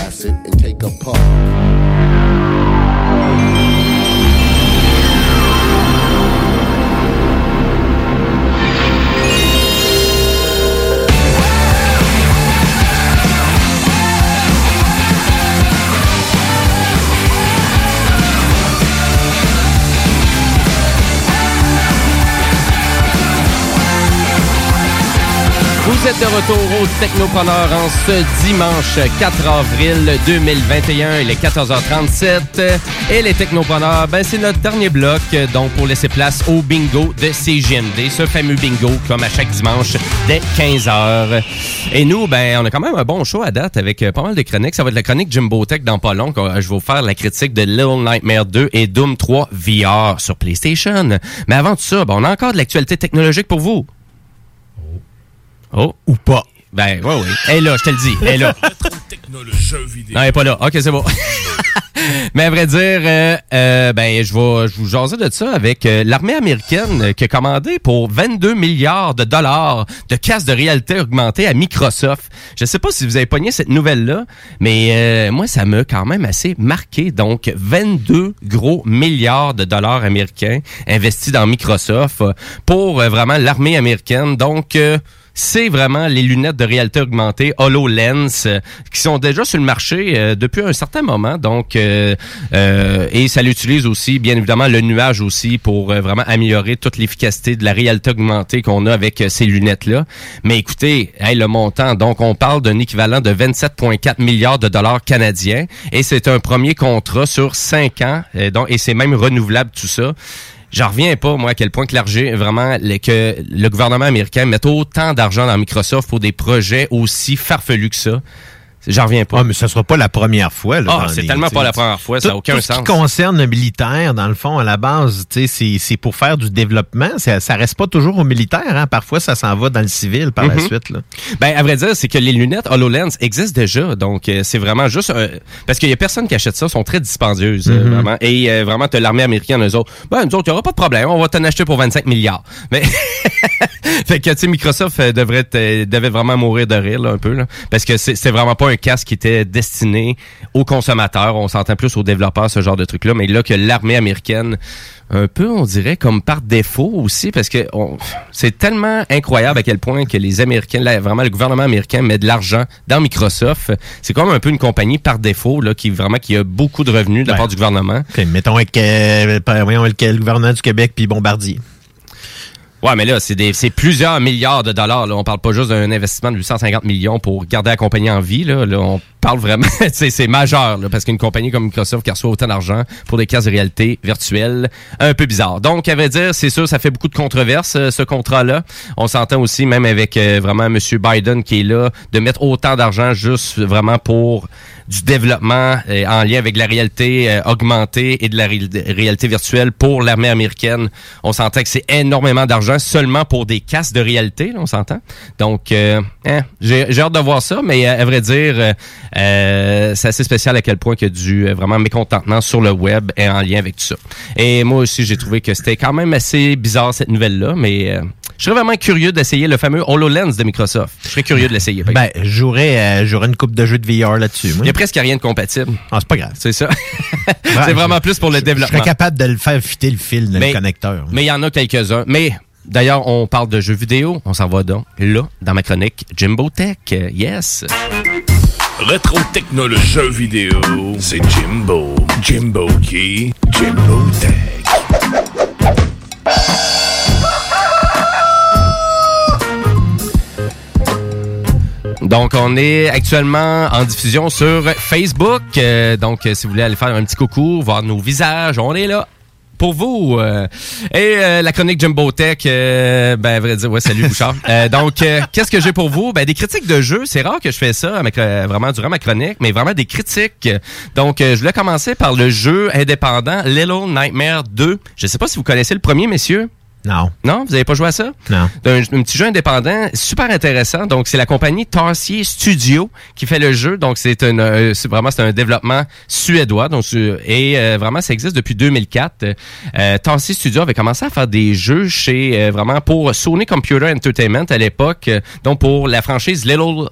Vous êtes de retour au Technopreneur en ce dimanche 4 avril 2021. Il est 14h37. Et les Technopreneurs, ben c'est notre dernier bloc, donc pour laisser place au bingo de CJMD. Ce fameux bingo, comme à chaque dimanche, dès 15h. Et nous, ben on a quand même un bon show à date avec pas mal de chroniques. Ça va être la chronique Jimbo Tech dans pas long. Je vais vous faire la critique de Little Nightmare 2 et Doom 3 VR sur PlayStation. Mais avant tout ça, ben, on a encore de l'actualité technologique pour vous. Oh. Ou pas. Ben, oui. Elle est là, je te le dis. Elle est là. Non, elle est pas là. OK, c'est bon. Mais à vrai dire, ben, je vous jaser de ça avec l'armée américaine qui a commandé pour 22 milliards de dollars de casques de réalité augmentée à Microsoft. Je sais pas si vous avez pogné cette nouvelle-là, mais moi, ça m'a quand même assez marqué. Donc, 22 gros milliards de dollars américains investis dans Microsoft pour vraiment l'armée américaine. Donc, c'est vraiment les lunettes de réalité augmentée HoloLens qui sont déjà sur le marché depuis un certain moment. Donc, et ça l'utilise aussi, bien évidemment, le nuage aussi pour vraiment améliorer toute l'efficacité de la réalité augmentée qu'on a avec ces lunettes-là. Mais écoutez, le montant, donc on parle d'un équivalent de 27,4 milliards de dollars canadiens et c'est un premier contrat sur 5 ans et c'est même renouvelable tout ça. J'en reviens pas, moi, à quel point que le gouvernement américain mette autant d'argent dans Microsoft pour des projets aussi farfelus que ça. J'en reviens pas. Ah, mais ça sera pas la première fois. Là, c'est tellement pas la première fois, ça n'a aucun sens. Tout ce qui concerne le militaire, dans le fond, à la base, c'est pour faire du développement. Ça reste pas toujours au militaire. Hein. Parfois, ça s'en va dans le civil par la suite. Là. Ben, à vrai dire, c'est que les lunettes HoloLens existent déjà. Donc, c'est vraiment juste... parce qu'il y a personne qui achète ça. Sont très dispendieuses, vraiment. Et vraiment, t'as l'armée américaine, eux autres. Ben, nous autres, il n'y aura pas de problème. On va t'en acheter pour 25 milliards. Mais... fait que, tu sais, Microsoft devait vraiment mourir de rire, là, un peu. Là, parce que c'est vraiment pas un casque qui était destiné aux consommateurs. On s'entend plus aux développeurs, ce genre de truc-là. Mais là, que l'armée américaine, un peu, on dirait, comme par défaut aussi, parce que c'est tellement incroyable à quel point que les Américains, là, vraiment, le gouvernement américain met de l'argent dans Microsoft. C'est comme un peu une compagnie par défaut, là, qui a beaucoup de revenus de la part du gouvernement. Okay, mettons avec le gouvernement du Québec puis Bombardier. Ouais, mais là, c'est plusieurs milliards de dollars. Là. On parle pas juste d'un investissement de 850 millions pour garder la compagnie en vie. Là, on parle vraiment... c'est majeur, là, parce qu'une compagnie comme Microsoft qui reçoit autant d'argent pour des casques de réalité virtuelle, un peu bizarre. Donc, à vrai dire, c'est sûr, ça fait beaucoup de controverses, ce contrat-là. On s'entend aussi, même avec vraiment M. Biden qui est là, de mettre autant d'argent juste vraiment pour du développement en lien avec la réalité augmentée et de la réalité virtuelle pour l'armée américaine. On s'entend que c'est énormément d'argent seulement pour des casques de réalité, là, on s'entend. Donc, j'ai hâte de voir ça, mais à vrai dire, c'est assez spécial à quel point qu'il y a du vraiment mécontentement sur le web et en lien avec tout ça. Et moi aussi, j'ai trouvé que c'était quand même assez bizarre cette nouvelle-là, mais je serais vraiment curieux d'essayer le fameux HoloLens de Microsoft. Je serais curieux de l'essayer. Ben, j'aurais une coupe de jeux de VR là-dessus. Il y a presque rien de compatible. Ah, c'est pas grave. C'est ça. C'est vraiment plus pour le développement. Je serais capable de le faire fitter le fil dans le connecteur. Mais il y en a quelques-uns. Mais d'ailleurs, on parle de jeux vidéo. On s'en va donc là, dans ma chronique Jimbo Tech. Yes! Rétro technologie jeux vidéo, c'est Jimbo. Jimbo qui? Jimbo Tech. Donc, on est actuellement en diffusion sur Facebook. Donc, si vous voulez aller faire un petit coucou, voir nos visages, on est là pour vous. Et la chronique Jimbo Tech, à vrai dire, salut Bouchard. Donc, qu'est-ce que j'ai pour vous? Des critiques de jeux. C'est rare que je fais ça vraiment durant ma chronique, mais vraiment des critiques. Donc, je voulais commencer par le jeu indépendant Little Nightmares 2. Je sais pas si vous connaissez le premier, messieurs. Non. Non? Vous avez pas joué à ça? Non. Un petit jeu indépendant, super intéressant. Donc, c'est la compagnie Tarsier Studio qui fait le jeu. Donc, c'est un développement suédois. Donc, vraiment, ça existe depuis 2004. Tarsier Studio avait commencé à faire des jeux vraiment pour Sony Computer Entertainment à l'époque. Donc, pour la franchise Little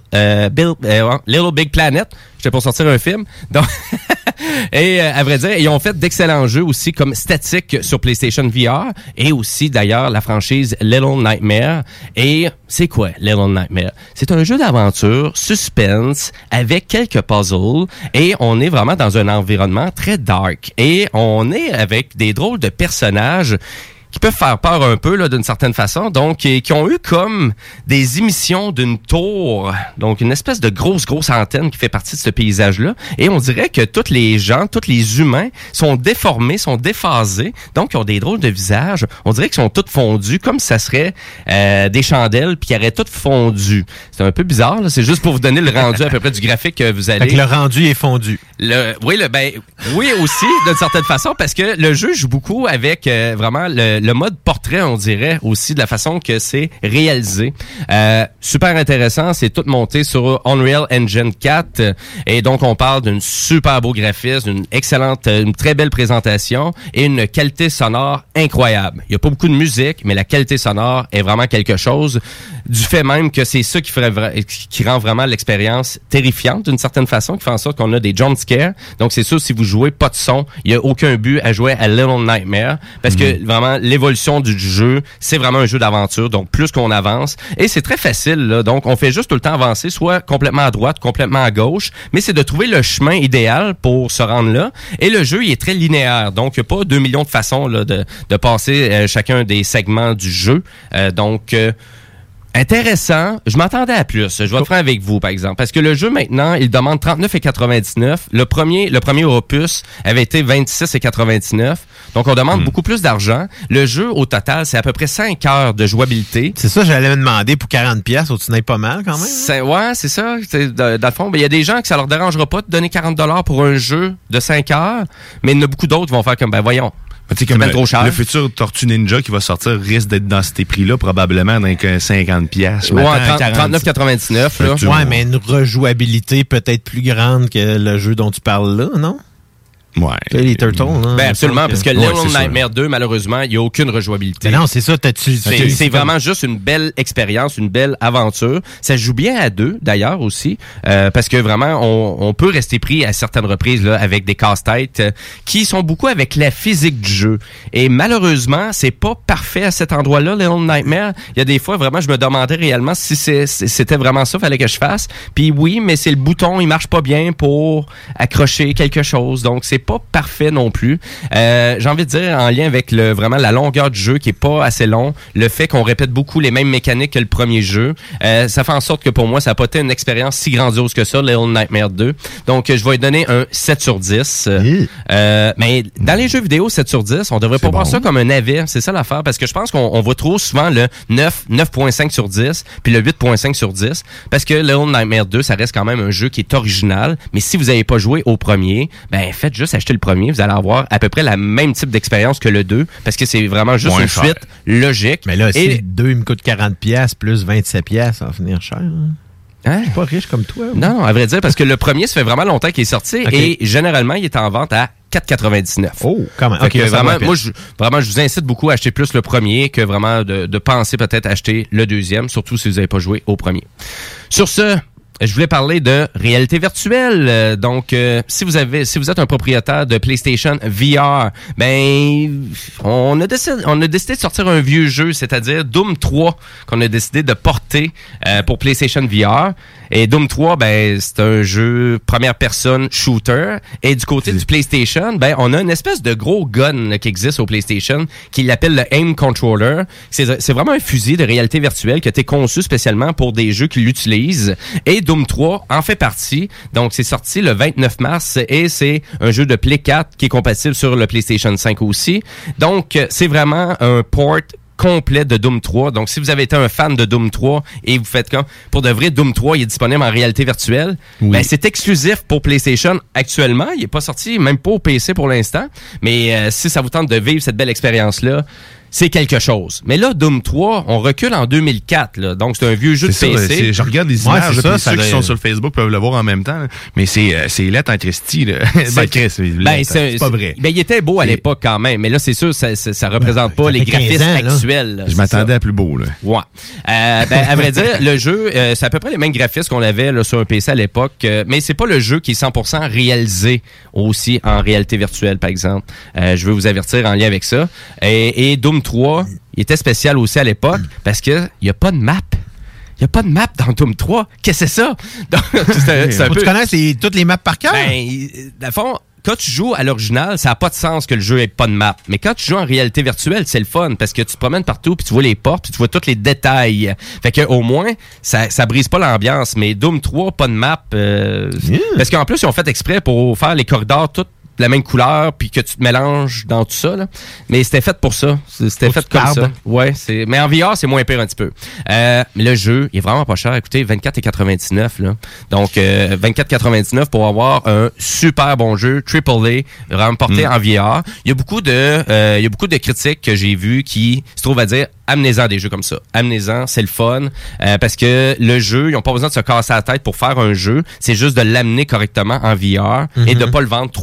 Big Planet. J'étais pour sortir un film. Donc, et à vrai dire, ils ont fait d'excellents jeux aussi comme Static sur PlayStation VR et aussi d'ailleurs la franchise Little Nightmares. Et c'est quoi Little Nightmares? C'est un jeu d'aventure, suspense, avec quelques puzzles et on est vraiment dans un environnement très dark. Et on est avec des drôles de personnages qui peuvent faire peur un peu là d'une certaine façon, donc qui ont eu comme des émissions d'une tour, donc une espèce de grosse antenne qui fait partie de ce paysage-là, et on dirait que tous les gens, tous les humains sont déformés, sont déphasés, donc ils ont des drôles de visages, on dirait qu'ils sont tous fondus, comme si ça serait des chandelles, puis qu'ils auraient tous fondu. C'est un peu bizarre, là. C'est juste pour vous donner le rendu à peu près du graphique que vous allez... Fait que le rendu est fondu. Oui aussi, d'une certaine façon, parce que le jeu joue beaucoup avec vraiment le mode portrait, on dirait, aussi de la façon que c'est réalisé. Super intéressant, c'est tout monté sur Unreal Engine 4 et donc on parle d'une super beau graphisme, une très belle présentation et une qualité sonore incroyable. Il y a pas beaucoup de musique, mais la qualité sonore est vraiment quelque chose, du fait même que c'est ça qui rend vraiment l'expérience terrifiante d'une certaine façon, qui fait en sorte qu'on a des jump scares. Donc c'est sûr, si vous jouez pas de son, il y a aucun but à jouer à Little Nightmares parce que vraiment l'évolution du jeu, c'est vraiment un jeu d'aventure, donc plus qu'on avance. Et c'est très facile, là, donc on fait juste tout le temps avancer, soit complètement à droite, complètement à gauche, mais c'est de trouver le chemin idéal pour se rendre là. Et le jeu, il est très linéaire, donc il n'y a pas 2 millions de façons là, de passer chacun des segments du jeu. Intéressant. Je m'attendais à plus. Je vais être franc avec vous, par exemple. Parce que le jeu, maintenant, il demande 39,99. Le premier opus avait été 26,99. Donc, on demande beaucoup plus d'argent. Le jeu, au total, c'est à peu près 5 heures de jouabilité. C'est ça, j'allais me demander pour 40$, tu n'es pas mal, quand même. C'est ça. Dans le fond, il y a des gens que ça leur dérangera pas de donner 40$ pour un jeu de 5 heures. Mais il y en a beaucoup d'autres qui vont faire comme, voyons. C'est comme trop cher. Le futur Tortue Ninja qui va sortir risque d'être dans ces prix-là, probablement dans 50$. Ouais, 39,99$. Là. Ouais, mais une rejouabilité peut-être plus grande que le jeu dont tu parles là, non? Ouais. Les Turtles, hein, ben absolument, parce que Little Nightmares 2, malheureusement, il n'y a aucune rejouabilité. Mais non, c'est ça. C'est vraiment juste une belle expérience, une belle aventure. Ça se joue bien à deux, d'ailleurs, aussi, parce que vraiment, on peut rester pris à certaines reprises là avec des casse-têtes qui sont beaucoup avec la physique du jeu. Et malheureusement, c'est pas parfait à cet endroit-là, Little Nightmares. Il y a des fois, vraiment, je me demandais réellement si c'était vraiment ça qu'il fallait que je fasse. Puis oui, mais c'est le bouton, il marche pas bien pour accrocher quelque chose. Donc, c'est pas parfait non plus. J'ai envie de dire, en lien avec vraiment la longueur du jeu qui est pas assez long, le fait qu'on répète beaucoup les mêmes mécaniques que le premier jeu, ça fait en sorte que pour moi, ça n'a pas été une expérience si grandiose que ça, Little Nightmares 2. Donc, je vais lui donner un 7 sur 10. Mais dans les jeux vidéo, 7 sur 10, on devrait pas voir ça comme un navet. C'est ça l'affaire, parce que je pense qu'on voit trop souvent le 9, 9.5 sur 10, puis le 8.5 sur 10, parce que Little Nightmares 2, ça reste quand même un jeu qui est original, mais si vous n'avez pas joué au premier, ben faites juste acheter le premier, vous allez avoir à peu près le même type d'expérience que le 2, parce que c'est vraiment juste une suite logique. Mais là, si le 2 il me coûte 40$ plus 27$, ça va finir cher. Hein? Je suis pas riche comme toi. Ouais. Non, à vrai dire, parce que le premier, ça fait vraiment longtemps qu'il est sorti, et généralement, il est en vente à 4,99. Oh, quand même. Okay, vraiment, moi, je vous incite beaucoup à acheter plus le premier que vraiment de penser peut-être acheter le deuxième, surtout si vous n'avez pas joué au premier. Sur ce, je voulais parler de réalité virtuelle. Donc, si vous êtes un propriétaire de PlayStation VR, ben, on a décidé de sortir un vieux jeu, c'est-à-dire Doom 3, qu'on a décidé de porter pour PlayStation VR. Et Doom 3, ben, c'est un jeu première personne shooter. Et du côté du PlayStation, ben, on a une espèce de gros gun là, qui existe au PlayStation, qui l'appelle le Aim Controller. C'est vraiment un fusil de réalité virtuelle qui a été conçu spécialement pour des jeux qui l'utilisent. Et Doom 3 en fait partie. Donc, c'est sorti le 29 mars et c'est un jeu de Play 4 qui est compatible sur le PlayStation 5 aussi. Donc, c'est vraiment un port complet de Doom 3. Donc, si vous avez été un fan de Doom 3 et vous faites comme, pour de vrai, Doom 3, il est disponible en réalité virtuelle, ben, c'est exclusif pour PlayStation actuellement. Il est pas sorti, même pas au PC pour l'instant. Mais si ça vous tente de vivre cette belle expérience-là, c'est quelque chose. Mais là, Doom 3, on recule en 2004. Là. Donc, c'est un vieux jeu de PC. Je regarde les images, ceux qui sont sur le Facebook peuvent le voir en même temps. Là. Mais c'est lettre en Christy. C'est pas vrai. Ben, il était beau à l'époque quand même. Mais là, c'est sûr, ça représente pas les graphismes actuels. Là, je m'attendais à plus beau. Là. Ouais. À vrai dire, le jeu, c'est à peu près les mêmes graphismes qu'on avait là, sur un PC à l'époque. Mais c'est pas le jeu qui est 100% réalisé aussi en réalité virtuelle, par exemple. Je veux vous avertir en lien avec ça. Et Doom 3, il était spécial aussi à l'époque parce que il y a pas de map. Il n'y a pas de map dans Doom 3. Qu'est-ce que c'est ça? Donc, c'est un peu... Tu connais toutes les maps par cœur? Ben, dans le fond, quand tu joues à l'original, ça n'a pas de sens que le jeu ait pas de map. Mais quand tu joues en réalité virtuelle, c'est le fun parce que tu te promènes partout, puis tu vois les portes, puis tu vois tous les détails. Fait que au moins, ça brise pas l'ambiance. Mais Doom 3, pas de map. Parce qu'en plus, ils ont fait exprès pour faire les corridors toutes la même couleur puis que tu te mélanges dans tout ça là. Mais c'était fait pour ça, c'était fait comme ça. Ouais, mais en VR, c'est moins pire un petit peu. Mais le jeu, il est vraiment pas cher, écoutez, 24,99 là. Donc 24,99 pour avoir un super bon jeu AAA vraiment porté en VR. Il y a beaucoup de critiques que j'ai vues qui se trouvent à dire amenez-en des jeux comme ça. Amenez-en, c'est le fun. Parce que le jeu, ils n'ont pas besoin de se casser la tête pour faire un jeu. C'est juste de l'amener correctement en VR et de pas le vendre trop cher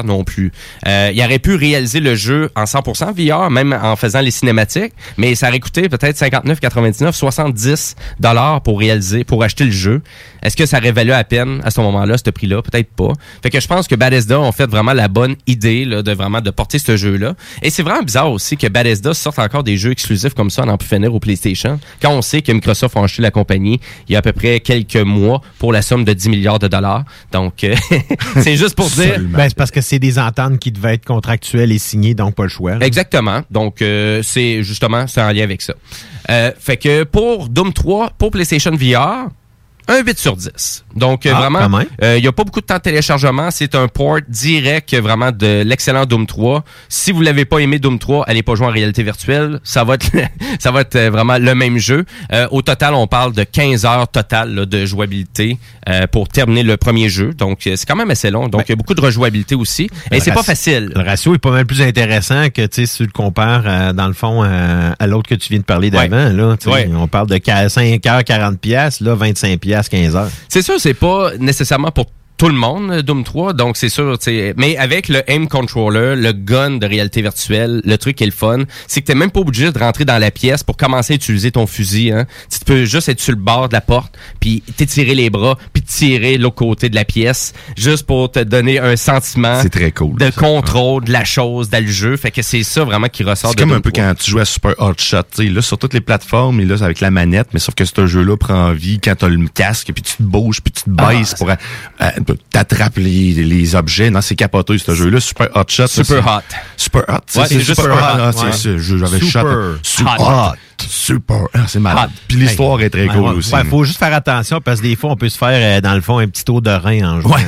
non plus. Il aurait pu réaliser le jeu en 100% VR, même en faisant les cinématiques, mais ça aurait coûté peut-être 59,99, 70 $ pour acheter le jeu. Est-ce que ça aurait valu à peine à ce moment-là, ce prix-là? Peut-être pas. Fait que je pense que Bethesda ont fait vraiment la bonne idée là, de porter ce jeu-là. Et c'est vraiment bizarre aussi que Bethesda sorte encore des jeux exclusifs comme ça en pu finir au PlayStation, quand on sait que Microsoft a acheté la compagnie il y a à peu près quelques mois pour la somme de 10 milliards $. Donc, c'est juste pour dire... C'est parce que c'est des ententes qui devaient être contractuelles et signées, donc pas le choix. Là. Exactement. Donc, c'est en lien avec ça. Fait que pour Doom 3, pour PlayStation VR... un 8 sur 10. Donc, vraiment, il n'y a pas beaucoup de temps de téléchargement. C'est un port direct vraiment de l'excellent Doom 3. Si vous l'avez pas aimé Doom 3, allez pas jouer en réalité virtuelle. Ça va être vraiment le même jeu. Au total, on parle de 15 heures totales là, de jouabilité pour terminer le premier jeu. Donc, c'est quand même assez long. Donc, il y a beaucoup de rejouabilité aussi. Et c'est pas facile. Le ratio est pas mal plus intéressant que si tu le compares, dans le fond, à l'autre que tu viens de parler d'avant. Là, on parle de 5 heures, 40$, là, 25$. 15 heures. C'est sûr, c'est pas nécessairement pour tout le monde, Doom 3, donc c'est sûr, mais avec le aim controller, le gun de réalité virtuelle, le truc qui est le fun, c'est que t'es même pas obligé de rentrer dans la pièce pour commencer à utiliser ton fusil, hein. Tu peux juste être sur le bord de la porte, puis t'étirer les bras, puis tirer l'autre côté de la pièce, juste pour te donner un sentiment très cool, de contrôle de la chose dans le jeu. Fait que c'est ça vraiment qui ressort de Doom 3. C'est comme un peu 3. quand tu joues à Super Hot Shot, là, sur toutes les plateformes, et là, c'est avec la manette, mais sauf que ce jeu-là prend vie quand t'as le casque, puis tu te bouges, puis tu te baisses pour t'attrapes les objets. Non, c'est capoteux, ce jeu-là. Super Hot Shot. Super Hot. Super Hot. Ouais, c'est juste Super Hot. C'est ça. J'avais Super Hot. Super. C'est malade. Puis l'histoire est très cool aussi. Il faut juste faire attention parce que des fois, on peut se faire, dans le fond, un petit tour de rein en jouant.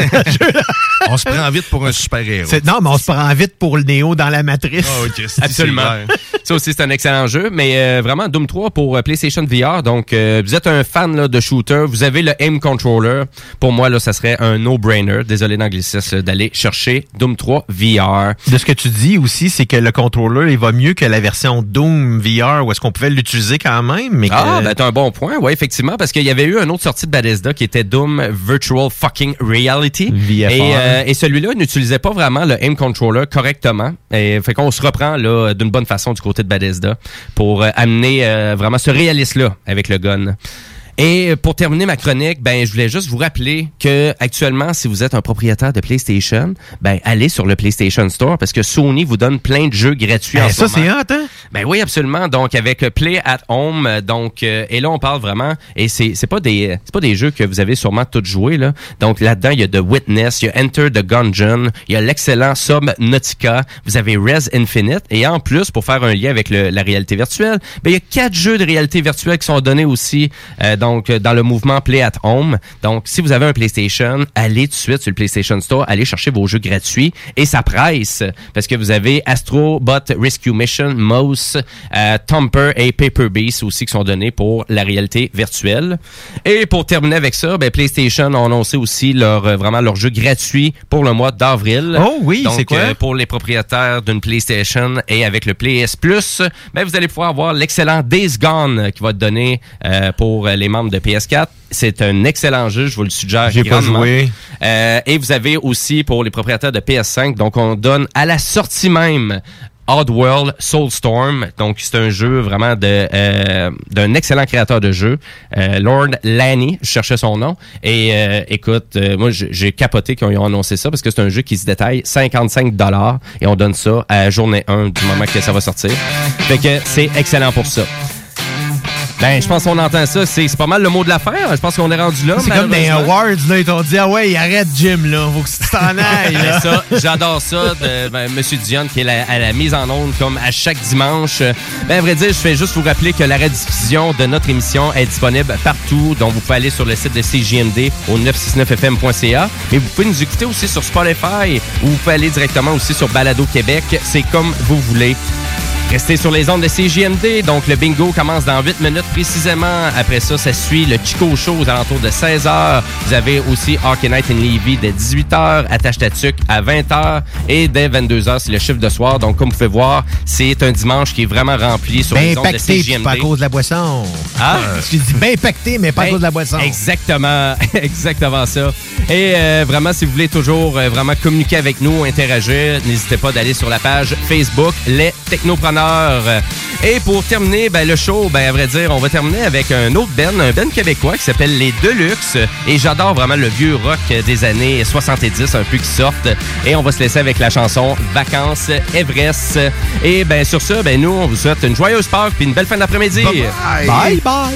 On se prend vite pour un super-héros. Non, mais on se prend vite pour le Néo dans la matrice. Oh, okay, absolument. Ça aussi, c'est un excellent jeu. Mais vraiment, Doom 3 pour PlayStation VR. Donc, vous êtes un fan là, de shooter. Vous avez le aim controller. Pour moi, là, ça serait un no-brainer. Désolé d'anglicisme, d'aller chercher Doom 3 VR. De ce que tu dis aussi, c'est que le controller, il va mieux que la version Doom VR, où est-ce qu'on pouvait l'utiliser quand même. Mais t'as un bon point. Oui, effectivement, parce qu'il y avait eu une autre sortie de Bethesda qui était Doom Virtual Fucking Reality. VFR. Et celui-là n'utilisait pas vraiment le aim controller correctement. Et fait qu'on se reprend là d'une bonne façon du côté de Bethesda pour amener vraiment ce réalisme-là avec le gun. Et pour terminer ma chronique, je voulais juste vous rappeler que actuellement, si vous êtes un propriétaire de PlayStation, allez sur le PlayStation Store parce que Sony vous donne plein de jeux gratuits en ce moment. Ça, c'est hot, hein? Oui, absolument. Donc, avec Play at Home, donc, et là, on parle vraiment, et c'est pas des jeux que vous avez sûrement tous joués, là. Donc, là-dedans, il y a The Witness, il y a Enter the Gungeon, il y a l'excellent Subnautica, vous avez Res Infinite, et en plus, pour faire un lien avec la réalité virtuelle, il y a 4 jeux de réalité virtuelle qui sont donnés aussi, donc dans le mouvement Play at Home. Donc, si vous avez un PlayStation, allez tout de suite sur le PlayStation Store, allez chercher vos jeux gratuits et ça presse parce que vous avez Astro Bot Rescue Mission, Mouse, Thumper et Paper Beast aussi qui sont donnés pour la réalité virtuelle. Et pour terminer avec ça, PlayStation a annoncé aussi leur jeu gratuit pour le mois d'avril. Oh oui, donc, c'est quoi? Pour les propriétaires d'une PlayStation et avec le PS Plus, vous allez pouvoir avoir l'excellent Days Gone qui va être donné pour les membres de PS4. C'est un excellent jeu, je vous le suggère grandement. Pas joué. Et vous avez aussi pour les propriétaires de PS5, donc on donne à la sortie même Oddworld Soulstorm. Donc, c'est un jeu vraiment d'un excellent créateur de jeu, Lord Lanny, je cherchais son nom. Et écoute, moi, j'ai capoté quand ils ont annoncé ça parce que c'est un jeu qui se détaille 55$ et on donne ça à journée 1 du moment que ça va sortir. Fait que c'est excellent pour ça. Je pense qu'on entend ça. C'est pas mal le mot de l'affaire. Je pense qu'on est rendu là. C'est comme des awards, là. Ils t'ont dit, arrête, Jim, là. Faut que tu t'en ailles, là. Ça, j'adore ça de Monsieur Dion qui est à la mise en onde comme à chaque dimanche. À vrai dire, je fais juste vous rappeler que la rediffusion de notre émission est disponible partout. Donc, vous pouvez aller sur le site de CJMD au 969fm.ca. Mais vous pouvez nous écouter aussi sur Spotify ou vous pouvez aller directement aussi sur Balado Québec. C'est comme vous voulez. Restez sur les ondes de CJMD. Donc, le bingo commence dans 8 minutes précisément. Après ça, ça suit le Chico Show aux alentours de 16h. Vous avez aussi Hockey Night in Levy dès 18h, Attache ta tuque à 20h et dès 22h, c'est le chiffre de soir. Donc, comme vous pouvez voir, c'est un dimanche qui est vraiment rempli sur les ondes de CJMD. Pas à cause de la boisson. Ah? Je dis bien pacté, mais pas à cause de la boisson. Exactement. Exactement ça. Et vraiment, si vous voulez toujours vraiment communiquer avec nous, interagir, n'hésitez pas d'aller sur la page Facebook Les Technopreneurs. Et pour terminer le show, à vrai dire, on va terminer avec un autre un band québécois qui s'appelle Les Deluxe. Et j'adore vraiment le vieux rock des années 70, un peu qui sortent. Et on va se laisser avec la chanson Vacances Everest. Et sur ça, nous, on vous souhaite une joyeuse Pâques puis une belle fin d'après-midi. Bye bye. Bye bye.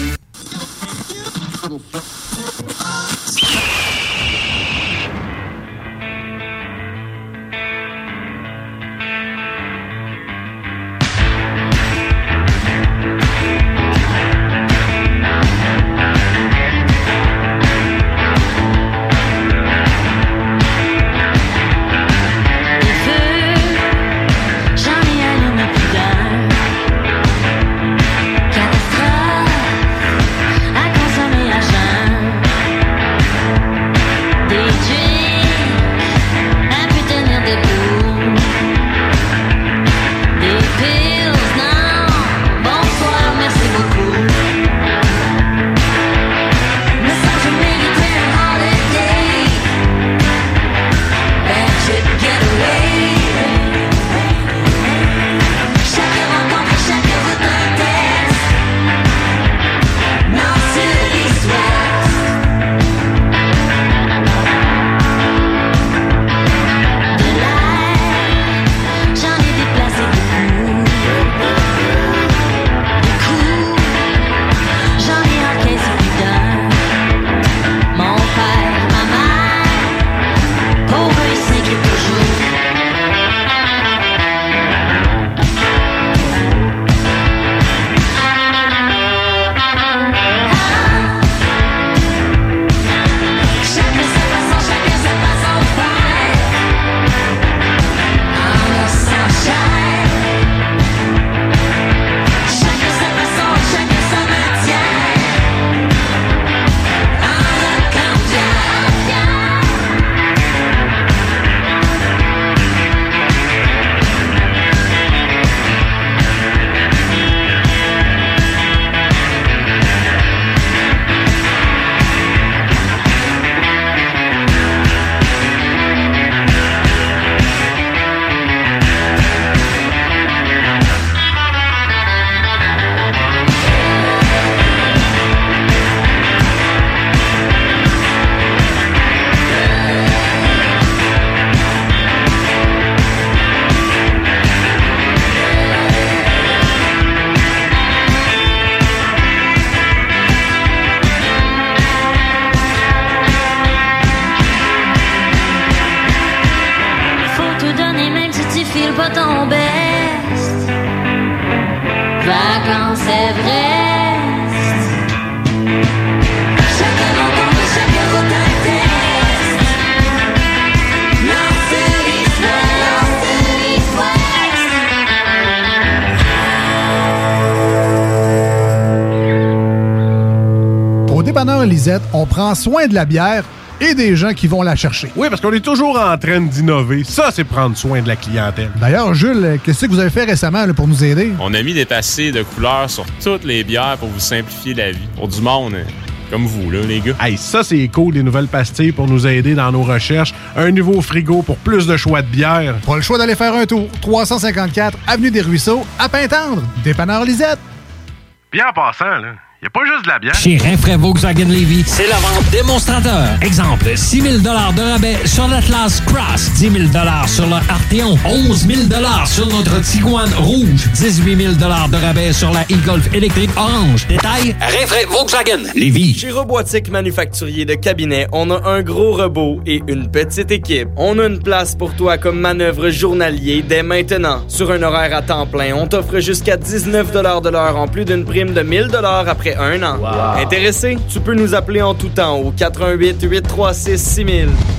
Lisette, on prend soin de la bière et des gens qui vont la chercher. Oui, parce qu'on est toujours en train d'innover. Ça, c'est prendre soin de la clientèle. D'ailleurs, Jules, qu'est-ce que vous avez fait récemment là, pour nous aider? On a mis des passés de couleurs sur toutes les bières pour vous simplifier la vie. Pour du monde comme vous, là, les gars. Hey, ça, c'est cool, les nouvelles pastilles pour nous aider dans nos recherches. Un nouveau frigo pour plus de choix de bière. Pas le choix d'aller faire un tour. 354 Avenue des Ruisseaux, à Pintendre. Dépanneur Lisette. Bien en passant, là. Il n'y a pas juste de la bière. Chez Rinfraie Volkswagen Levy, c'est la vente démonstrateur. Exemple, 6 000 de rabais sur l'Atlas Cross, 10 000 sur le Arteon, 11 000 sur notre Tiguan Rouge, 18 000 de rabais sur la e-Golf électrique orange. Détail, Rinfraie Volkswagen Levy. Chez Robotique Manufacturier de Cabinet, on a un gros robot et une petite équipe. On a une place pour toi comme manœuvre journalier dès maintenant. Sur un horaire à temps plein, on t'offre jusqu'à 19 de l'heure en plus d'une prime de 1 000 après un an. Wow. Intéressé? Tu peux nous appeler en tout temps au 88 836 6000.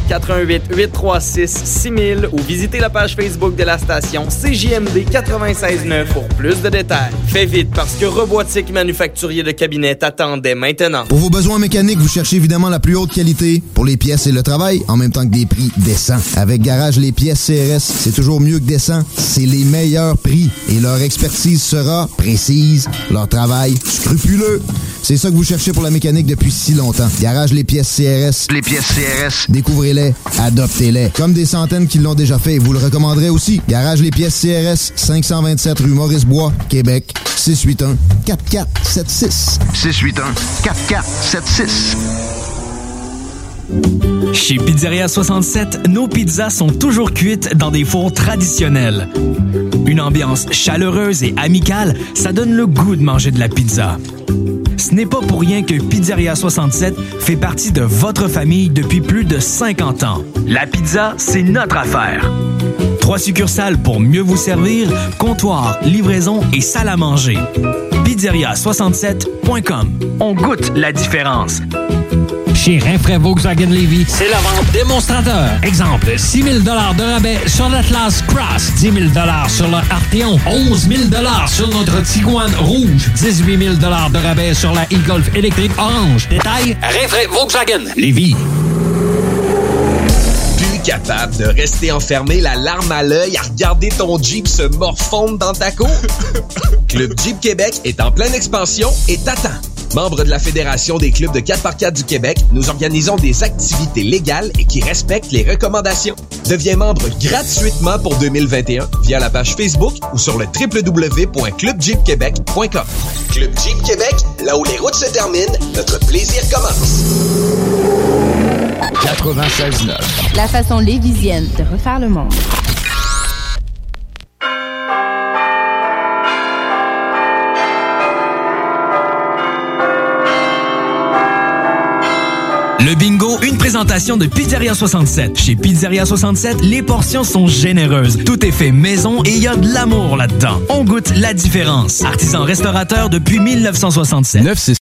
88-836-6000 ou visitez la page Facebook de la station CJMD 96.9 pour plus de détails. Fais vite parce que Robotique Manufacturier de Cabinet t'attend dès maintenant. Pour vos besoins mécaniques, vous cherchez évidemment la plus haute qualité pour les pièces et le travail, en même temps que des prix décents. Avec Garage Les Pièces CRS, c'est toujours mieux que décent. C'est les meilleurs prix et leur expertise sera précise, leur travail scrupuleux. C'est ça que vous cherchez pour la mécanique depuis si longtemps. Garage Les Pièces CRS. Les pièces CRS. Découvrez-les, adoptez-les. Comme des centaines qui l'ont déjà fait et vous le recommanderez aussi. Garage Les Pièces CRS, 527 rue Maurice-Bois, Québec, 681-4476. 681-4476. Chez Pizzeria 67, nos pizzas sont toujours cuites dans des fours traditionnels. Une ambiance chaleureuse et amicale, ça donne le goût de manger de la pizza. Ce n'est pas pour rien que Pizzeria 67 fait partie de votre famille depuis plus de 50 ans. La pizza, c'est notre affaire. 3 succursales pour mieux vous servir, comptoir, livraison et salle à manger. Pizzeria67.com. On goûte la différence. Chez Rinfraie Volkswagen Lévy, c'est la vente démonstrateur. Exemple, 6 000 de rabais sur l'Atlas Cross, 10 000 sur le Arteon, 11 000 sur notre Tiguan rouge, 18 000 de rabais sur la e-Golf électrique orange. Détail, Rinfraie Volkswagen Lévy. Plus capable de rester enfermé la larme à l'œil à regarder ton Jeep se morfondre dans ta cour? Club Jeep Québec est en pleine expansion et t'attend. Membre de la Fédération des clubs de 4x4 du Québec, nous organisons des activités légales et qui respectent les recommandations. Deviens membre gratuitement pour 2021 via la page Facebook ou sur le www.clubjeepquebec.com. Club Jeep Québec, là où les routes se terminent, notre plaisir commence. 96.9. La façon lévisienne de refaire le monde. Le bingo, une présentation de Pizzeria 67. Chez Pizzeria 67, les portions sont généreuses. Tout est fait maison et il y a de l'amour là-dedans. On goûte la différence. Artisan restaurateur depuis 1967.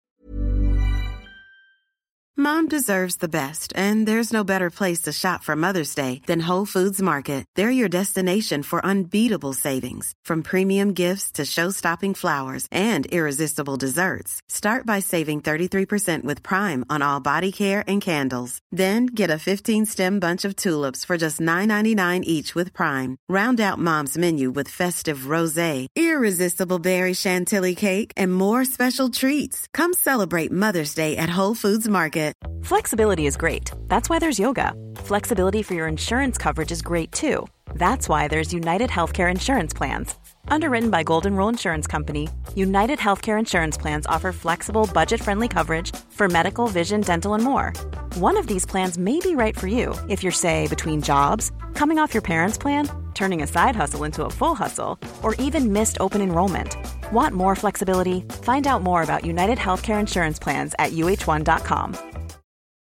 Mom deserves the best, and there's no better place to shop for Mother's Day than Whole Foods Market. They're your destination for unbeatable savings, from premium gifts to show-stopping flowers and irresistible desserts. Start by saving 33% with Prime on all body care and candles. Then get a 15-stem bunch of tulips for just $9.99 each with Prime. Round out Mom's menu with festive rosé, irresistible berry chantilly cake, and more special treats. Come celebrate Mother's Day at Whole Foods Market. Flexibility is great. That's why there's yoga. Flexibility for your insurance coverage is great too. That's why there's United Healthcare Insurance Plans. Underwritten by Golden Rule Insurance Company, United Healthcare Insurance Plans offer flexible, budget-friendly coverage for medical, vision, dental, and more. One of these plans may be right for you if you're, say, between jobs, coming off your parents' plan, turning a side hustle into a full hustle, or even missed open enrollment. Want more flexibility? Find out more about United Healthcare Insurance Plans at uh1.com.